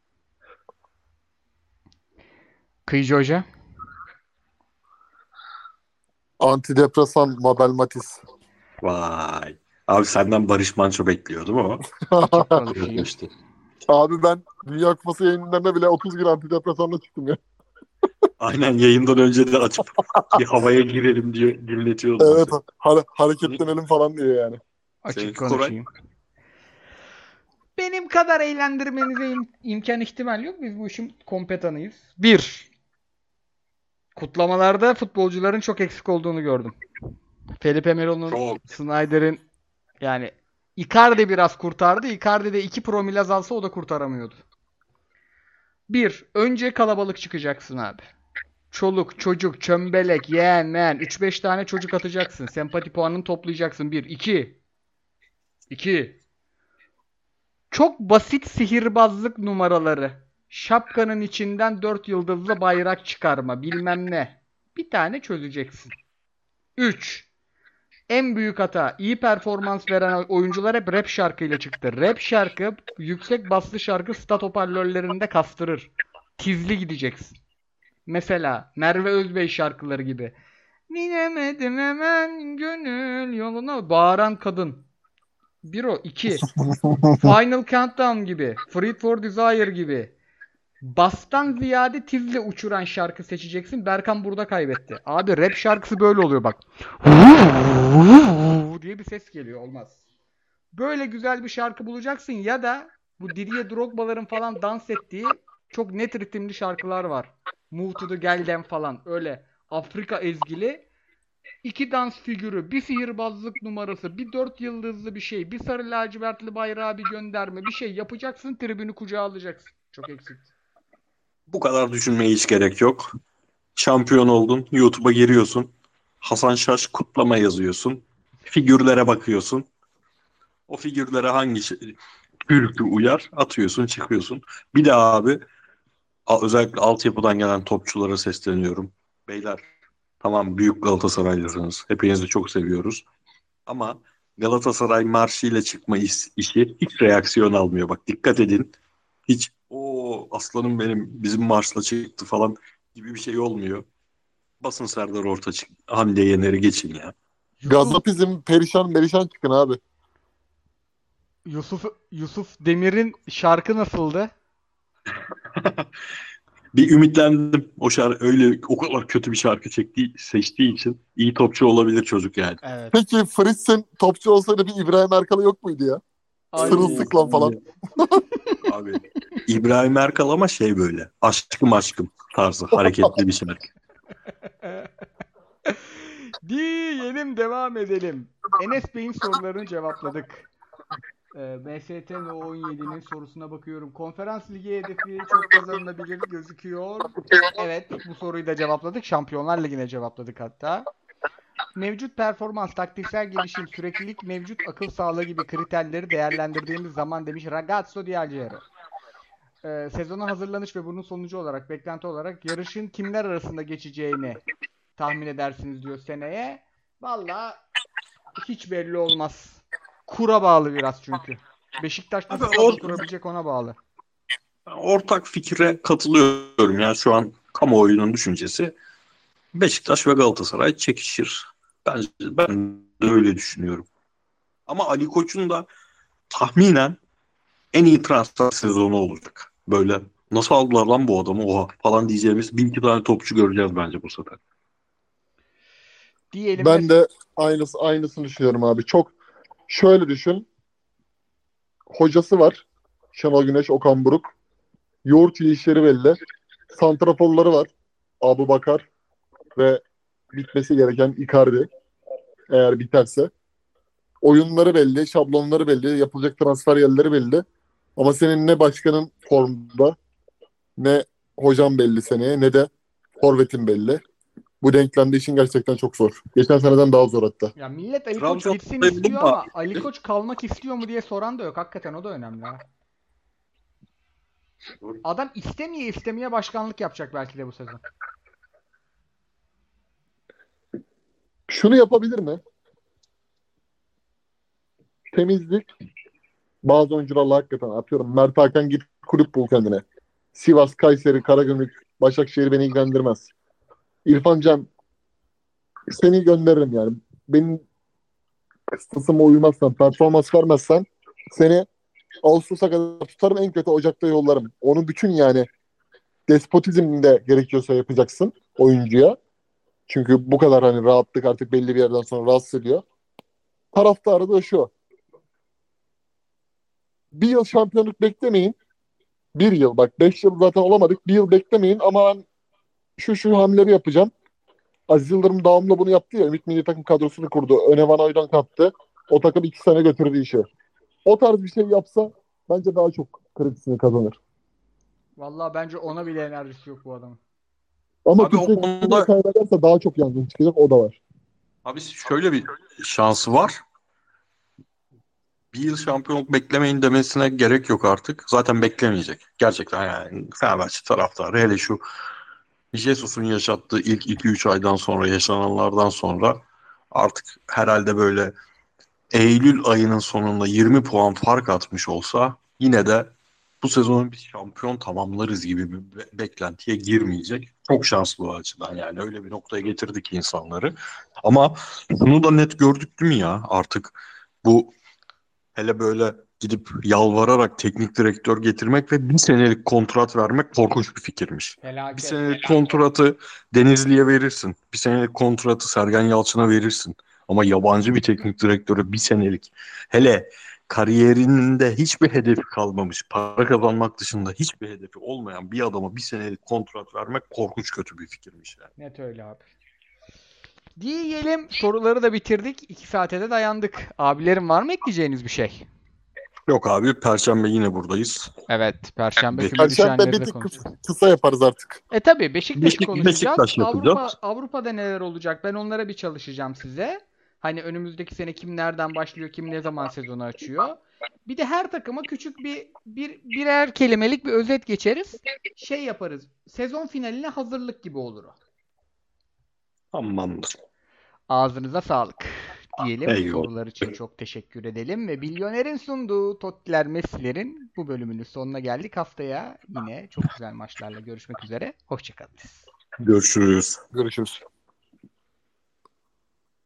Kıyıcı Hoca. Antidepresan Mabel Matiz. Vay. Abi senden Barış Manço bekliyordum ama. Açık konuşayım. İşte. Abi ben Dünya Kupası yayınlarına bile otuz gün antidepresanla çıktım ya. Aynen yayından önce de açıp bir havaya girelim diye dinletiyordum. Evet, hare- hareketlenelim falan diye yani. Açık Seninki konuşayım. Benim kadar eğlendirmenize im- imkan ihtimal yok. Biz bu işin kompetanıyız. Bir. Kutlamalarda futbolcuların çok eksik olduğunu gördüm. Felipe Melo'nun, Çok. Snyder'in yani Icardi biraz kurtardı. Icardi de iki promil azalsa o da kurtaramıyordu. Bir. Önce kalabalık çıkacaksın abi. Çoluk, çocuk, çömbelek, yeğen, meğen. üç beş tane çocuk atacaksın. Sempati puanını toplayacaksın. Bir. İki. İki. Çok basit sihirbazlık numaraları. Şapkanın içinden dört yıldızlı bayrak çıkarma. Bilmem ne. Bir tane çözeceksin. üç. En büyük hata. İyi performans veren oyuncular hep rap şarkıyla çıktı. Rap şarkı, yüksek baslı şarkı stat hoparlörlerinde kastırır. Tizli gideceksin. Mesela Merve Özbey şarkıları gibi. Binemedim hemen gönül yoluna. Bağıran kadın. Bir o. iki. Final Countdown gibi. Free for Desire gibi. Bastan ziyade tizle uçuran şarkı seçeceksin. Berkan burada kaybetti. Abi rap şarkısı böyle oluyor bak. diye bir ses geliyor. Olmaz. Böyle güzel bir şarkı bulacaksın ya da bu Didier Drogba'ların falan dans ettiği çok net ritimli şarkılar var. Move to the Gelden falan. Öyle Afrika ezgili. İki dans figürü, bir sihirbazlık numarası, bir dört yıldızlı bir şey, bir sarı lacivertli bayrağı bir gönderme, bir şey yapacaksın, tribünü kucağa alacaksın. Çok eksik. Bu kadar düşünmeye hiç gerek yok. Şampiyon oldun. YouTube'a giriyorsun. Hasan Şaş kutlama yazıyorsun. Figürlere bakıyorsun. O figürlere hangi şey, türkü uyar atıyorsun çıkıyorsun. Bir de abi a- özellikle altyapıdan gelen topçulara sesleniyorum. Beyler tamam büyük Galatasaraylısınız. Hepinizi çok seviyoruz. Ama Galatasaray marşıyla çıkma is- işi hiç reaksiyon almıyor. Bak dikkat edin. Hiç o aslanım benim bizim marşla çıktı falan gibi bir şey olmuyor. Basın Serdar Ortaç, Hamle Yener'i geçin ya. Yusuf, Gazapizm perişan perişan çıkın abi. Yusuf, Yusuf Demir'in şarkı nasıldı? Bir ümitlendim. O şarkı öyle o kadar kötü bir şarkı çektiği, seçtiği için iyi topçu olabilir çocuk yani. Evet. Peki Fritz'in topçu olsaydı bir İbrahim Erkal'ı yok muydu ya? Ay. Sırılsıklam falan. Abi İbrahim Erkal ama şey böyle aşkım aşkım tarzı hareketli bir şarkı. Diyelim, devam edelim. Enes Bey'in sorularını cevapladık. Ee, M S T No on yedi'nin sorusuna bakıyorum. Konferans Ligi hedefi çok kazanılabilir gözüküyor. Evet, bu soruyu da cevapladık. Şampiyonlar Ligi'ne cevapladık hatta. Mevcut performans, taktiksel gelişim, süreklilik, mevcut akıl sağlığı gibi kriterleri değerlendirdiğimiz zaman demiş Ragazzo Di Algero. Ee, sezona hazırlanış ve bunun sonucu olarak, beklenti olarak yarışın kimler arasında geçeceğini tahmin edersiniz diyor seneye. Valla hiç belli olmaz. Kura bağlı biraz çünkü. Beşiktaş nasıl Abi kadro o- kurabilecek ona bağlı. Ortak fikre katılıyorum. Yani şu an kamuoyunun düşüncesi Beşiktaş ve Galatasaray çekişir. Ben, ben de öyle düşünüyorum. Ama Ali Koç'un da tahminen en iyi transfer sezonu olacak. Böyle nasıl aldılar lan bu adamı oha falan diyeceğimiz bir iki tane topçu göreceğiz bence bu sefer. Diyelim Ben mes- de aynısı aynısını düşünüyorum abi. Çok şöyle düşün. Hocası var. Şenol Güneş, Okan Buruk. Yoğurt yiyişleri belli. Santraforları var. Abubakar ve bitmesi gereken Icardi. Eğer biterse. Oyunları belli, şablonları belli, yapılacak transfer yerleri belli. Ama senin ne başkanın formda, ne hocam belli seneye, ne de forvetin belli. Bu denklemde işin gerçekten çok zor. Geçen seneden daha zor hatta. ya millet Ali Koç Trabzon gitsin sayılır istiyor da- ama Ali Koç kalmak istiyor mu diye soran da yok. Hakikaten o da önemli ha. Adam istemeye istemeye başkanlık yapacak belki de bu sezon. Şunu yapabilir mi? Temizlik. Bazı oyuncularla hakikaten atıyorum. Mert Hakan git kulüp bul kendine. Sivas, Kayseri, Karagümrük, Başakşehir beni ilgilendirmez. İrfan Can seni gönderirim yani. Benim kıstasıma uymazsan, performans vermezsen seni Ağustos'a kadar tutarım, en kötü Ocak'ta yollarım. Onun bütün yani despotizm de gerekiyorsa yapacaksın oyuncuya. Çünkü bu kadar hani rahatlık artık belli bir yerden sonra rahatsız ediyor. Taraftarı da şu. Bir yıl şampiyonluk beklemeyin. Bir yıl bak beş yıl zaten olamadık. Bir yıl beklemeyin ama ben şu şu hamleleri yapacağım. Aziz Yıldırım devamlı bunu yaptı ya. Ümit Milli Takım kadrosunu kurdu. Öne Van Hooydonk kattı. O takım iki sene götürdü işi. O tarz bir şey yapsa bence daha çok kredisini kazanır. Vallahi bence ona bile enerjisi yok bu adamın. Ama Abi o Türkiye konuda- Kupası'nı kaybederse daha çok yangın çıkacak. O da var. Abi şöyle bir şansı var. Bir yıl şampiyonluk beklemeyin demesine gerek yok artık. Zaten beklemeyecek. Gerçekten yani Fenerbahçe taraftarı hele şu Jesus'un yaşattığı ilk iki üç aydan sonra yaşananlardan sonra artık herhalde böyle Eylül ayının sonunda yirmi puan fark atmış olsa yine de bu sezonun bir şampiyon tamamlarız gibi bir be- beklentiye girmeyecek. Çok şanslı o açıdan yani öyle bir noktaya getirdik insanları. Ama bunu da net gördük değil mi ya artık bu hele böyle gidip yalvararak teknik direktör getirmek ve bir senelik kontrat vermek korkunç bir fikirmiş. Bir Felaket. senelik kontratı Denizli'ye verirsin. Bir senelik kontratı Sergen Yalçın'a verirsin. Ama yabancı bir teknik direktöre bir senelik hele kariyerinde hiçbir hedefi kalmamış, para kazanmak dışında hiçbir hedefi olmayan bir adama bir senelik kontrat vermek korkunç kötü bir fikirmiş yani. Net öyle abi. Diyelim soruları da bitirdik. iki saate de dayandık. Abilerim var mı ekleyeceğiniz bir şey? Yok abi Perşembe yine buradayız. Evet. Perşembe Bir- küme Perşembe düşenleri bir de tık konuşacağız. kısa, kısa yaparız artık. E tabi Beşiktaş'ı Beşik- konuşacağız. Beşiktaş yapacağız. Avrupa, Avrupa'da neler olacak? Ben onlara bir çalışacağım size. Hani önümüzdeki sene kim nereden başlıyor, kim ne zaman sezonu açıyor. Bir de her takıma küçük bir, bir birer kelimelik bir özet geçeriz. Şey yaparız. Sezon finaline hazırlık gibi olur o. Tamamdır. Ağzınıza sağlık diyelim. Eyvallah. Sorular için çok teşekkür edelim ve Milyoner'in sunduğu Tottiler Messi'lerin bu bölümünün sonuna geldik. Haftaya yine çok güzel maçlarla görüşmek üzere. Hoşçakalın. Görüşürüz. Görüşürüz.